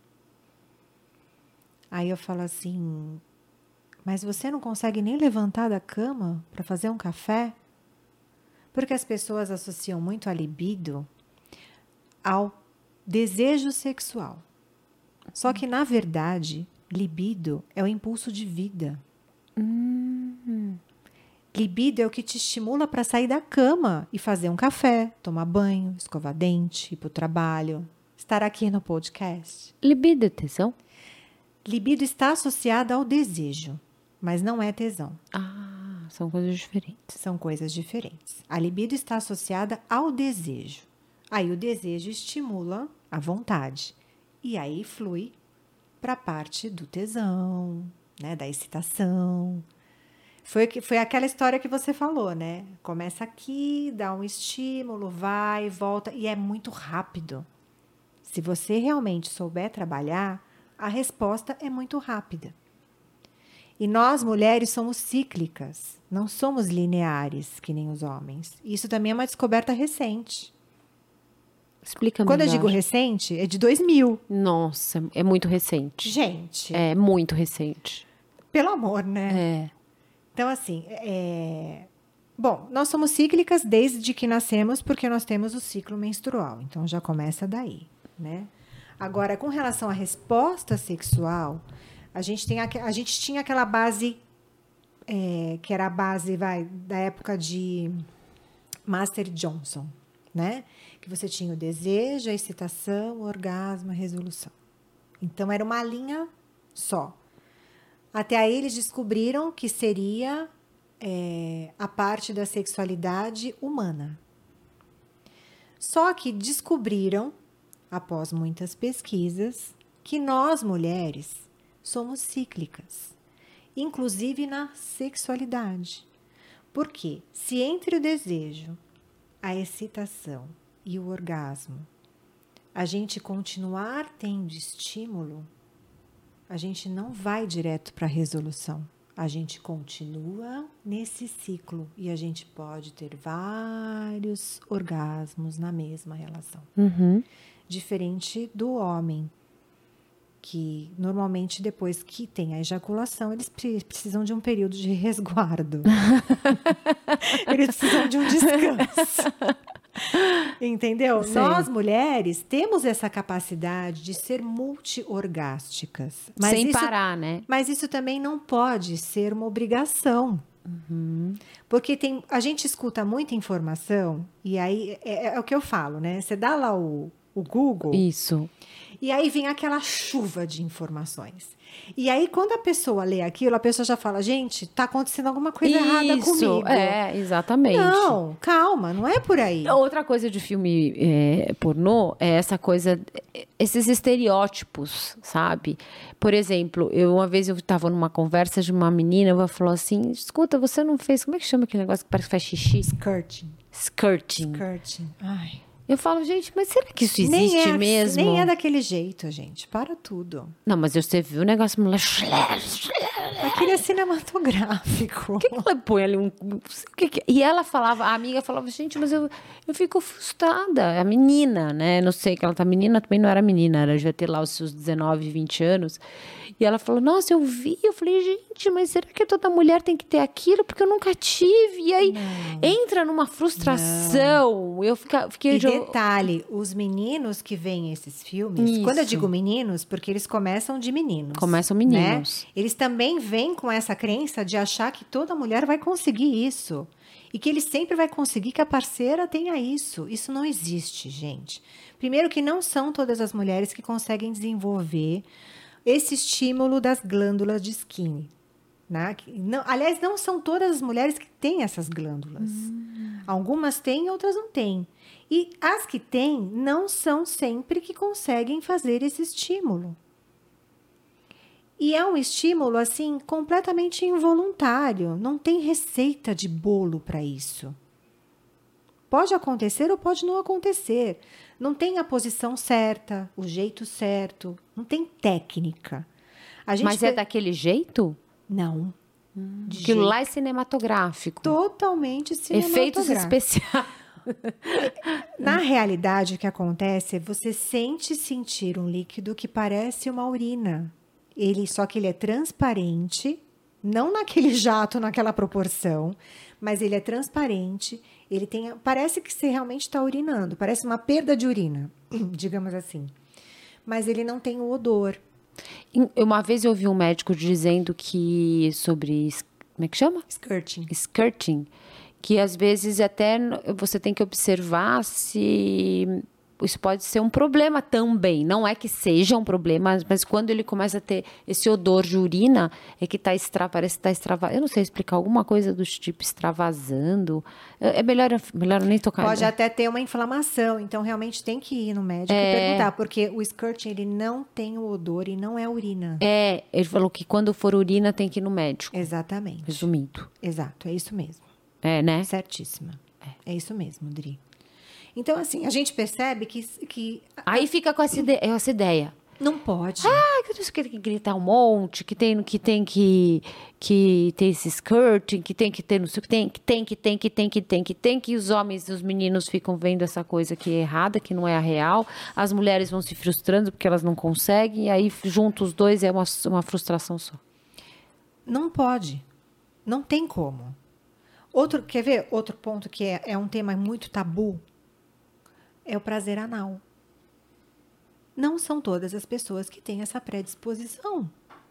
Aí eu falo assim, mas você não consegue nem levantar da cama para fazer um café? Porque as pessoas associam muito a libido ao desejo sexual. Só que, na verdade, libido é o impulso de vida. Hum. Libido é o que te estimula para sair da cama e fazer um café, tomar banho, escovar dente, ir para o trabalho, estar aqui no podcast. Libido é tesão? Libido está associada ao desejo, mas não é tesão. Ah, são coisas diferentes. São coisas diferentes. A libido está associada ao desejo. Aí o desejo estimula a vontade. E aí flui para a parte do tesão, né, da excitação. Foi, foi aquela história que você falou, né? Começa aqui, dá um estímulo, vai, volta, e é muito rápido. Se você realmente souber trabalhar, a resposta é muito rápida. E nós, mulheres, somos cíclicas, não somos lineares, que nem os homens. Isso também é uma descoberta recente. Explica Quando melhor. eu digo recente, é de dois mil. Nossa, é muito recente. Gente, É muito recente. pelo amor, né? É. Então, assim, é... bom, nós somos cíclicas desde que nascemos, porque nós temos o ciclo menstrual. Então, já começa daí, né? Agora, com relação à resposta sexual, a gente, tem aqu... a gente tinha aquela base, é, que era a base, vai, da época de Master Johnson, né? Que você tinha o desejo, a excitação, o orgasmo, a resolução. Então, era uma linha só. Até aí, eles descobriram que seria é, a parte da sexualidade humana. Só que descobriram, após muitas pesquisas, que nós, mulheres, somos cíclicas, inclusive na sexualidade. Por quê? Se entre o desejo, a excitação e o orgasmo, a gente continuar tendo estímulo, a gente não vai direto para a resolução. A gente continua nesse ciclo e a gente pode ter vários orgasmos na mesma relação. Uhum. Diferente do homem, que normalmente depois que tem a ejaculação, eles precisam de um período de resguardo. Eles precisam de um descanso. Entendeu? Sim. Nós, mulheres, temos essa capacidade de ser multiorgásticas. Mas Sem isso, parar, né? Mas isso também não pode ser uma obrigação. Uhum. Porque tem, a gente escuta muita informação, e aí é, é o que eu falo, né? Você dá lá o, o Google, Isso. e aí vem aquela chuva de informações. E aí, quando a pessoa lê aquilo, a pessoa já fala, gente, tá acontecendo alguma coisa errada Isso, comigo. é, exatamente. Não, calma, não é por aí. Outra coisa de filme é, pornô é essa coisa, esses estereótipos, sabe? Por exemplo, eu uma vez eu estava numa conversa de uma menina, ela falou assim, escuta, você não fez, como é que chama aquele negócio que parece que faz xixi? Skirting. Skirting. Skirting. Ai. Eu falo, gente, mas será que isso Nem existe é, mesmo? Nem é daquele jeito, gente. Para tudo. Não, mas você viu o negócio... Aquele é cinematográfico. Por que, que ela põe ali um... não sei o que que- E ela falava, a amiga falava, gente, mas eu, eu fico frustrada. A menina, né? Não sei que ela tá menina, também não era menina. Ela já ter lá os seus dezenove, vinte anos. E ela falou, nossa, eu vi. Eu falei, gente, mas será que toda mulher tem que ter aquilo? Porque eu nunca tive. E aí entra numa frustração. Eu fica, fiquei... E de- detalhe, os meninos que veem esses filmes, Isso. quando eu digo meninos, porque eles começam de meninos. Começam meninos. Né? Eles também vêm com essa crença de achar que toda mulher vai conseguir isso. E que ele sempre vai conseguir que a parceira tenha isso. Isso não existe, gente. Primeiro que não são todas as mulheres que conseguem desenvolver esse estímulo das glândulas de Skinner. Né? Não, aliás, não são todas as mulheres que têm essas glândulas. Hum. Algumas têm, outras não têm. E as que têm, não são sempre que conseguem fazer esse estímulo. E é um estímulo, assim, completamente involuntário. Não tem receita de bolo para isso. Pode acontecer ou pode não acontecer. Não tem a posição certa, o jeito certo. Não tem técnica. A gente Mas é daquele jeito? Não. Hum, Aquilo lá é cinematográfico. Totalmente cinematográfico. Efeitos especiais. Na realidade, o que acontece é você sente sentir um líquido que parece uma urina. Ele, só que ele é transparente, não naquele jato, naquela proporção, mas ele é transparente. Ele tem, parece que você realmente está urinando, parece uma perda de urina, digamos assim. Mas ele não tem o odor. Uma vez eu ouvi um médico dizendo que sobre, como é que chama? Skirting. Skirting, que às vezes até você tem que observar se isso pode ser um problema também. Não é que seja um problema, mas quando ele começa a ter esse odor de urina, é que tá extra, parece que está extravasando. Eu não sei explicar, alguma coisa do tipo extravasando. É melhor, melhor nem tocar. Pode ainda. até ter uma inflamação, então realmente tem que ir no médico é... e perguntar, porque o skirting ele não tem o odor e não é urina. É, ele falou que quando for urina tem que ir no médico. Exatamente. Resumindo. Exato, é isso mesmo. É, né? Certíssima. É, é isso mesmo, Dri. Então, assim, a gente percebe que... que Aí fica com essa ideia. Essa ideia. Não pode. Ah, que tem que gritar um monte, que tem que tem que que ter esse skirting, que tem que ter não sei o que tem, que tem que tem que tem que tem que tem que os homens, os meninos ficam vendo essa coisa que é errada, que não é a real. As mulheres vão se frustrando porque elas não conseguem, e aí juntos os dois é uma, uma frustração só. Não pode. Não tem como. Outro, quer ver outro ponto que é, é um tema muito tabu? É o prazer anal. Não são todas as pessoas que têm essa predisposição.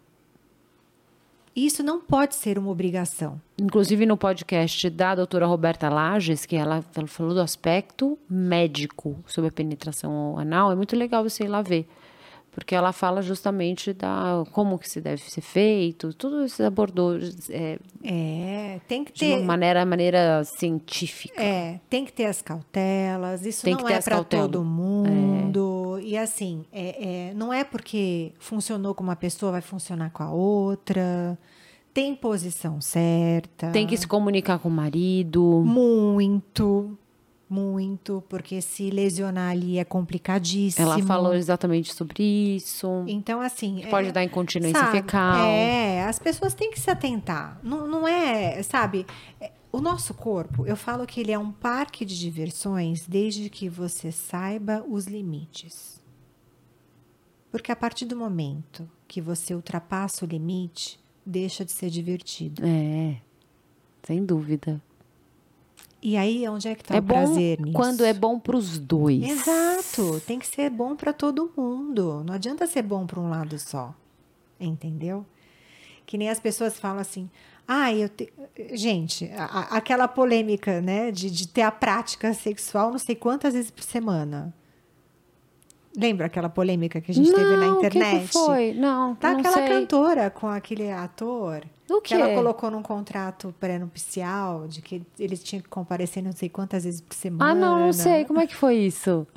Isso não pode ser uma obrigação. Inclusive no podcast da doutora Roberta Lages, que ela, ela falou do aspecto médico sobre a penetração anal, é muito legal você ir lá ver. Porque ela fala justamente da como que se deve ser feito, tudo isso abordou é, é, tem que ter, de uma maneira, maneira científica. É, tem que ter as cautelas, isso tem não é para todo mundo. É. E assim, é, é, não é porque funcionou com uma pessoa, vai funcionar com a outra. Tem posição certa. Tem que se comunicar com o marido. Muito. Muito, porque se lesionar ali é complicadíssimo. Ela falou exatamente sobre isso. Então, assim... Pode é, dar incontinência sabe, fecal. É, as pessoas têm que se atentar. Não, não é, sabe... O nosso corpo, eu falo que ele é um parque de diversões desde que você saiba os limites. Porque a partir do momento que você ultrapassa o limite, deixa de ser divertido. É, sem dúvida. E aí, onde é que está é o prazer bom nisso? Quando é bom para os dois. Exato. Tem que ser bom para todo mundo. Não adianta ser bom para um lado só. Entendeu? Que nem as pessoas falam assim... Ah, eu te... Gente, a, a, aquela polêmica, né? De, de ter a prática sexual não sei quantas vezes por semana. Lembra aquela polêmica que a gente não, teve na internet? O que que foi? Não, tá não aquela sei. cantora com aquele ator... O que ela colocou num contrato pré-nupcial de que eles tinham que comparecer não sei quantas vezes por semana. Ah, não, não sei. Como é que foi isso?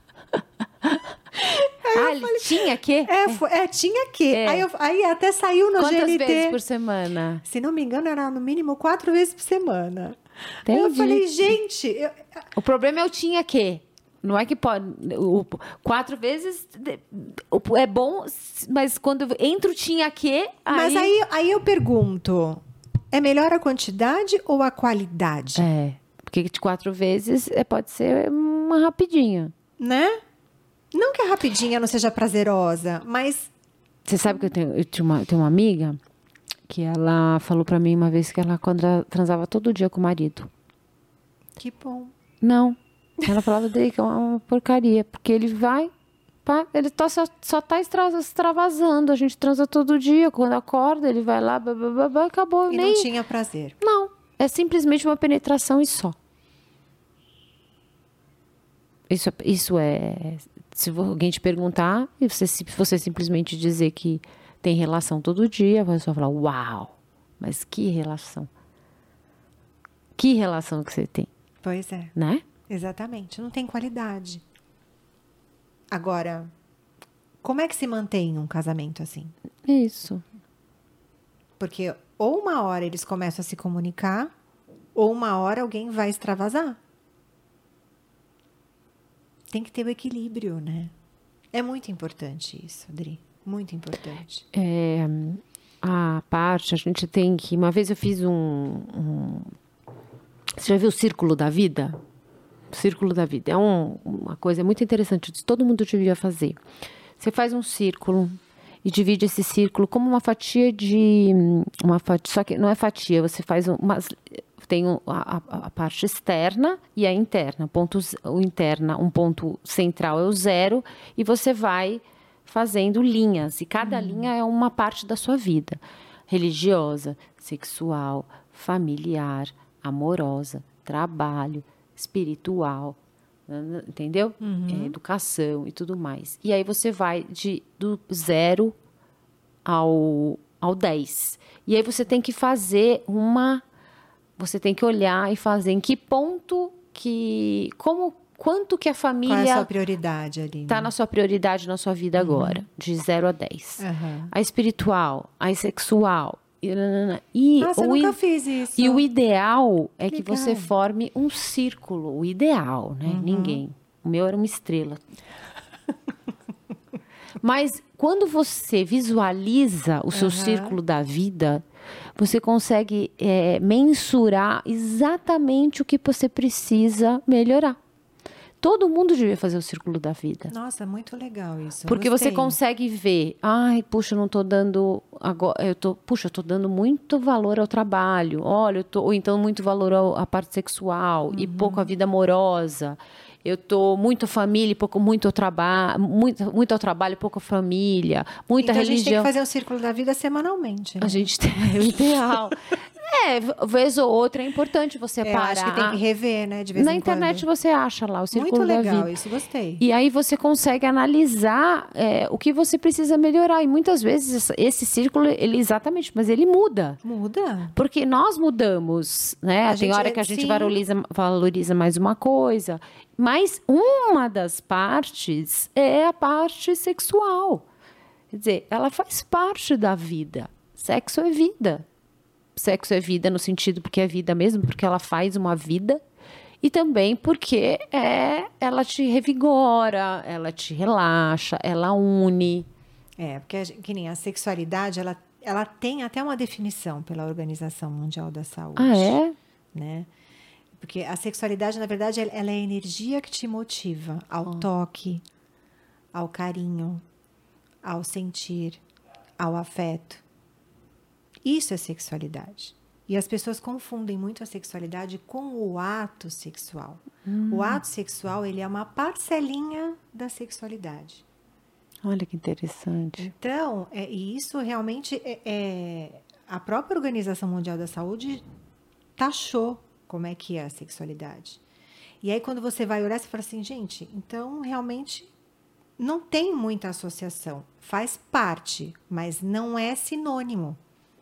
Ah, ele falei, tinha que? É, foi, é tinha que. É. Aí, eu, aí até saiu no Quantas G N T. Quantas vezes por semana? Se não me engano, era no mínimo quatro vezes por semana. Entendi. Aí eu falei, gente... Eu... O problema é o tinha que. Não é que pode... O, quatro vezes é bom, mas quando entra o tinha que... Aí... Mas aí, aí eu pergunto, é melhor a quantidade ou a qualidade? É, porque de quatro vezes é, pode ser uma rapidinha. Né? Não que a rapidinha não seja prazerosa, mas... Você sabe que eu tenho, eu tinha uma, tenho uma amiga que ela falou pra mim uma vez que ela quando ela transava todo dia com o marido. Que bom. Não. Ela falava dele que é uma porcaria, porque ele vai, pá, ele tá, só, só tá extravasando, a gente transa todo dia, quando acorda ele vai lá, babá, acabou. E nem... não tinha prazer. Não, é simplesmente uma penetração e só. Isso, isso é... Se alguém te perguntar, e você, se você simplesmente dizer que tem relação todo dia, você vai falar, uau, mas que relação? Que relação que você tem? Pois é. Né? Exatamente. Não tem qualidade. Agora, como é que se mantém um casamento assim? Isso. Porque ou uma hora eles começam a se comunicar, ou uma hora alguém vai extravasar. Tem que ter o equilíbrio, né? É muito importante isso, Adri. Muito importante. É, a parte, a gente tem que... Uma vez eu fiz um... um você já viu o Círculo da Vida? O Círculo da Vida. É um, uma coisa muito interessante. Todo mundo devia fazer. Você faz um círculo e divide esse círculo como uma fatia de... Uma fatia, só que não é fatia, você faz umas... Tem a, a parte externa e a interna. Ponto, o interna, um ponto central é o zero e você vai fazendo linhas. E cada hum. linha é uma parte da sua vida. Religiosa, sexual, familiar, amorosa, trabalho, espiritual, entendeu? Uhum. É, educação e tudo mais. E aí você vai de, do zero ao, ao dez. E aí você tem que fazer uma... Você tem que olhar e fazer em que ponto que... Como, quanto que a família... Qual é a sua prioridade ali? Está né? na sua prioridade na sua vida uhum. agora, de zero a dez. Uhum. A espiritual, a sexual. E Nossa, eu o nunca i- fiz isso. E o ideal é que Legal. você forme um círculo. O ideal, né? Uhum. Ninguém. O meu era uma estrela. Mas quando você visualiza o seu Uhum. círculo da vida, você consegue é, mensurar exatamente o que você precisa melhorar. Todo mundo devia fazer o círculo da vida. Nossa, muito legal isso. Porque Gostei. você consegue ver, ai, puxa, eu não tô dando agora, eu tô, puxa, eu tô dando muito valor ao trabalho. Olha, eu tô, ou então muito valor ao, à parte sexual uhum. e pouco à vida amorosa. Eu tô muito à família, e pouco muito ao trabalho, muito, muito ao trabalho, pouco à família, muita então, religião. a gente tem que fazer o círculo da vida semanalmente. Né? A gente tem é o ideal. É, vez ou outra é importante você É, parar. acho que tem que rever, né? De vez Na em internet quando. você acha lá o círculo Muito da legal, vida. isso gostei. E aí você consegue analisar é, o que você precisa melhorar. E muitas vezes esse círculo, ele exatamente, mas ele muda. Muda. Porque nós mudamos, né? A Tem gente- hora que a gente sim. valoriza, valoriza mais uma coisa. Mas uma das partes é a parte sexual. Quer dizer, ela faz parte da vida. Sexo é vida. Sexo é vida no sentido porque é vida mesmo, porque ela faz uma vida. E também porque é, ela te revigora, ela te relaxa, ela une. É, porque a gente- que nem a sexualidade, ela, ela tem até uma definição pela Organização Mundial da Saúde. Ah, é? Né? Porque a sexualidade, na verdade, ela ela é a energia que te motiva ao toque, ao carinho, ao sentir, ao afeto. Isso é sexualidade. E as pessoas confundem muito a sexualidade com o ato sexual. Hum. O ato sexual, ele é uma parcelinha da sexualidade. Olha que interessante. Então, é, e isso realmente é, é a própria Organização Mundial da Saúde taxou como é que é a sexualidade. E aí, quando você vai olhar, você fala assim, gente, então realmente não tem muita associação. Faz parte, mas não é sinônimo.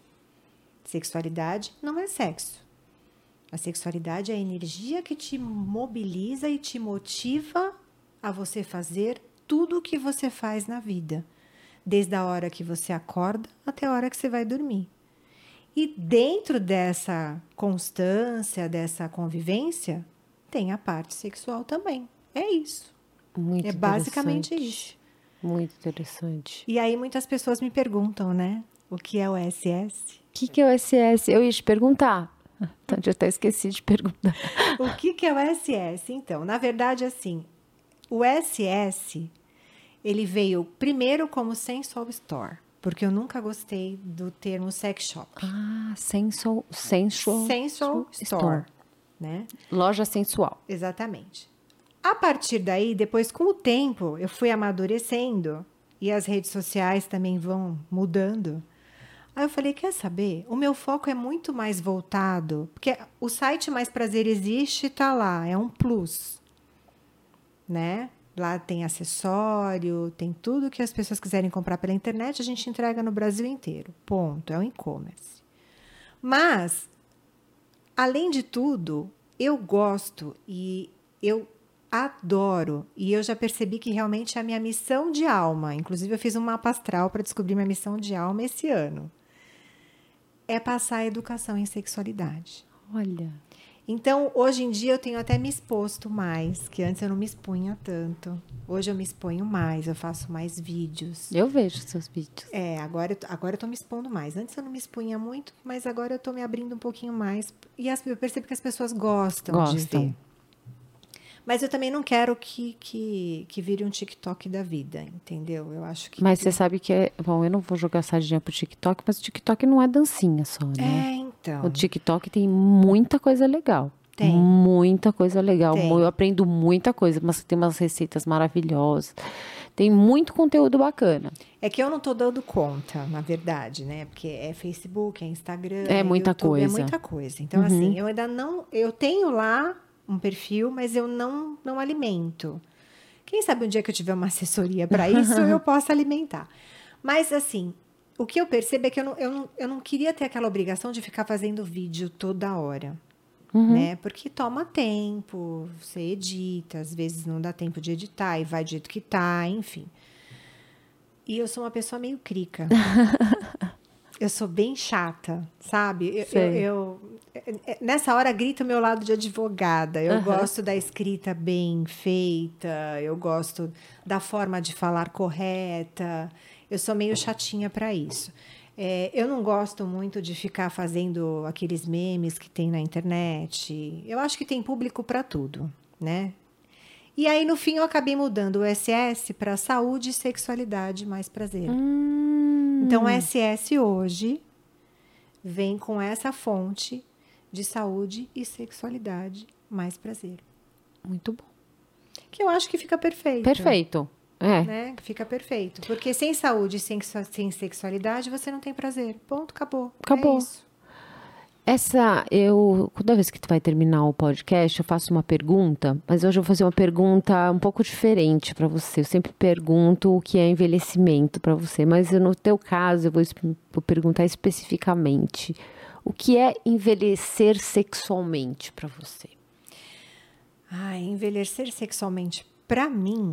Sexualidade não é sexo. A sexualidade é a energia que te mobiliza e te motiva a você fazer tudo o que você faz na vida. Desde a hora que você acorda até a hora que você vai dormir. E dentro dessa constância, dessa convivência, tem a parte sexual também. É isso. Muito é basicamente interessante. isso. Muito interessante. E aí muitas pessoas me perguntam, né? O que é o S S? O que, que é o S S? Eu ia te perguntar. Então, eu até esqueci de perguntar. O que, que é o S S? Então, na verdade, assim, o S S, ele veio primeiro como Sensual Store, porque eu nunca gostei do termo sex shop. Ah, sensual, sensual, Sensual Store, né? Loja sensual. Exatamente. A partir daí, depois, com o tempo, eu fui amadurecendo e as redes sociais também vão mudando. Aí eu falei, quer saber? O meu foco é muito mais voltado, porque o site Mais Prazer Existe está lá, é um plus. né? Lá tem acessório, tem tudo que as pessoas quiserem comprar pela internet, a gente entrega no Brasil inteiro. Ponto, é um e-commerce. Mas, além de tudo, eu gosto e eu adoro, e eu já percebi que realmente é a minha missão de alma. Inclusive, eu fiz um mapa astral para descobrir minha missão de alma esse ano. É passar a educação em sexualidade. Olha. Então, hoje em dia, eu tenho até me exposto mais, que antes eu não me expunha tanto. Hoje eu me exponho mais, eu faço mais vídeos. Eu vejo seus vídeos. É, agora, eu- agora eu tô me expondo mais. Antes eu não me expunha muito, mas agora eu tô me abrindo um pouquinho mais. E as- eu percebo que as pessoas gostam, de Gostam. ver. Mas eu também não quero que, que, que vire um TikTok da vida, entendeu? Eu acho que... Mas você sabe que é... Bom, eu não vou jogar sardinha pro TikTok, mas o TikTok não é dancinha só, né? É, então. O TikTok tem muita coisa legal. Tem. Muita coisa legal. Tem. Eu aprendo muita coisa, mas tem umas receitas maravilhosas. Tem muito conteúdo bacana. É que eu não tô dando conta, na verdade, né? Porque é Facebook, é Instagram, É muita YouTube, coisa. É muita coisa. Então, Uhum. assim, eu ainda não... Eu tenho lá um perfil, mas eu não, não alimento. Quem sabe um dia que eu tiver uma assessoria para isso, eu possa alimentar. Mas, assim, o que eu percebo é que eu não, eu, não, eu não queria ter aquela obrigação de ficar fazendo vídeo toda hora. Uhum. Né? Porque toma tempo, você edita, às vezes não dá tempo de editar e vai do jeito que tá, enfim. E eu sou uma pessoa meio crica. Eu sou bem chata, sabe? Eu, eu, Sei. eu- é- nessa hora grita o meu lado de advogada. Eu Aham. gosto da escrita bem feita, eu gosto da forma de falar correta. Eu sou meio chatinha para isso. É, eu não gosto muito de ficar fazendo aqueles memes que tem na internet. Eu acho que tem público para tudo, né? E aí, no fim, eu acabei mudando o S S para saúde, sexualidade, mais prazer. Hum. Então, o S S hoje vem com essa fonte de saúde e sexualidade, mais prazer. Muito bom. Que eu acho que fica perfeito. Perfeito. É. Né? Que fica perfeito. Porque sem saúde e sem, sem sexualidade, você não tem prazer. Ponto, acabou. Acabou. É isso. Essa, eu, toda vez que tu vai terminar o podcast, eu faço uma pergunta, mas hoje eu vou fazer uma pergunta um pouco diferente para você. Eu sempre pergunto o que é envelhecimento para você, mas eu, no teu caso eu vou, esp- vou perguntar especificamente o que é envelhecer sexualmente para você. Ah, envelhecer sexualmente, pra mim,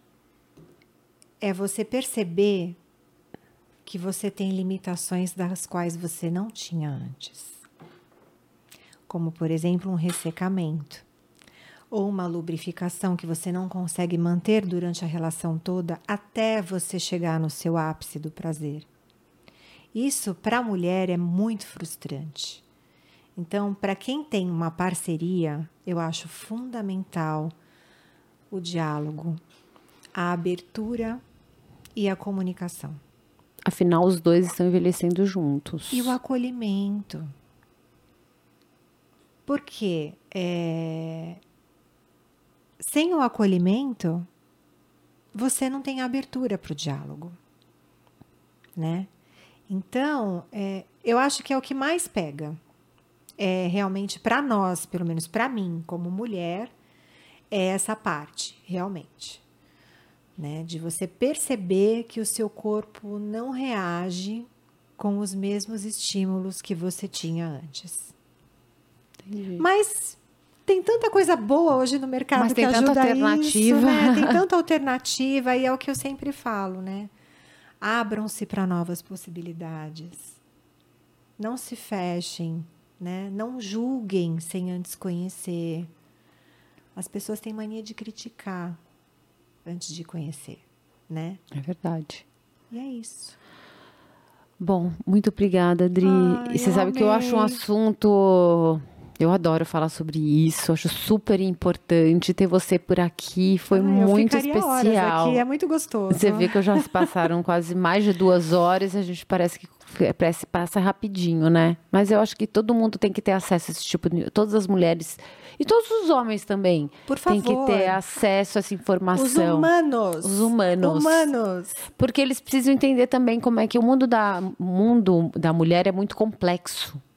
é você perceber que você tem limitações das quais você não tinha antes. Como, por exemplo, um ressecamento. Ou uma lubrificação que você não consegue manter durante a relação toda até você chegar no seu ápice do prazer. Isso, para a mulher, é muito frustrante. Então, para quem tem uma parceria, eu acho fundamental o diálogo, a abertura e a comunicação. Afinal, os dois estão envelhecendo juntos. E o acolhimento. Porque é, sem o acolhimento, você não tem abertura para o diálogo. Né? Então, é, eu acho que é o que mais pega. É realmente para nós, pelo menos para mim, como mulher, é essa parte, realmente. Né? De você perceber que o seu corpo não reage com os mesmos estímulos que você tinha antes. Entendi. Mas tem tanta coisa boa hoje no mercado Mas que tem tanta ajuda alternativa. isso, né? Tem tanta alternativa e é o que eu sempre falo, né? Abram-se para novas possibilidades. Não se fechem, né? Não julguem sem antes conhecer. As pessoas têm mania de criticar antes de conhecer, né? É verdade. E é isso. Bom, muito obrigada, Adri. Ai, E você eu sabe que eu acho um amei. assunto... Eu adoro falar sobre isso, acho super importante ter você por aqui, foi Ah, eu muito ficaria horas especial. aqui, é muito gostoso. Você vê que eu já se passaram quase mais de duas horas, a gente parece que parece, passa rapidinho, né? Mas eu acho que todo mundo tem que ter acesso a esse tipo de... Todas as mulheres e todos os homens também. Por Tem que favor. ter acesso a essa Os informação. humanos. Os humanos. Humanos. Porque eles precisam entender também como é que o mundo da, o mundo da mulher é muito complexo.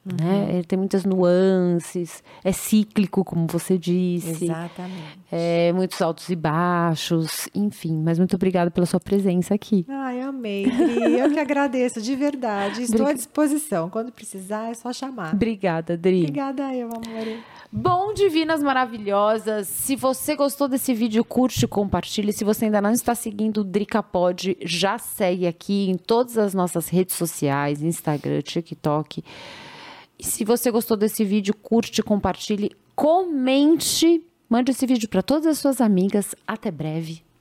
Uhum. Né? Ele tem muitas nuances, é cíclico, como você disse. Exatamente. É, muitos altos e baixos, enfim. Mas muito obrigada pela sua presença aqui. Ai, amei, Dri. Eu que agradeço, de verdade. Estou à disposição. Quando precisar, é só chamar. Obrigada, Dri. Obrigada eu, amor. Bom, divinas maravilhosas, se você gostou desse vídeo, curte, compartilhe. Se você ainda não está seguindo o DricaPod, já segue aqui em todas as nossas redes sociais, Instagram, TikTok. E se você gostou desse vídeo, curte, compartilhe, comente, mande esse vídeo para todas as suas amigas. Até breve.